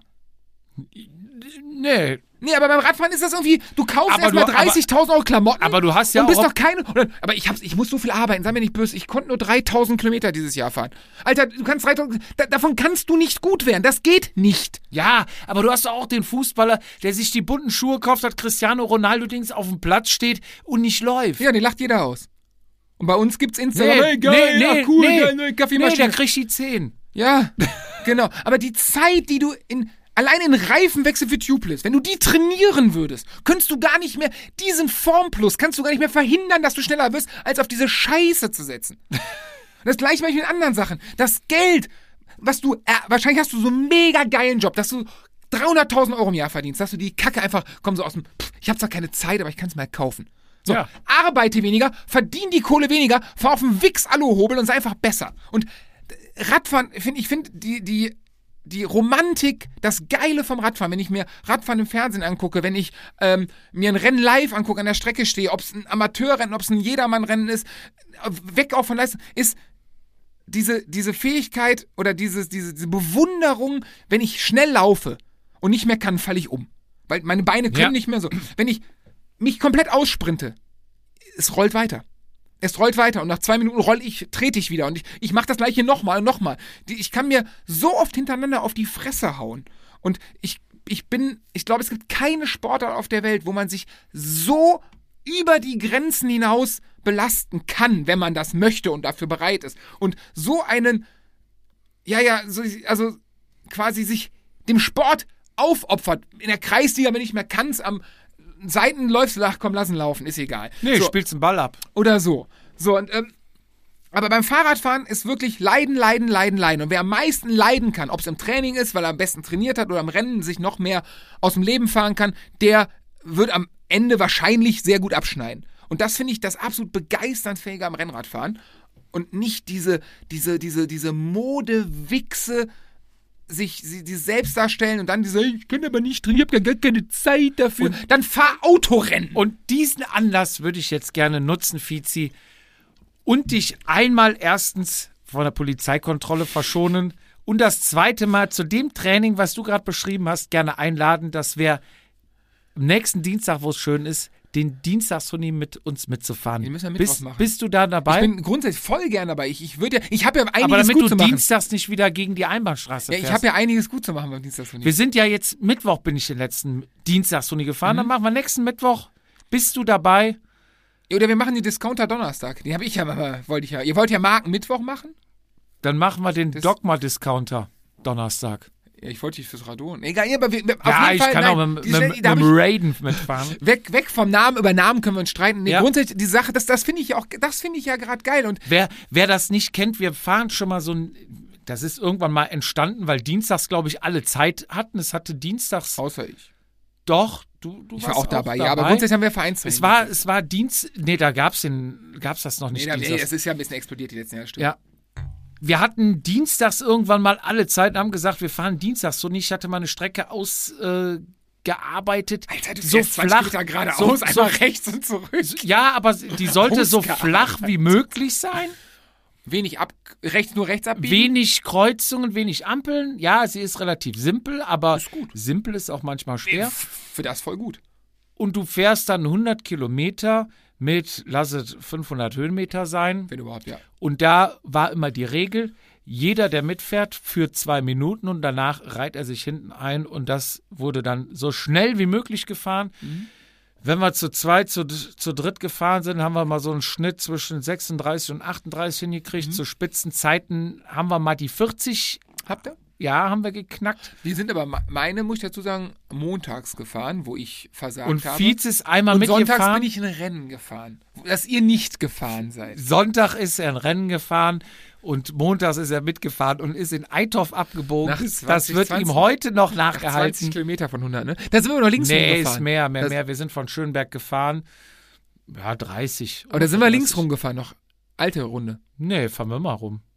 Nee. Nee, aber beim Radfahren ist das irgendwie, du kaufst Aber erstmal du- dreißigtausend Euro Klamotten Aber du hast ja und bist auch... doch keine... Oder, aber ich, hab's, ich muss so viel arbeiten, sei mir nicht böse, ich konnte nur dreitausend Kilometer dieses Jahr fahren. Alter, du kannst dreitausend... Da, davon kannst du nicht gut werden, das geht nicht. Ja, aber du hast doch auch den Fußballer, der sich die bunten Schuhe kauft, hat Cristiano Ronaldo-Dings auf dem Platz steht und nicht läuft. Ja, den lacht jeder aus. Und bei uns gibt's Instagram, Nee, hey, geil, nee, ja, nee, cool, nee. geil, neue Nee, Kaffeemaschine. der kriegt die zehn. Ja, genau. Aber die Zeit, die du in... Allein in Reifenwechsel für Tubeless, wenn du die trainieren würdest, könntest du gar nicht mehr, diesen Formplus kannst du gar nicht mehr verhindern, dass du schneller wirst, als auf diese Scheiße zu setzen. Das gleiche mache ich mit anderen Sachen. Das Geld, was du, äh, wahrscheinlich hast du so einen mega geilen Job, dass du dreihunderttausend Euro im Jahr verdienst, dass du die Kacke einfach, komm so aus dem, pff, ich habe zwar keine Zeit, aber ich kann es mal kaufen. So, Ja. arbeite weniger, verdien die Kohle weniger, fahr auf den Wix-Alu-Hobel und sei einfach besser. Und Radfahren, find, ich finde, die, die, die Romantik, das Geile vom Radfahren, wenn ich mir Radfahren im Fernsehen angucke, wenn ich ähm, mir ein Rennen live angucke, an der Strecke stehe, ob es ein Amateurrennen, ob es ein Jedermannrennen ist, weg auch von Leistung, ist diese, diese Fähigkeit oder diese, diese, diese Bewunderung, wenn ich schnell laufe und nicht mehr kann, falle ich um. Weil meine Beine können Ja. nicht mehr so. Wenn ich mich komplett aussprinte, es rollt weiter. Es rollt weiter und nach zwei Minuten roll ich, trete ich wieder und ich, ich mache das gleiche nochmal und nochmal. Die, ich kann mir so oft hintereinander auf die Fresse hauen. Und ich, ich bin, ich glaube, es gibt keine Sportart auf der Welt, wo man sich so über die Grenzen hinaus belasten kann, wenn man das möchte und dafür bereit ist. Und so einen, ja, ja, so, also quasi sich dem Sport aufopfert. In der Kreisliga, wenn ich mehr kann's, am Seiten läufst du, ach komm, lassen laufen, ist egal. Nee, so. spielst den Ball ab. Oder so. So, und, ähm, aber beim Fahrradfahren ist wirklich leiden, leiden, leiden, leiden. Und wer am meisten leiden kann, ob es im Training ist, weil er am besten trainiert hat oder am Rennen sich noch mehr aus dem Leben fahren kann, der wird am Ende wahrscheinlich sehr gut abschneiden. Und das finde ich das absolut begeisternsfähige am Rennradfahren. Und nicht diese, diese, diese, diese Modewichse, sich sie, die selbst darstellen und dann diese, ich kann aber nicht trainieren, ich habe gar keine Zeit dafür. Und dann fahr Autorennen. Und diesen Anlass würde ich jetzt gerne nutzen, Fizi, und dich einmal erstens von der Polizeikontrolle verschonen und das zweite Mal zu dem Training, was du gerade beschrieben hast, gerne einladen, dass wir am nächsten Dienstag, wo es schön ist, den Dienstagshuni mit uns mitzufahren. Den müssen wir Mittwoch bist, machen. bist du da dabei? Ich bin grundsätzlich voll gern dabei. Ich, ich würde ja, ich habe ja einiges Aber damit gut du zu machen. dienstags nicht wieder gegen die Einbahnstraße Ja, fährst. ich habe ja einiges gut zu machen beim Dienstagshuni. Wir sind ja jetzt, Mittwoch bin ich den letzten Dienstagshuni gefahren, Mhm. dann machen wir nächsten Mittwoch. Bist du dabei? Oder wir machen die Discounter Donnerstag. Die habe ich ja mal, wollte ich ja. Ihr wollt ja Marken Mittwoch machen? Dann machen wir den Das- Dogma-Discounter Donnerstag. Ja, ich wollte dich fürs Radon. Egal, ja, aber wir, wir, auf Ja, jeden ich Fall, kann nein, auch mit, die mit, Stelle- mit, da mit hab dem ich- Raiden mitfahren. Weg, weg vom Namen, über Namen können wir uns streiten. Nee, Ja. grundsätzlich die Sache, das, das finde ich ja auch, das finde ich ja gerade geil. Und Wer, wer das nicht kennt, wir fahren schon mal so ein, das ist irgendwann mal entstanden, weil dienstags, glaube ich, alle Zeit hatten. Es hatte dienstags, außer ich. doch, du, du Ich war warst auch dabei, ja, aber grundsätzlich haben wir Vereinstraining. es war, es war Dienst, nee, da gab's den, gab's das noch nicht. Nee, da, nee, dienstags. es ist ja ein bisschen explodiert die letzten Jahre, stimmt. Ja. Wir hatten dienstags irgendwann mal alle Zeit und haben gesagt, wir fahren dienstags so nicht. Ich hatte mal eine Strecke ausgearbeitet. Äh, gearbeitet. Alter, du so fährst zwanzig flach, Meter geradeaus, so, einfach so, rechts und zurück. ja, aber die sollte so Ausgearbeitet. flach wie möglich sein. Wenig ab, rechts, nur rechts abbiegen. Wenig Kreuzungen, wenig Ampeln. Ja, sie ist relativ simpel, aber Ist gut. simpel ist auch manchmal Nee, schwer. f- Für das voll gut. Und du fährst dann hundert Kilometer mit, lass es fünfhundert Höhenmeter sein. Wenn überhaupt, ja. Und da war immer die Regel, jeder, der mitfährt, führt zwei Minuten und danach reiht er sich hinten ein und das wurde dann so schnell wie möglich gefahren. Mhm. Wenn wir zu zweit, zu, zu dritt gefahren sind, haben wir mal so einen Schnitt zwischen sechsunddreißig und achtunddreißig hingekriegt. Mhm. Zu Spitzenzeiten haben wir mal die vierzig, Habt ihr? ja, haben wir geknackt. Wir sind aber, meine, muss ich dazu sagen, montags gefahren, wo ich versagt Und habe. Fietz ist einmal Und sonntags mitgefahren. bin ich ein Rennen gefahren, das ihr nicht gefahren seid. Sonntag ist er ein Rennen gefahren und montags ist er mitgefahren und ist in Eitorf abgebogen. Nach das zwanzig, wird zwanzig ihm heute noch zwanzig nachgehalten. Kilometer von hundert, ne? Da sind wir noch links Nee, rumgefahren. ist mehr, mehr, Das- mehr. Wir sind von Schönberg gefahren. Ja, dreißig. Aber da sind wir links Das- rumgefahren, noch alte Runde. Nee, fahren wir mal rum.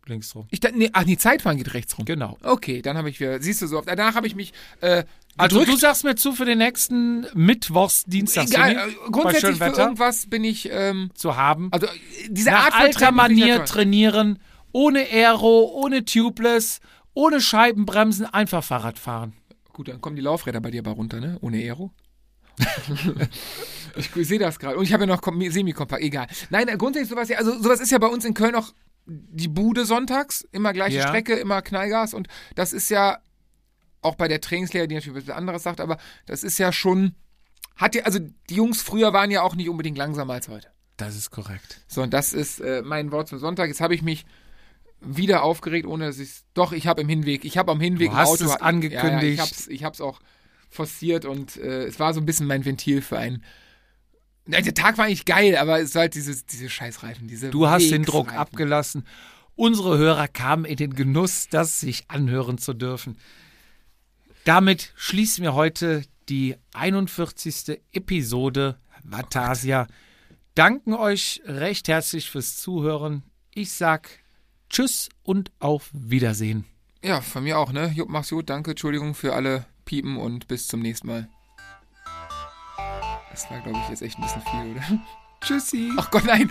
links rum. Ich, da, nee, ach, nee, Zeitfahren geht rechts rum. Genau. Okay, dann habe ich wieder, siehst du so, danach habe ich mich äh, Also gedrückt. du sagst mir zu für den nächsten Mittwochs, Dienstags, Egal, bei äh, grundsätzlich schönem für Wetter irgendwas bin ich, ähm, zu haben. also äh, diese Nach Art von alter Training finde ich Manier ja toll. trainieren, ohne Aero, ohne Tubeless, ohne Scheibenbremsen, einfach Fahrrad fahren. Gut, dann kommen die Laufräder bei dir aber runter, ne? Ohne Aero. ich ich sehe das gerade. Und ich habe ja noch kom- semi-kompakt, egal. Nein, äh, grundsätzlich sowas, ja, also sowas ist ja bei uns in Köln auch die Bude sonntags, immer gleiche Ja. Strecke, immer Knallgas und das ist ja auch bei der Trainingslehre, die natürlich was anderes sagt, aber das ist ja schon, hat ja, also die Jungs früher waren ja auch nicht unbedingt langsamer als heute. Das ist korrekt. So, und das ist äh, mein Wort zum Sonntag. Jetzt habe ich mich wieder aufgeregt, ohne dass ich es, doch, ich habe im Hinweg, ich habe am Hinweg Du hast im Auto. es angekündigt. Ja, ja, ich habe es ich hab's auch forciert und äh, es war so ein bisschen mein Ventil für einen. Nein, der Tag war eigentlich geil, aber es war halt diese, diese Scheißreifen, diese Du hast den Druck Wegsreifen. abgelassen. Unsere Hörer kamen in den Genuss, das sich anhören zu dürfen. Damit schließen wir heute die einundvierzigste Episode Vatasia. Danken euch recht herzlich fürs Zuhören. Ich sag Tschüss und auf Wiedersehen. Ja, von mir auch, ne? Jupp, mach's gut, danke, Entschuldigung für alle Piepen und bis zum nächsten Mal. Das war, glaube ich, jetzt echt ein bisschen viel, oder? Tschüssi. Ach Gott, nein!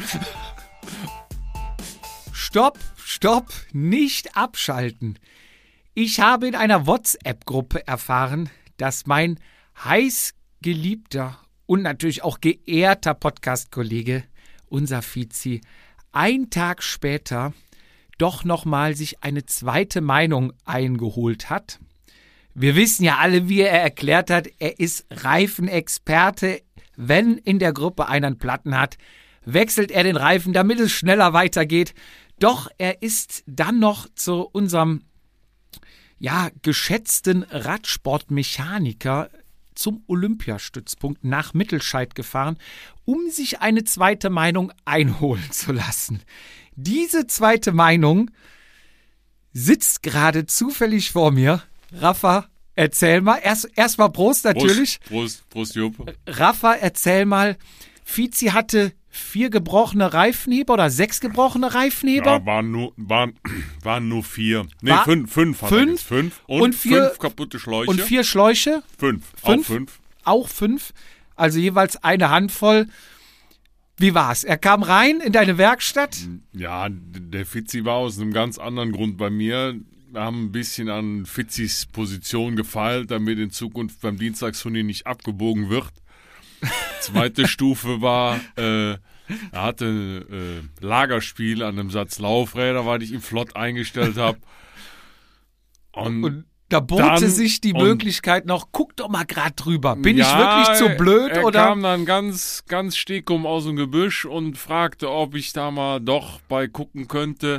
Stopp, stopp, nicht abschalten. Ich habe in einer WhatsApp-Gruppe erfahren, dass mein heißgeliebter und natürlich auch geehrter Podcast-Kollege, unser Fizi, ein Tag später doch nochmal sich eine zweite Meinung eingeholt hat. Wir wissen ja alle, wie er erklärt hat, er ist Reifenexperte. Wenn in der Gruppe einer einen Platten hat, wechselt er den Reifen, damit es schneller weitergeht. Doch er ist dann noch zu unserem ja, geschätzten Radsportmechaniker zum Olympiastützpunkt nach Mittelscheid gefahren, um sich eine zweite Meinung einholen zu lassen. Diese zweite Meinung sitzt gerade zufällig vor mir. Rafa, erzähl mal. Erst erstmal Prost natürlich. Prost, Prost, Prost, Jupp. Rafa, erzähl mal. Fizi hatte vier gebrochene Reifenheber oder sechs gebrochene Reifenheber. Ja, waren nur, waren, waren nur vier. Nee, War- fünf, fünf hat fünf er jetzt. Fünf. Und, und vier- fünf kaputte Schläuche. Und vier Schläuche. Fünf. Fünf? Auch fünf. Auch fünf. Also jeweils eine Handvoll. Wie war's? Er kam rein in deine Werkstatt. Ja, der Fitzi war aus einem ganz anderen Grund bei mir. Wir haben ein bisschen an Fitzis Position gefeilt, damit in Zukunft beim Dienstagshuni nicht abgebogen wird. Zweite Stufe war, äh, er hatte äh, Lagerspiel an einem Satz Laufräder, weil ich ihn flott eingestellt habe. Und, Und da bot Dann- sich die und- Möglichkeit noch, guck doch mal grad drüber. Bin ja, ich wirklich zu blöd er oder? kam dann ganz, ganz stehkum aus dem Gebüsch und fragte, ob ich da mal doch bei gucken könnte.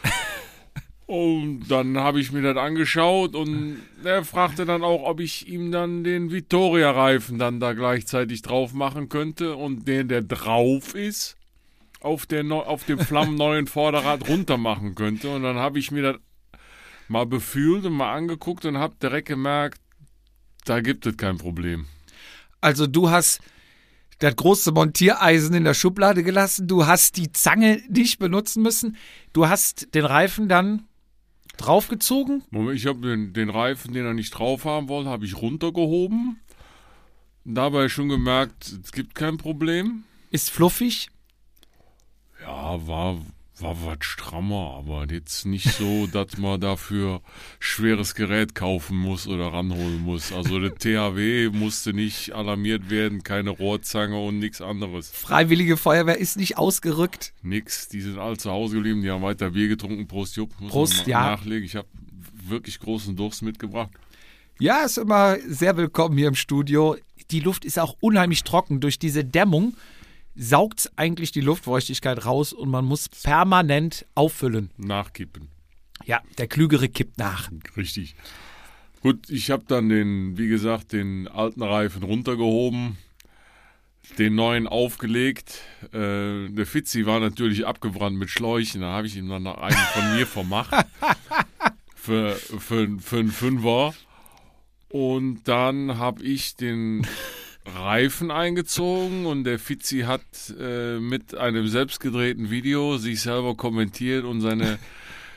Und dann habe ich mir das angeschaut und er fragte dann auch, ob ich ihm dann den Vittoria-Reifen dann da gleichzeitig drauf machen könnte und den, der drauf ist, auf, der neu- auf dem flammenneuen Vorderrad runter machen könnte. Und dann habe ich mir das mal befühlt und mal angeguckt und habe direkt gemerkt, da gibt es kein Problem. Also du hast das große Montiereisen in der Schublade gelassen, du hast die Zange nicht benutzen müssen, du hast den Reifen dann draufgezogen. Moment, ich habe den, den Reifen, den er nicht drauf haben wollte, habe ich runtergehoben. Dabei schon gemerkt, es gibt kein Problem. Ist fluffig. Ja, war, war was strammer, aber jetzt nicht so, dass man dafür schweres Gerät kaufen muss oder ranholen muss. Also der T H W musste nicht alarmiert werden, keine Rohrzange und nichts anderes. Freiwillige Feuerwehr ist nicht ausgerückt. Nix, die sind alle zu Hause geblieben, die haben weiter Bier getrunken. Prost, Jupp, muss Prost, man ja. nachlegen. Ich habe wirklich großen Durst mitgebracht. Ja, ist immer sehr willkommen hier im Studio. Die Luft ist auch unheimlich trocken. Durch diese Dämmung saugt eigentlich die Luftfeuchtigkeit raus und man muss permanent auffüllen. Nachkippen. Ja, der Klügere kippt nach. Richtig. Gut, ich habe dann den, wie gesagt, den alten Reifen runtergehoben, den neuen aufgelegt. Äh, der Fitzi war natürlich abgebrannt mit Schläuchen. Da habe ich ihm dann noch einen von mir vermacht. für, für, für einen Fünfer. Und dann habe ich den Reifen eingezogen und der Fitzi hat äh, mit einem selbstgedrehten Video sich selber kommentiert und seine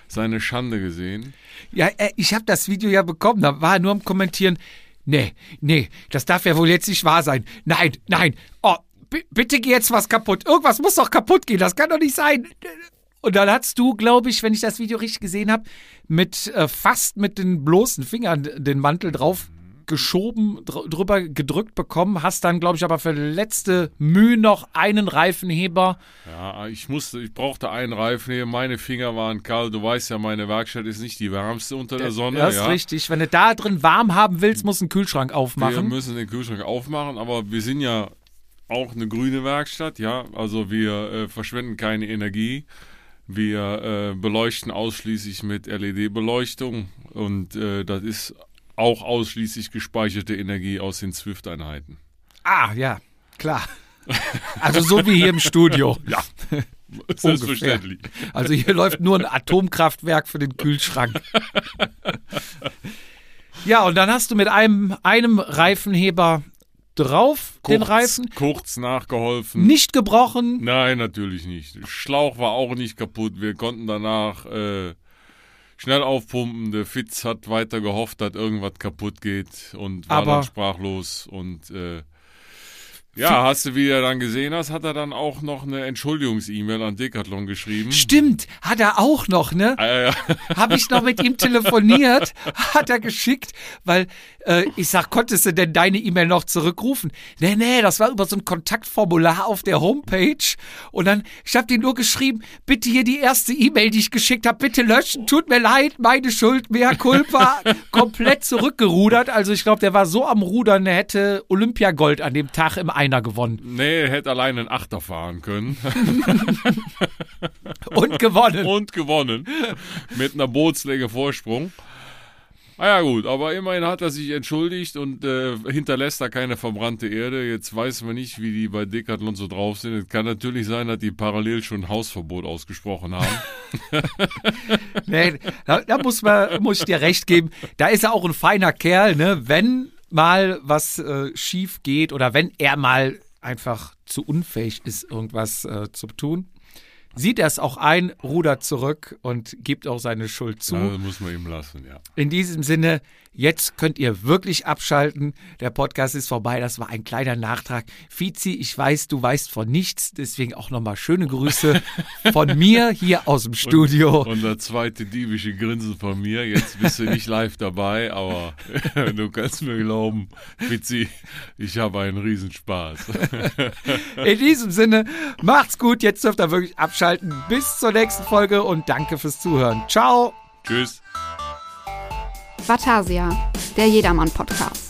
seine Schande gesehen. Ja, äh, ich habe das Video ja bekommen, da war er nur am Kommentieren, nee, nee, das darf ja wohl jetzt nicht wahr sein. Nein, nein, oh, b- bitte geh jetzt was kaputt. Irgendwas muss doch kaputt gehen, das kann doch nicht sein. Und dann hast du, glaube ich, wenn ich das Video richtig gesehen habe, mit äh, fast mit den bloßen Fingern den Mantel drauf geschoben, dr- drüber gedrückt bekommen, hast dann, glaube ich, aber für letzte Mühe noch einen Reifenheber. Ja, ich musste, ich brauchte einen Reifenheber, meine Finger waren kalt. Du weißt ja, meine Werkstatt ist nicht die wärmste unter der Sonne. Das ist ja. richtig. Wenn du da drin warm haben willst, musst du einen Kühlschrank Wir aufmachen. müssen den Kühlschrank aufmachen, aber wir sind ja auch eine grüne Werkstatt, ja. Also wir äh, verschwenden keine Energie. Wir äh, beleuchten ausschließlich mit L E D-Beleuchtung und äh, das ist auch ausschließlich gespeicherte Energie aus den Swift-Einheiten. Ah, ja, klar. Also so wie hier im Studio. Ja, selbstverständlich. Also hier läuft nur ein Atomkraftwerk für den Kühlschrank. Ja, und dann hast du mit einem, einem Reifenheber drauf Kurz, den Reifen. Kurz nachgeholfen. Nicht gebrochen. Nein, natürlich nicht. Der Schlauch war auch nicht kaputt. Wir konnten danach äh, schnell aufpumpen. Der Fitz hat weiter gehofft, dass irgendwas kaputt geht und war Aber dann sprachlos. Und äh, ja, hast du, wie er dann gesehen hast, hat er dann auch noch eine Entschuldigungs-E-Mail an Decathlon geschrieben. Stimmt, hat er auch noch, ne? Ah, ja, ja. Habe ich noch mit ihm telefoniert, hat er geschickt, weil äh, ich sag, konntest du denn deine E-Mail noch zurückrufen? Nee, nee, das war über so ein Kontaktformular auf der Homepage und dann, ich habe dir nur geschrieben, bitte hier die erste E-Mail, die ich geschickt habe, bitte löschen, tut mir leid, meine Schuld, mea culpa, komplett zurückgerudert, also ich glaube, der war so am Rudern, der hätte Olympiagold an dem Tag im Einer gewonnen. Nee, er hätte alleine einen Achter fahren können. Und gewonnen. Und gewonnen. Mit einer Bootslänge Vorsprung. Ah ja gut, aber immerhin hat er sich entschuldigt und äh, hinterlässt da keine verbrannte Erde. Jetzt weiß man nicht, wie die bei Decathlon so drauf sind. Es kann natürlich sein, dass die parallel schon Hausverbot ausgesprochen haben. Nee, da, da muss, man, muss ich dir recht geben. Da ist er auch ein feiner Kerl, ne? Wenn mal was äh, schief geht oder wenn er mal einfach zu unfähig ist, irgendwas äh, zu tun, sieht er es auch ein, rudert zurück und gibt auch seine Schuld zu. Ja, das muss man ihm lassen, ja. In diesem Sinne, jetzt könnt ihr wirklich abschalten. Der Podcast ist vorbei. Das war ein kleiner Nachtrag. Fizi, ich weiß, du weißt von nichts. Deswegen auch nochmal schöne Grüße von mir hier aus dem Studio. Und, und das zweite diebische Grinsen von mir. Jetzt bist du nicht live dabei, aber du kannst mir glauben, Fizi, ich habe einen Riesenspaß. In diesem Sinne, macht's gut. Jetzt dürft ihr wirklich abschalten. Bis zur nächsten Folge und danke fürs Zuhören. Ciao. Tschüss. Vatasia, der Jedermann-Podcast.